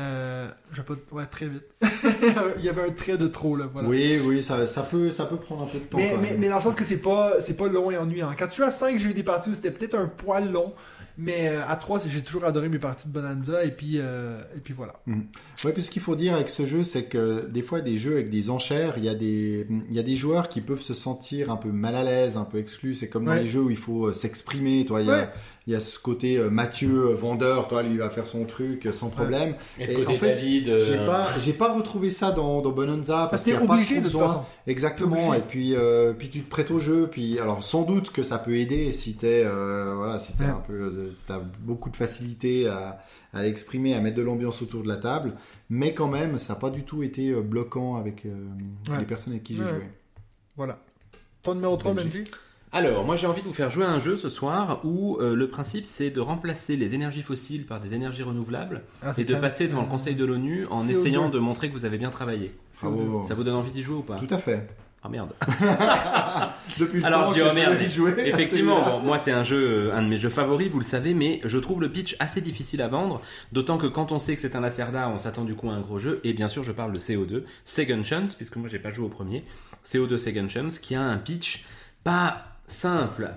S3: Très vite. Il y avait un trait de trop là. Voilà.
S2: Oui, ça peut prendre un peu de temps.
S3: Mais dans le sens que c'est pas long et ennuyant. Quand tu joues à 5, j'ai eu des parties où c'était peut-être un poil long. Mais à 3, j'ai toujours adoré mes parties de Bonanza, et puis voilà.
S2: Ouais, puis ce qu'il faut dire avec ce jeu, c'est que des fois, des jeux avec des enchères, il y a des joueurs qui peuvent se sentir un peu mal à l'aise, un peu exclus. C'est comme dans les jeux où il faut s'exprimer. Toi, il y a ce côté Mathieu, vendeur, toi, lui, il va faire son truc sans problème.
S1: Et le côté en fait, David...
S2: J'ai pas retrouvé ça dans Bonanza. Parce
S3: que t'es obligé de toute façon.
S2: Exactement. Et puis tu te prêtes au jeu. Puis, alors, sans doute que ça peut aider si t'es un peu... Si t'as beaucoup de facilité à l'exprimer, à mettre de l'ambiance autour de la table, mais quand même, ça n'a pas du tout été bloquant avec les personnes avec qui j'ai joué.
S3: Voilà. Ton numéro 3, Benji ?
S1: Alors, moi j'ai envie de vous faire jouer à un jeu ce soir où le principe c'est de remplacer les énergies fossiles par des énergies renouvelables et de passer devant le Conseil de l'ONU en
S3: CO2.
S1: essayant de montrer que vous avez bien travaillé.
S2: Oh.
S1: Ça vous donne envie d'y jouer ou pas ?
S2: Tout à fait.
S1: Ah merde.
S2: Depuis le
S1: Alors
S2: temps
S1: je dis
S2: que
S1: oh merde.
S2: je jouer.
S1: Effectivement, bon, moi c'est un de mes jeux favoris, vous le savez, mais je trouve le pitch assez difficile à vendre, d'autant que quand on sait que c'est un Lacerda, on s'attend du coup à un gros jeu, et bien sûr je parle de CO2, Second Chance, puisque moi j'ai pas joué au premier, CO2 Second Chance, qui a un pitch pas simple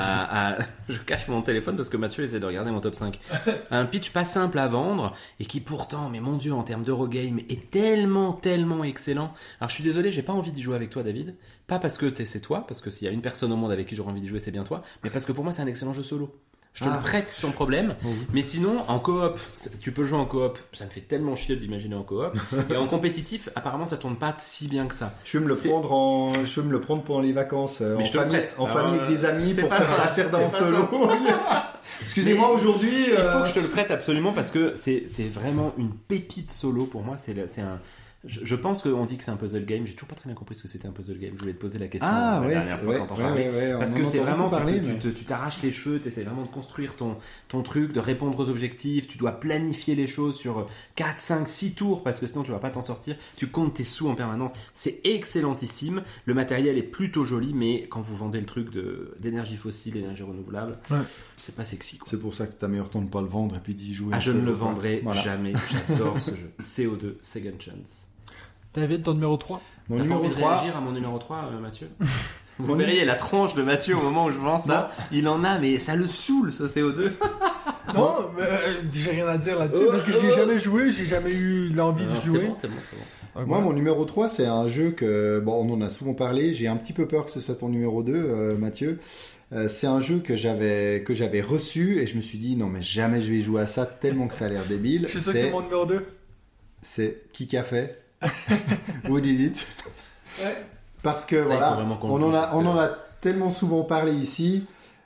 S1: je cache mon téléphone parce que Mathieu essaie de regarder mon top 5. Un pitch pas simple à vendre et qui pourtant, mais mon dieu, en termes d'Eurogame est tellement excellent. Alors je suis désolé, j'ai pas envie d'y jouer avec toi, David. Pas parce que c'est toi, parce que s'il y a une personne au monde avec qui j'aurais envie d'y jouer, c'est bien toi, mais parce que pour moi c'est un excellent jeu solo. Je te le prête sans problème, mais sinon en coop, tu peux jouer en coop, ça me fait tellement chier de l'imaginer en coop, et en compétitif, apparemment ça tourne pas si bien que ça.
S2: Je vais me le prendre pendant les vacances,
S1: mais
S2: en famille avec des amis pour faire un Lacerda en solo. Excusez-moi, aujourd'hui...
S1: Il faut que je te le prête absolument parce que c'est vraiment une pépite solo pour moi, c'est un... Je pense qu'on dit que c'est un puzzle game. J'ai toujours pas très bien compris ce que c'était un puzzle game. Je voulais te poser la question la dernière fois quand on parlait. Parce que c'est vraiment, tu t'arraches les cheveux, tu essaies vraiment de construire ton truc, de répondre aux objectifs. Tu dois planifier les choses sur 4, 5, 6 tours parce que sinon tu vas pas t'en sortir. Tu comptes tes sous en permanence. C'est excellentissime. Le matériel est plutôt joli, mais quand vous vendez le truc d'énergie fossile, d'énergie renouvelable, c'est pas sexy, quoi.
S2: C'est pour ça que t'as meilleur temps de ne pas le vendre et puis d'y jouer.
S1: Je ne le vendrai jamais. J'adore ce jeu. CO2 Second Chance.
S3: David, ton numéro 3.
S2: Mon numéro 3.
S1: Réagir à mon numéro 3, Mathieu. Vous verriez la tronche de Mathieu au moment où je vends ça. Il en a, mais ça le saoule ce CO2.
S3: Non, j'ai rien à dire là-dessus parce que j'ai jamais joué, j'ai jamais eu l'envie de jouer.
S1: C'est bon.
S2: Moi, mon numéro 3, c'est un jeu que, on en a souvent parlé. J'ai un petit peu peur que ce soit ton numéro 2, Mathieu. C'est un jeu que j'avais reçu et je me suis dit, non, mais jamais je vais jouer à ça tellement que ça a l'air débile.
S3: Je suis sûr que c'est mon numéro 2.
S2: C'est Qui qu'a fait Who did it?
S3: Ouais.
S2: Parce que ça, on en a tellement souvent parlé ici.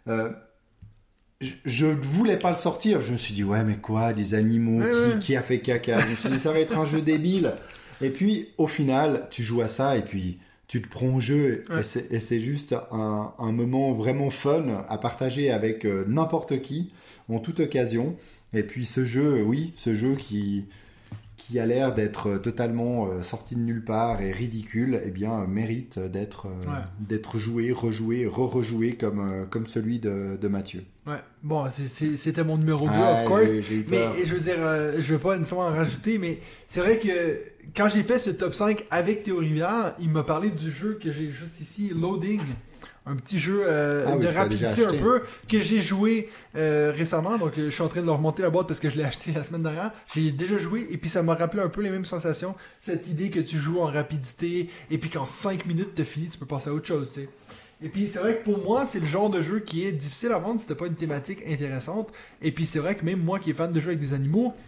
S2: Je ne voulais pas le sortir. Je me suis dit, ouais, mais quoi, des animaux, qui a fait caca? Je me suis dit, ça va être un jeu débile. Et puis, au final, tu joues à ça et puis tu te prends au jeu. Et c'est juste un moment vraiment fun à partager avec n'importe qui, en toute occasion. Et puis, ce jeu qui a l'air d'être totalement sorti de nulle part et ridicule, mérite d'être joué, rejoué, rejoué comme celui de Mathieu.
S3: Ouais, bon, c'était mon numéro 2, of course. Mais je veux dire, je veux pas nécessairement en rajouter, mais c'est vrai que quand j'ai fait ce top 5 avec Théo Rivière, il m'a parlé du jeu que j'ai juste ici, Loading. Un petit jeu de rapidité un peu que j'ai joué récemment, donc je suis en train de leur remonter la boîte parce que je l'ai acheté la semaine dernière. J'ai déjà joué et puis ça m'a rappelé un peu les mêmes sensations, cette idée que tu joues en rapidité et puis qu'en 5 minutes t'as fini, tu peux passer à autre chose, tu sais. Et puis c'est vrai que pour moi c'est le genre de jeu qui est difficile à vendre si t'as pas une thématique intéressante. Et puis c'est vrai que même moi qui est fan de jeux avec des animaux,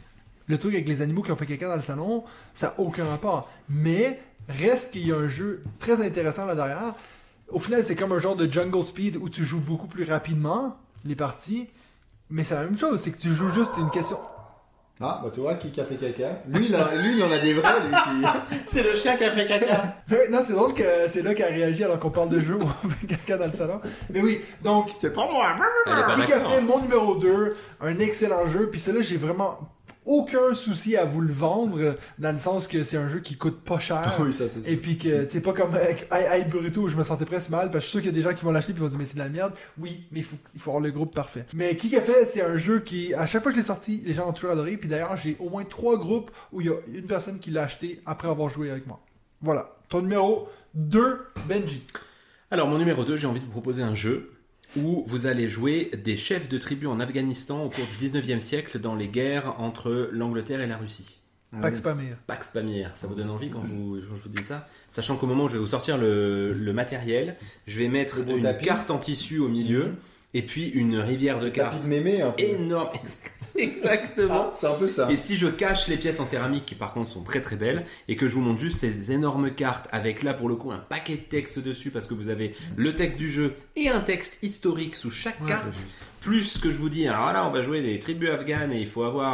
S3: le truc avec les animaux qui ont fait caca dans le salon, ça n'a aucun rapport. Mais reste qu'il y a un jeu très intéressant là derrière. Au final, c'est comme un genre de Jungle Speed où tu joues beaucoup plus rapidement les parties. Mais c'est la même chose, c'est que tu joues juste une question...
S2: Ah, bah tu vois, qui a fait caca. Lui, il en a des vrais, lui.
S1: C'est le chien qui a fait caca.
S3: Non, c'est drôle que c'est là qu'il a réagi alors qu'on parle de jeu où on fait caca dans le salon. Mais oui, donc...
S2: C'est pas moi.
S3: Qui a fait mon numéro 2, un excellent jeu. Puis celui-là, j'ai vraiment aucun souci à vous le vendre, dans le sens que c'est un jeu qui coûte pas cher.
S2: Oui, ça, c'est sûr.
S3: Et puis que, c'est pas comme avec Aïe Burrito où je me sentais presque mal, parce que je suis sûr qu'il y a des gens qui vont l'acheter puis vont dire mais c'est de la merde. Oui, mais il faut avoir le groupe parfait. Mais qui a fait, c'est un jeu qui, à chaque fois que je l'ai sorti, les gens ont toujours adoré. Puis d'ailleurs, j'ai au moins 3 groupes où il y a une personne qui l'a acheté après avoir joué avec moi. Voilà. Ton numéro 2, Benji.
S1: Alors, mon numéro 2, j'ai envie de vous proposer un jeu où vous allez jouer des chefs de tribus en Afghanistan au cours du 19e siècle dans les guerres entre l'Angleterre et la Russie.
S3: Pax Pamir.
S1: Pax Pamir, ça vous donne envie quand je vous dis ça? Sachant qu'au moment où je vais vous sortir le matériel, je vais mettre une
S2: tapis.
S1: carte en tissu au milieu et puis une rivière de cartes.
S2: Tapis de mémé, un peu.
S1: Énorme, exactement.
S2: Ah, c'est un peu ça.
S1: Et si je cache les pièces en céramique qui par contre sont très très belles et que je vous montre juste ces énormes cartes avec là pour le coup un paquet de texte dessus parce que vous avez le texte du jeu et un texte historique sous chaque carte, plus que je vous dis alors là on va jouer des tribus afghanes et il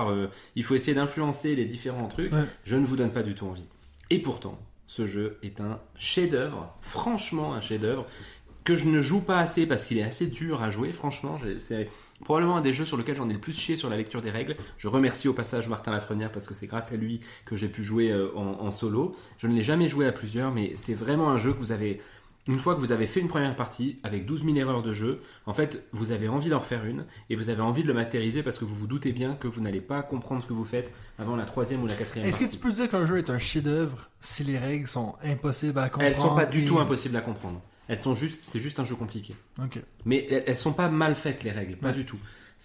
S1: faut essayer d'influencer les différents trucs, je ne vous donne pas du tout envie. Et pourtant ce jeu est un chef-d'œuvre, franchement un chef-d'œuvre que je ne joue pas assez parce qu'il est assez dur à jouer. Franchement, c'est probablement un des jeux sur lequel j'en ai le plus chié sur la lecture des règles. Je remercie au passage Martin Lafrenière parce que c'est grâce à lui que j'ai pu jouer en solo. Je ne l'ai jamais joué à plusieurs, mais c'est vraiment un jeu que vous avez... Une fois que vous avez fait une première partie avec 12 000 erreurs de jeu, en fait, vous avez envie d'en refaire une et vous avez envie de le masteriser parce que vous vous doutez bien que vous n'allez pas comprendre ce que vous faites avant la 3e ou la 4e partie.
S3: Est-ce que tu peux dire qu'un jeu est un chef-d'œuvre si les règles sont impossibles à comprendre?
S1: Elles sont pas du tout impossibles à comprendre. C'est juste un jeu compliqué.
S3: Ok.
S1: Mais elles sont pas mal faites les règles, pas du tout.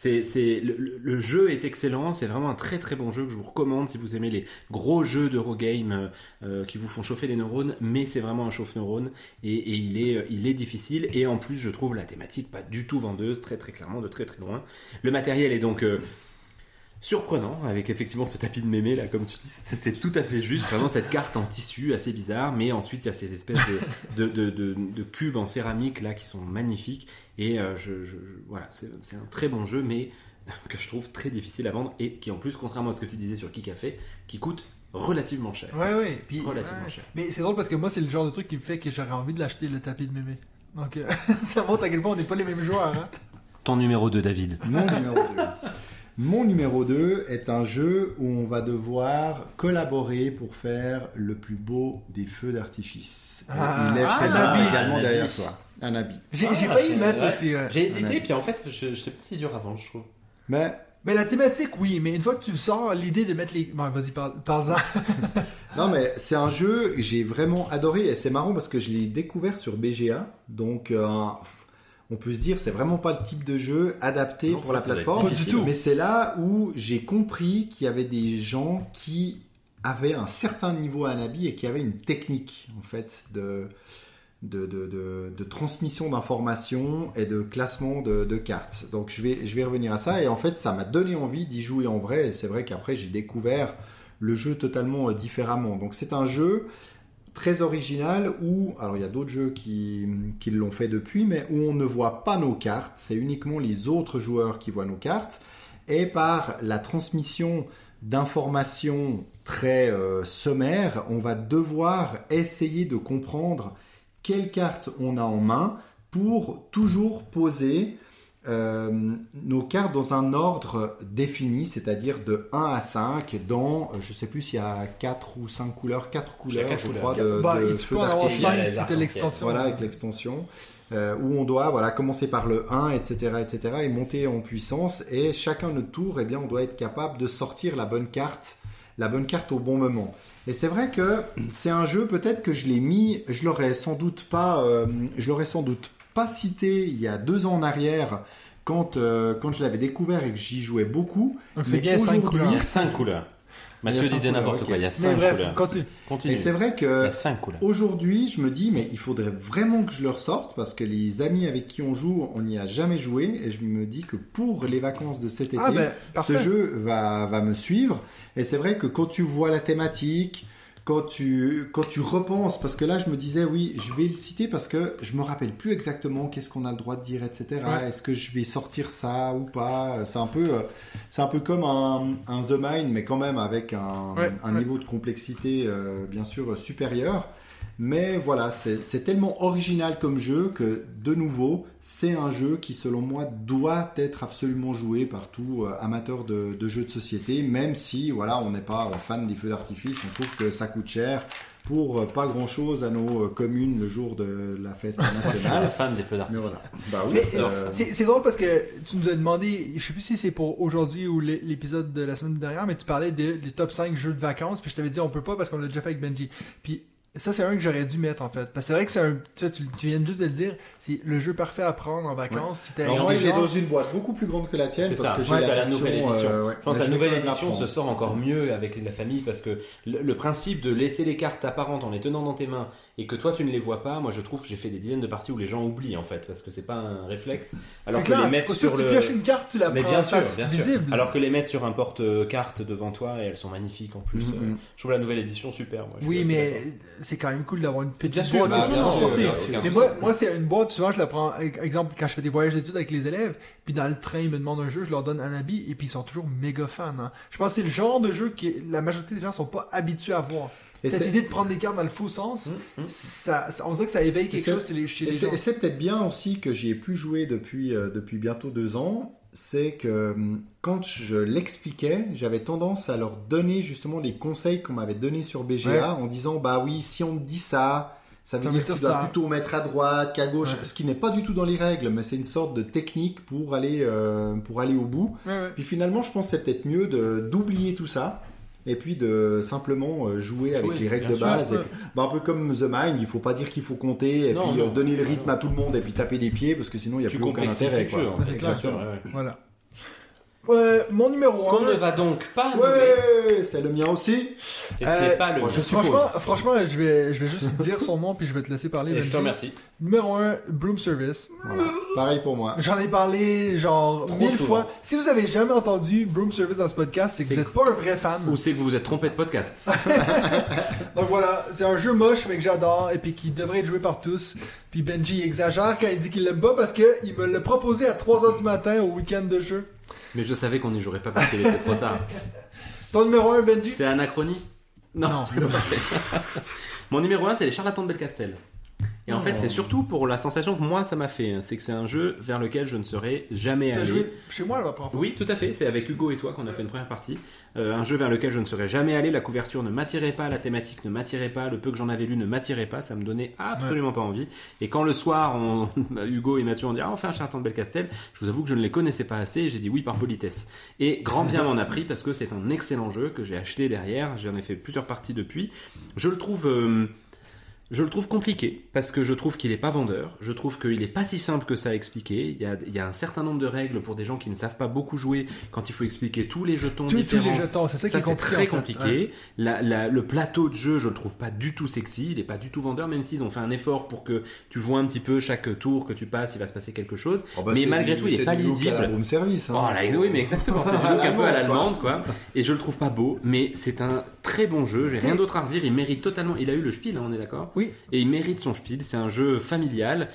S1: Le jeu est excellent, c'est vraiment un très très bon jeu que je vous recommande si vous aimez les gros jeux d'Eurogame qui vous font chauffer les neurones, mais c'est vraiment un chauffe-neurones et il est difficile et en plus je trouve la thématique pas du tout vendeuse, très très clairement de très très loin. Le matériel est donc surprenant avec effectivement ce tapis de mémé là comme tu dis, c'est tout à fait juste, vraiment cette carte en tissu assez bizarre, mais ensuite il y a ces espèces de cubes en céramique là qui sont magnifiques et voilà, c'est un très bon jeu mais que je trouve très difficile à vendre et qui en plus contrairement à ce que tu disais sur Kikafé qui coûte relativement cher.
S3: Ouais. Puis,
S1: relativement cher.
S3: Mais c'est drôle parce que moi c'est le genre de truc qui me fait que j'aurais envie de l'acheter le tapis de mémé. Donc ça montre à quel point on n'est pas les mêmes joueurs. Hein?
S1: Ton numéro 2 David.
S2: Mon numéro 2 est un jeu où on va devoir collaborer pour faire le plus beau des feux d'artifice. Il est présent également derrière toi. Un habit.
S3: J'ai failli mettre aussi.
S1: J'ai hésité, puis en fait, je sais pas si dur avant, je trouve.
S2: Mais
S3: la thématique, oui, mais une fois que tu le sors, l'idée de mettre les... Bon, vas-y, parle-en.
S2: Non, mais c'est un jeu que j'ai vraiment adoré et c'est marrant parce que je l'ai découvert sur BGA. Donc, on peut se dire c'est vraiment pas le type de jeu adapté pour la plateforme.
S3: Pas du tout.
S2: Mais c'est là où j'ai compris qu'il y avait des gens qui avaient un certain niveau à Anabi et qui avaient une technique en fait de transmission d'informations et de classement de cartes. Donc je vais revenir à ça et en fait ça m'a donné envie d'y jouer en vrai et c'est vrai qu'après j'ai découvert le jeu totalement différemment. Donc c'est un jeu très original où, alors il y a d'autres jeux qui l'ont fait depuis, mais où on ne voit pas nos cartes, c'est uniquement les autres joueurs qui voient nos cartes et par la transmission d'informations très sommaires, on va devoir essayer de comprendre quelle carte on a en main pour toujours poser nos cartes dans un ordre défini, c'est-à-dire de 1 à 5 dans, je ne sais plus s'il y a 4 ou 5 couleurs, 4 couleurs, je crois, de
S3: tu peux en avoir 5 si c'était l'extension.
S2: Voilà, avec l'extension. Où on doit commencer par le 1, etc., et monter en puissance. Et chacun notre tour, eh bien, on doit être capable de sortir la bonne carte au bon moment. Et c'est vrai que c'est un jeu, peut-être que je l'aurais sans doute pas cité il y a 2 ans en arrière quand je l'avais découvert et que j'y jouais beaucoup.
S3: Donc c'est bien 5 couleurs.
S1: Il y a 5 couleurs. Mathieu
S2: Il y a cinq
S1: disait
S2: couleurs,
S1: n'importe
S2: ok.
S1: quoi, il y a 5
S3: Mais bref,
S1: couleurs.
S3: continue.
S1: Continue.
S2: Et c'est vrai
S1: Il y
S2: que
S1: a 5 couleurs.
S2: aujourd'hui, je me dis, mais il faudrait vraiment que je le ressorte parce que les amis avec qui on joue, on n'y a jamais joué. Et je me dis que pour les vacances de cet été,
S3: Ah ben, parfait.
S2: ce jeu va me suivre. Et c'est vrai que quand tu vois la thématique, quand tu repenses, parce que là je me disais oui, je vais le citer parce que je me rappelle plus exactement qu'est-ce qu'on a le droit de dire, etc.
S3: Ouais.
S2: Est-ce que je vais sortir ça ou pas? C'est un peu comme un The Mind, mais quand même avec un niveau de complexité bien sûr supérieur. Mais voilà, c'est tellement original comme jeu que, de nouveau, c'est un jeu qui, selon moi, doit être absolument joué par tout amateur de jeux de société, même si, voilà, on n'est pas fan des feux d'artifice, on trouve que ça coûte cher pour pas grand-chose à nos communes le jour de la fête
S1: Je suis
S2: nationale.
S1: un fan des feux
S2: Mais
S1: d'artifice.
S2: voilà. Bah oui,
S3: Mais c'est drôle parce que tu nous as demandé, je sais plus si c'est pour aujourd'hui ou l'épisode de la semaine dernière, mais tu parlais des top 5 jeux de vacances, puis je t'avais dit on peut pas parce qu'on l'a déjà fait avec Benji. Puis ça, c'est un que j'aurais dû mettre en fait. Parce que c'est vrai que c'est un. Tu viens juste de le dire, c'est le jeu parfait à prendre en vacances. C'était
S2: Alors,
S3: vraiment
S2: moi, j'ai
S3: genre-
S2: dans une boîte beaucoup plus grande que la tienne
S1: C'est
S2: parce
S1: ça.
S2: que j'ai
S1: Ouais,
S2: la
S1: t'as la
S2: version,
S1: nouvelle édition.
S2: ouais.
S1: Je pense que
S2: Mais
S1: la
S2: je vais
S1: nouvelle
S2: quand même la
S1: édition se
S2: prendre.
S1: sort encore mieux avec la famille parce que le principe de laisser les cartes apparentes en les tenant dans tes mains et que toi tu ne les vois pas, moi je trouve que j'ai fait des dizaines de parties où les gens oublient en fait parce que c'est pas un réflexe. Alors
S3: C'est
S1: que
S3: clair,
S1: les mettre
S3: parce
S1: sur
S3: que tu
S1: le.
S3: pioches une carte, tu la
S1: Mais
S3: prends
S1: bien
S3: en
S1: sûr,
S3: face
S1: bien sûr.
S3: visible.
S1: Alors que les mettre sur un porte-carte devant toi et elles sont magnifiques en plus. Je trouve la nouvelle édition super. Moi, je suis
S3: Oui,
S1: assez
S3: mais
S1: d'accord.
S3: c'est quand même cool d'avoir une petite
S1: Bien sûr,
S3: boîte
S1: bah,
S3: pour
S1: bien sûr,
S3: transporter.
S1: bien sûr,
S3: Mais
S1: aucun
S3: moi, c'est une boîte, souvent je la prends, exemple, quand je fais des voyages d'études avec les élèves, puis dans le train, ils me demandent un jeu, je leur donne un habit, et puis ils sont toujours méga fans. Hein. Je pense que c'est le genre de jeu que la majorité des gens sont pas habitués à voir.
S2: Et
S3: Cette
S2: c'est-
S3: idée de prendre des cartes dans le faux sens, on dirait que ça éveille quelque
S2: c'est-
S3: chose chez les gens.
S2: Et c'est peut-être bien aussi que j'y ai plus joué depuis bientôt 2 ans. C'est que quand je l'expliquais, j'avais tendance à leur donner justement les conseils qu'on m'avait donnés sur BGA
S3: Ouais.
S2: en disant bah oui, si on te dit ça, ça veut
S3: Ça
S2: dire
S3: veut
S2: que tu
S3: dire
S2: dois
S3: ça.
S2: plutôt mettre à droite qu'à gauche,
S3: Ouais.
S2: ce qui n'est pas du tout dans les règles, mais c'est une sorte de technique pour aller au bout.
S3: Ouais, ouais.
S2: Puis finalement, je pense que c'est peut-être mieux d'oublier tout ça. Et puis de simplement jouer avec les règles
S1: bien
S2: de
S1: sûr,
S2: base.
S3: ouais.
S2: Et puis, un peu comme The Mind, il faut pas dire qu'il faut compter et
S1: Non,
S2: puis
S1: non.
S2: donner le rythme à tout le monde et puis taper des pieds parce que sinon il n'y a
S1: Tu
S2: plus aucun
S1: complexifies
S2: intérêt.
S1: le jeu.
S2: Quoi.
S1: En fait,
S3: C'est clair.
S1: bien sûr, ouais, ouais.
S3: Voilà. Mon numéro 1.
S1: Qu'on ne va donc pas nommer.
S2: Ouais, c'est le mien aussi.
S1: Et ce n'est pas le
S2: bon,
S1: mien.
S2: je suppose.
S3: Franchement, je vais juste dire son nom puis je vais te laisser parler.
S1: Et je
S3: Benji.
S1: te remercie.
S3: Numéro 1, Broom Service.
S2: Voilà. Pareil pour moi.
S3: J'en ai parlé genre
S1: Trop
S3: 1000
S1: souvent.
S3: fois. Si vous avez jamais entendu Broom Service dans ce podcast, c'est que vous n'êtes pas un vrai fan.
S1: Ou c'est que vous vous êtes trompé de podcast.
S3: Donc voilà, c'est un jeu moche mais que j'adore et puis qui devrait être joué par tous. Puis Benji exagère quand il dit qu'il l'aime pas parce qu'il me l'a proposé à 3h du matin au week-end de jeu.
S1: Mais je savais qu'on n'y jouerait pas parce qu'il était trop tard.
S3: Ton numéro 1, Benji?
S1: C'est Anachronie? Non, c'est pas vrai. Mon numéro 1, c'est les Charlatans de Belcastel. Et en fait, c'est surtout pour la sensation que moi, ça m'a fait. C'est que c'est un jeu vers lequel je ne serais jamais
S3: T'as
S1: allé.
S3: joué chez moi la première fois?
S1: Oui, tout à fait. C'est avec Hugo et toi qu'on a fait une première partie. Un jeu vers lequel je ne serais jamais allé. La couverture ne m'attirait pas, la thématique ne m'attirait pas, le peu que j'en avais lu ne m'attirait pas. Ça me donnait absolument pas envie. Et quand le soir, Hugo et Mathieu ont dit on fait un Charlatan de Belcastel, je vous avoue que je ne les connaissais pas assez et j'ai dit oui par politesse. Et grand bien m'en a pris parce que c'est un excellent jeu que j'ai acheté derrière. J'en ai fait plusieurs parties depuis. Je le trouve compliqué parce que je trouve qu'il n'est pas vendeur. Je trouve qu'il n'est pas si simple que ça à expliquer. Il y a un certain nombre de règles pour des gens qui ne savent pas beaucoup jouer quand il faut expliquer tous les jetons
S3: Tous
S1: différents.
S3: les jetons, c'est ça qui est
S1: c'est
S3: compliqué,
S1: très
S3: en fait.
S1: compliqué. Le plateau de jeu, je le trouve pas du tout sexy. Il n'est pas du tout vendeur, même s'ils ont fait un effort pour que tu vois un petit peu chaque tour que tu passes, il va se passer quelque chose.
S2: Oh, bah,
S1: mais
S2: c'est
S1: malgré tout, il n'est pas
S2: du look à
S1: lisible.
S2: la room service. Hein.
S1: Oh, là, oui, mais exactement, c'est du look un peu à l'allemande, quoi. Et je le trouve pas beau, mais c'est un très bon jeu. J'ai rien d'autre à redire. Il mérite totalement. Il a eu le spiel, hein, on est d'accord.
S3: Oui.
S1: Et il mérite son spiel. C'est un jeu familial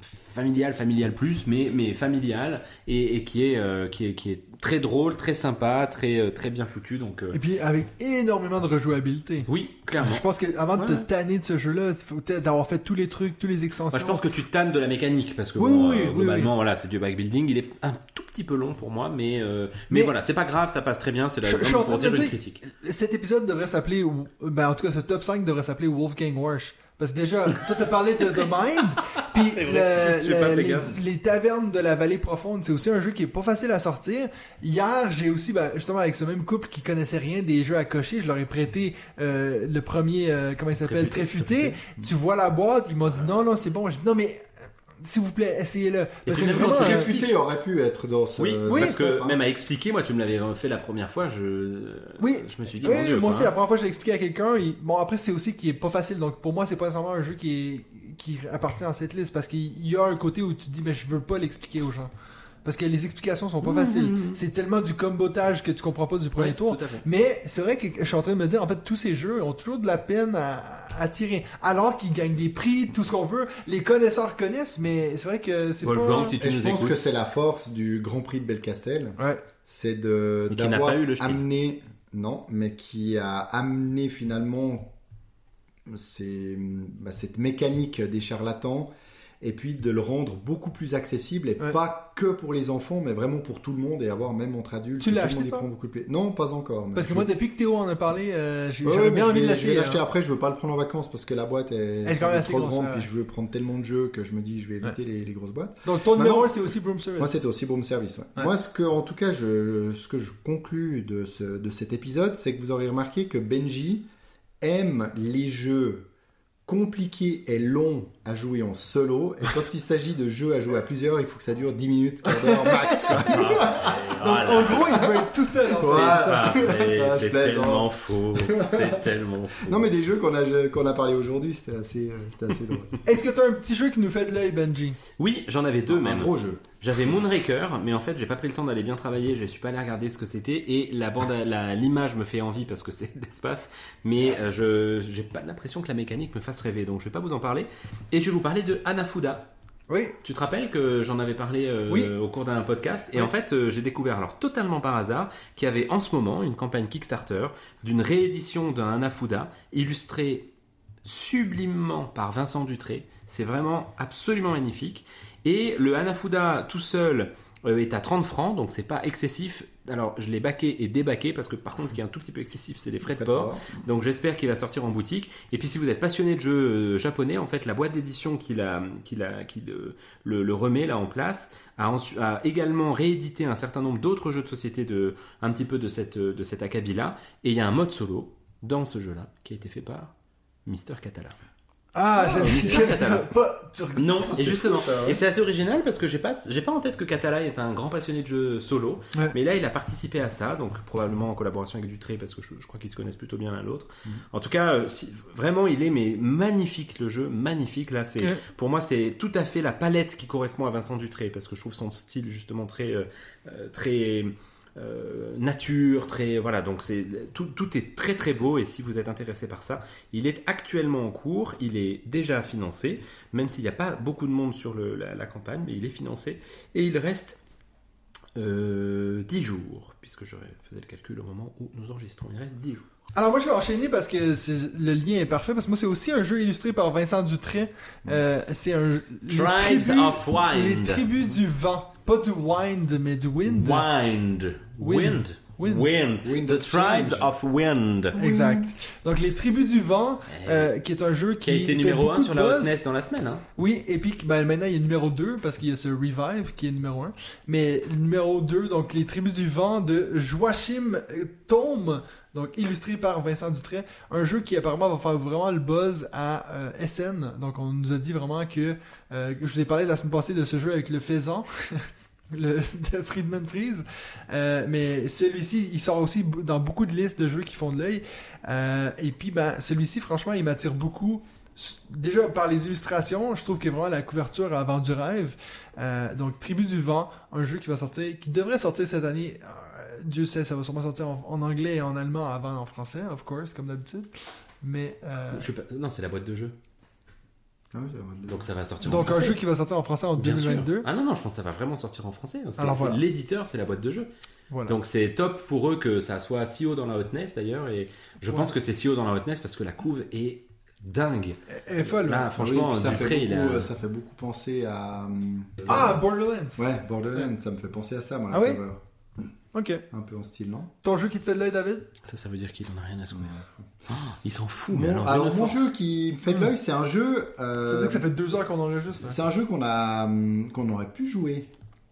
S1: plus, mais familial et qui est très drôle, très sympa, très bien foutu. Donc
S3: Et puis avec énormément de rejouabilité.
S1: oui, clairement.
S3: Je pense qu'avant de te
S1: Ouais.
S3: tanner de ce jeu-là, il faut peut-être d'avoir fait tous les trucs, tous les extensions.
S1: Moi, je pense que tu tannes de la mécanique parce que
S3: Oui,
S1: bon,
S3: oui, oui,
S1: globalement, voilà, c'est du backbuilding. Il est un tout petit peu long pour moi, mais
S3: Mais-
S1: voilà, c'est pas grave, ça passe très bien. C'est
S3: Je suis en train
S1: pour
S3: de
S1: dire
S3: te
S1: une
S3: dire-
S1: critique.
S3: Cet épisode devrait s'appeler, en tout cas ce top 5 devrait s'appeler Wolfgang Warsh. Parce que déjà, toi t'as parlé de The Mind, puis
S1: C'est vrai, j'ai pas fait gaffe.
S3: les tavernes de la vallée profonde, c'est aussi un jeu qui est pas facile à sortir. Hier, j'ai aussi, justement avec ce même couple qui connaissait rien des jeux à cocher, je leur ai prêté le premier, comment il s'appelle, Tréfuté. Tu vois la boîte, ils m'ont dit non, c'est bon. J'ai dit non, mais s'il vous plaît, essayez-le. Parce
S1: puis
S3: que
S1: même quand
S3: vraiment,
S1: tu
S2: Réfuté aurait pu être dans ce.
S1: Oui,
S3: Oui,
S1: parce que
S2: top, hein.
S1: même à expliquer, moi tu me l'avais fait la première fois, je me suis dit, mon
S3: oui,
S1: Dieu,
S3: moi
S1: quoi,
S3: aussi, la première fois que je l'ai expliqué à quelqu'un, bon, après, c'est aussi qui est pas facile. Donc, pour moi, c'est pas nécessairement un jeu qui appartient à cette liste parce qu'il y a un côté où tu te dis, mais je veux pas l'expliquer aux gens. Parce que les explications sont pas faciles. C'est tellement du combotage que tu comprends pas du premier
S1: Ouais,
S3: tour.
S1: tout à fait.
S3: Mais c'est vrai que je suis en train de me dire, en fait, tous ces jeux ont toujours de la peine à tirer. Alors qu'ils gagnent des prix, tout ce qu'on veut. Les connaisseurs connaissent, mais c'est vrai que c'est
S1: Wolfgang,
S3: pas...
S1: si tu
S2: Et je
S1: nous
S2: pense
S1: écoutes.
S2: que c'est la force du Grand Prix de Belcastel.
S3: Ouais.
S2: C'est
S1: Et qui n'a
S2: d'avoir
S1: pas eu le Spiel.
S2: amené, non, mais qui a amené finalement cette mécanique des charlatans et puis de le rendre beaucoup plus accessible et
S3: Ouais.
S2: pas que pour les enfants mais vraiment pour tout le monde et avoir même entre adultes.
S3: Tu l'as
S2: tout le monde
S3: acheté,
S2: y
S3: toi
S2: prend beaucoup de plaisir. Non, pas encore. mais
S3: Parce que
S2: je-
S3: moi, depuis que Théo en a parlé,
S2: Ouais,
S3: j'avais
S2: mais
S3: bien envie de
S2: je vais
S3: l'essayer.
S2: l'acheter
S3: hein.
S2: après, je veux pas le prendre en vacances parce que la boîte
S3: Elle est quand même assez
S2: trop
S3: grosse,
S2: grande
S3: ouais.
S2: puis je veux prendre tellement de jeux que je me dis je vais éviter les grosses boîtes.
S3: Donc, ton numéro
S2: Maintenant-
S3: 1, c'est aussi Broom Service.
S2: Moi, c'était aussi Broom Service. Ouais.
S3: Ouais.
S2: Moi, en tout cas, ce que je conclus de cet épisode, c'est que vous aurez remarqué que Benji aime les jeux compliqués et longs à jouer en solo. Et quand il s'agit de jeux à jouer à plusieurs, il faut que ça dure 10 minutes, quart d'heure max.
S3: Donc, en gros, il veut être tout seul. Hein,
S2: Voilà.
S3: c'est ça.
S2: Ah, je
S1: C'est
S2: plaisante.
S1: tellement faux. C'est tellement faux.
S2: Non, mais des jeux qu'on a parlé aujourd'hui, c'était assez drôle.
S3: Est-ce que t'as un petit jeu qui nous fait de l'œil, Benji?
S1: Oui, j'en avais deux
S2: Un
S1: même.
S2: gros jeu.
S1: J'avais Moonraker, mais en fait, j'ai pas pris le temps d'aller bien travailler. Je suis pas allé regarder ce que c'était et l'image me fait envie parce que c'est d'espace, mais j'ai pas l'impression que la mécanique me fasse rêver. Donc, je vais pas vous en parler. Et je vais vous parler de Hanafuda.
S3: Oui.
S1: Tu te rappelles que j'en avais parlé
S3: Oui.
S1: au cours d'un podcast et
S3: Oui.
S1: en fait j'ai découvert alors totalement par hasard qu'il y avait en ce moment une campagne Kickstarter d'une réédition d'un Hanafuda illustré sublimement par Vincent Dutré. C'est vraiment absolument magnifique et le Hanafuda tout seul est à 30 francs donc c'est pas excessif. Alors je l'ai baqué et débaqué parce que par contre ce qui est un tout petit peu excessif c'est les frais de port. Donc j'espère qu'il va sortir en boutique. Et puis si vous êtes passionné de jeux japonais, en fait la boîte d'édition qui le remet là en place a également réédité un certain nombre d'autres jeux de société un petit peu de cet acabit-là. Et il y a un mode solo dans ce jeu-là qui a été fait par Mister Catala.
S3: Ah,
S1: Mister Catala.
S3: pas.
S1: Non, et
S2: c'est
S1: justement,
S2: fou, ça, ouais.
S1: et c'est assez original parce que j'ai pas en tête que Catala est un grand passionné de jeux solo,
S3: Ouais.
S1: mais là il a participé à ça, donc probablement en collaboration avec Dutré parce que je crois qu'ils se connaissent plutôt bien l'un l'autre. En tout cas, vraiment il est mais magnifique le jeu, magnifique là. C'est
S3: Ouais.
S1: pour moi c'est tout à fait la palette qui correspond à Vincent Dutré parce que je trouve son style justement très nature, très voilà, donc tout est très très beau et si vous êtes intéressé par ça, il est actuellement en cours, il est déjà financé, même s'il n'y a pas beaucoup de monde sur la campagne, mais il est financé et il reste 10 jours, puisque je faisais le calcul au moment où nous enregistrons, il reste 10 jours.
S3: Alors moi je vais enchaîner parce que le lien est parfait parce que moi c'est aussi un jeu illustré par Vincent Dutré. C'est un
S1: Tribes of Wind.
S3: Les tribus du vent, pas du wind mais du wind.
S1: Wind.
S2: Wind
S1: The
S2: of
S1: Tribes
S2: Change.
S1: of Wind.
S3: Exact. Donc les tribus du vent, qui est un jeu
S1: Qui a été
S3: fait
S1: numéro 1
S3: beaucoup
S1: sur
S3: de
S1: la
S3: buzz.
S1: Hotness dans la semaine. Hein.
S3: Oui, et puis maintenant il y a numéro 2 parce qu'il y a ce Revive qui est numéro 1. Mais le numéro 2, donc les tribus du vent de Joachim Thome, donc illustré par Vincent Dutré. Un jeu qui apparemment va faire vraiment le buzz à SN. Donc on nous a dit vraiment que je vous ai parlé la semaine passée de ce jeu avec le faisan. De Friedman Freeze, mais celui-ci il sort aussi dans beaucoup de listes de jeux qui font de l'œil, et puis celui-ci franchement il m'attire beaucoup. Déjà par les illustrations, je trouve que vraiment la couverture a vendu rêve. Donc Tribu du Vent, un jeu qui devrait sortir cette année. Dieu sait, ça va sûrement sortir en anglais et en allemand avant en français, of course, comme d'habitude. Mais
S1: Non, c'est la boîte de jeu.
S2: Ah oui, c'est vrai.
S1: Donc ça va sortir en
S3: donc un
S1: français.
S3: jeu qui va sortir en français en
S1: Bien sûr.
S3: 2022.
S1: Ah non, je pense que ça va vraiment sortir en français.
S3: Alors voilà.
S1: L'éditeur, c'est la boîte de jeu.
S3: Voilà.
S1: Donc c'est top pour eux que ça soit si haut dans la Hotness d'ailleurs. Et je pense que c'est si haut dans la Hotness parce que la couve est dingue.
S3: Elle est folle.
S1: Là,
S3: ouais.
S1: franchement,
S2: Oui, et puis
S1: Dutré,
S2: ça fait beaucoup penser à.
S3: Borderlands.
S2: Ouais, Borderlands, ça me fait penser à ça, moi, la
S3: Ah oui
S2: cover.
S3: Ok.
S2: Un peu en style, non?
S3: Ton jeu qui te fait de l'œil, David?
S1: Ça veut dire qu'il en a rien à secouer. Oh, il s'en fout.
S2: Bon,
S1: Mais
S2: alors
S1: de
S2: mon
S1: force.
S2: jeu qui me fait de l'œil, c'est un jeu.
S3: Ça veut dire que ça fait 2 heures qu'on enregistre. Hein.
S2: C'est un jeu qu'on aurait pu jouer à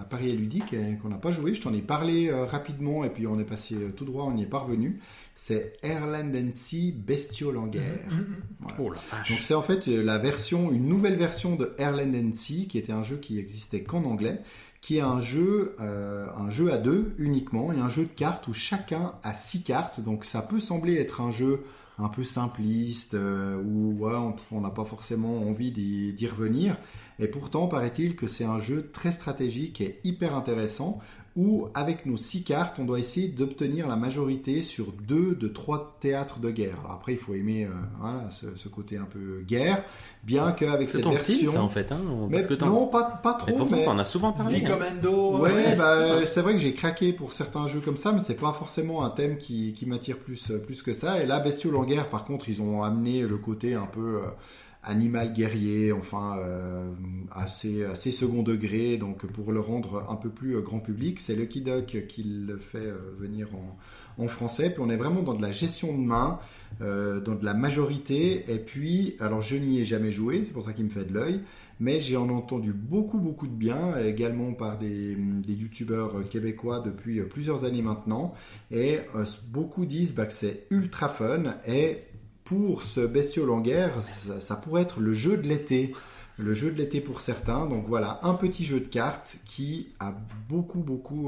S2: Paris et Ludique et qu'on n'a pas joué. Je t'en ai parlé rapidement et puis on est passé tout droit, on y est parvenu. C'est Airland & Sea Bestiole en guerre. Voilà.
S1: Oh la vache.
S2: Donc c'est en fait une nouvelle version de Airland & Sea qui était un jeu qui existait qu'en anglais, qui est un jeu à deux uniquement et un jeu de cartes où chacun a 6 cartes. Donc ça peut sembler être un jeu un peu simpliste où on n'a pas forcément envie d'y revenir. Et pourtant, paraît-il que c'est un jeu très stratégique et hyper intéressant où, avec nos 6 cartes, on doit essayer d'obtenir la majorité sur 2 de 3 théâtres de guerre. Alors après, il faut aimer ce côté un peu guerre, bien qu'avec cette version...
S1: C'est ton style, ça, en fait, hein, parce que
S2: non, pas trop,
S1: mais pourtant, on en a souvent parlé.
S3: V-Commando...
S2: Ouais, c'est vrai que j'ai craqué pour certains jeux comme ça, mais c'est pas forcément un thème qui m'attire plus que ça. Et là, Bestiole en guerre, par contre, ils ont amené le côté un peu... animal guerrier, enfin assez second degré, donc pour le rendre un peu plus grand public, c'est Lucky Duck qui le fait venir en français. Puis on est vraiment dans de la gestion de main, dans de la majorité, et puis, alors je n'y ai jamais joué, c'est pour ça qu'il me fait de l'œil, mais j'ai en entendu beaucoup de bien, également par des youtubeurs québécois depuis plusieurs années maintenant, et beaucoup disent que c'est ultra fun, et pour ce Bestiole en guerre, ça pourrait être le jeu de l'été. Le jeu de l'été pour certains. Donc voilà, un petit jeu de cartes qui a beaucoup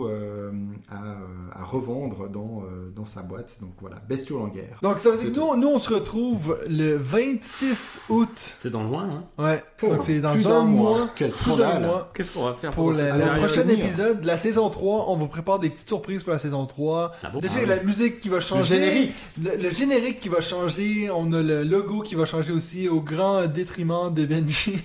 S2: à revendre dans sa boîte. Donc voilà, Bestiole en guerre.
S3: Donc ça veut dire que nous on se retrouve le 26 août.
S1: C'est dans loin, hein?
S3: Ouais. Donc c'est dans
S2: plus
S3: un
S2: d'un
S3: mois.
S2: Quel
S3: plus d'un
S2: scandale.
S3: mois.
S1: Qu'est-ce qu'on va faire
S3: Pour le
S2: période
S3: prochain
S2: à venir.
S3: épisode de la saison 3, on vous prépare des petites surprises pour la saison 3.
S1: Ah bon?
S3: Déjà, la musique qui va changer.
S2: générique.
S3: Le générique qui va changer. On a le logo qui va changer aussi, au grand détriment de Benji.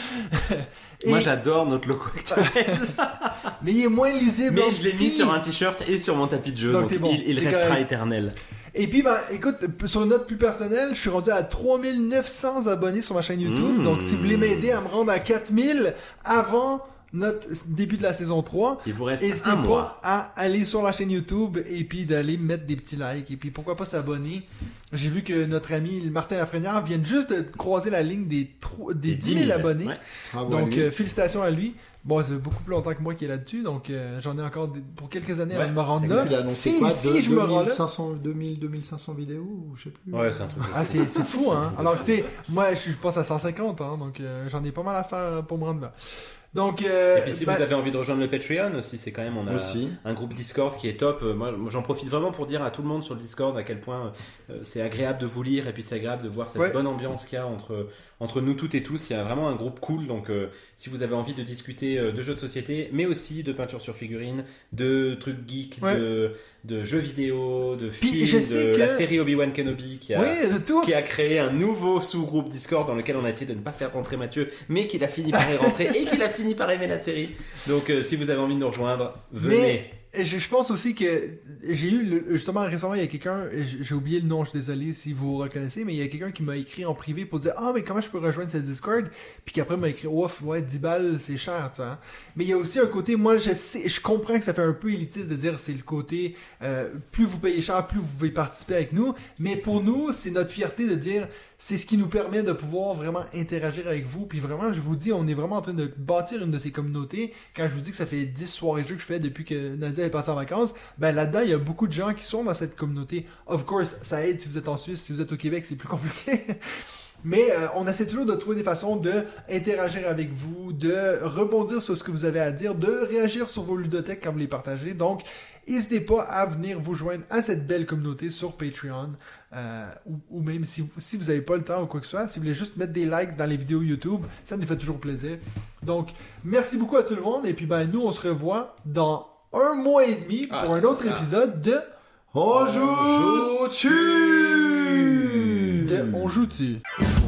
S1: Moi, j'adore notre logo actuel.
S3: Mais il est moins lisible.
S1: Mais
S3: en
S1: je l'ai
S3: petit.
S1: mis sur un t-shirt et sur mon tapis de jeu, donc
S3: t'es bon.
S1: il
S3: T'es
S1: restera
S3: correct.
S1: éternel.
S3: Et puis, écoute, sur une note plus personnelle, je suis rendu à 3900 abonnés sur ma chaîne YouTube. Donc, si vous voulez m'aider à me rendre à 4000 avant notre début de la saison 3,
S1: Il vous reste
S3: n'hésitez
S1: un
S3: pas
S1: mois.
S3: à aller sur la chaîne YouTube et puis d'aller mettre des petits likes. Et puis, pourquoi pas s'abonner. J'ai vu que notre ami Martin Lafrenière vient juste de croiser la ligne des 10 000 abonnés.
S1: Ouais.
S2: Bravo à
S3: Donc,
S2: lui.
S3: félicitations à lui. Bon, ça fait beaucoup plus longtemps que moi qui est là-dessus, donc j'en ai encore pour quelques années avant
S1: Ouais,
S3: de me rendre
S1: c'est
S3: là.
S2: Il a annoncé
S3: Si,
S2: quoi,
S3: si je me rends là.
S2: 2500 vidéos, ou je sais plus.
S1: Ouais, c'est un truc.
S3: Ah, c'est fou, hein. Alors, tu sais, moi, je passe à 150, hein, donc j'en ai pas mal à faire pour me rendre là. Donc,
S1: Et puis si vous avez envie de rejoindre le Patreon aussi, c'est quand même, on a
S2: Aussi.
S1: un groupe Discord qui est top. Moi, j'en profite vraiment pour dire à tout le monde sur le Discord à quel point c'est agréable de vous lire et puis c'est agréable de voir cette bonne ambiance qu'il y a entre nous toutes et tous. Il y a vraiment un groupe cool, donc si vous avez envie de discuter de jeux de société, mais aussi de peinture sur figurines, de trucs geeks, de jeux vidéo, de films, de la série Obi-Wan Kenobi qui a créé un nouveau sous-groupe Discord dans lequel on a essayé de ne pas faire rentrer Mathieu, mais qu'il a fini par y rentrer et qu'il a fini par aimer la série. Donc si vous avez envie de nous rejoindre, venez.
S3: Mais je pense aussi que j'ai eu, justement récemment, il y a quelqu'un, j'ai oublié le nom, je suis désolé si vous reconnaissez, mais il y a quelqu'un qui m'a écrit en privé pour dire « Ah, mais comment je peux rejoindre ce Discord? » Puis qu'après, il m'a écrit « Ouf, ouais, 10 balles, c'est cher, tu vois. » Mais il y a aussi un côté, moi, je comprends que ça fait un peu élitiste de dire c'est le côté, plus vous payez cher, plus vous pouvez participer avec nous, mais pour nous, c'est notre fierté de dire c'est ce qui nous permet de pouvoir vraiment interagir avec vous. Puis vraiment, je vous dis, on est vraiment en train de bâtir une de ces communautés. Quand je vous dis que ça fait 10 soirées jeux que je fais depuis que Nadia est partie en vacances, ben là-dedans, il y a beaucoup de gens qui sont dans cette communauté. Of course, ça aide si vous êtes en Suisse, si vous êtes au Québec, c'est plus compliqué. Mais on essaie toujours de trouver des façons de interagir avec vous, de rebondir sur ce que vous avez à dire, de réagir sur vos ludothèques quand vous les partagez. Donc, n'hésitez pas à venir vous joindre à cette belle communauté sur Patreon. Ou même si vous n'avez pas le temps ou quoi que ce soit, si vous voulez juste mettre des likes dans les vidéos YouTube, ça nous fait toujours plaisir. Donc, merci beaucoup à tout le monde. Et puis, nous, on se revoit dans 1 mois et demi pour un autre épisode de
S2: On joue-tu?
S3: On joue-tu?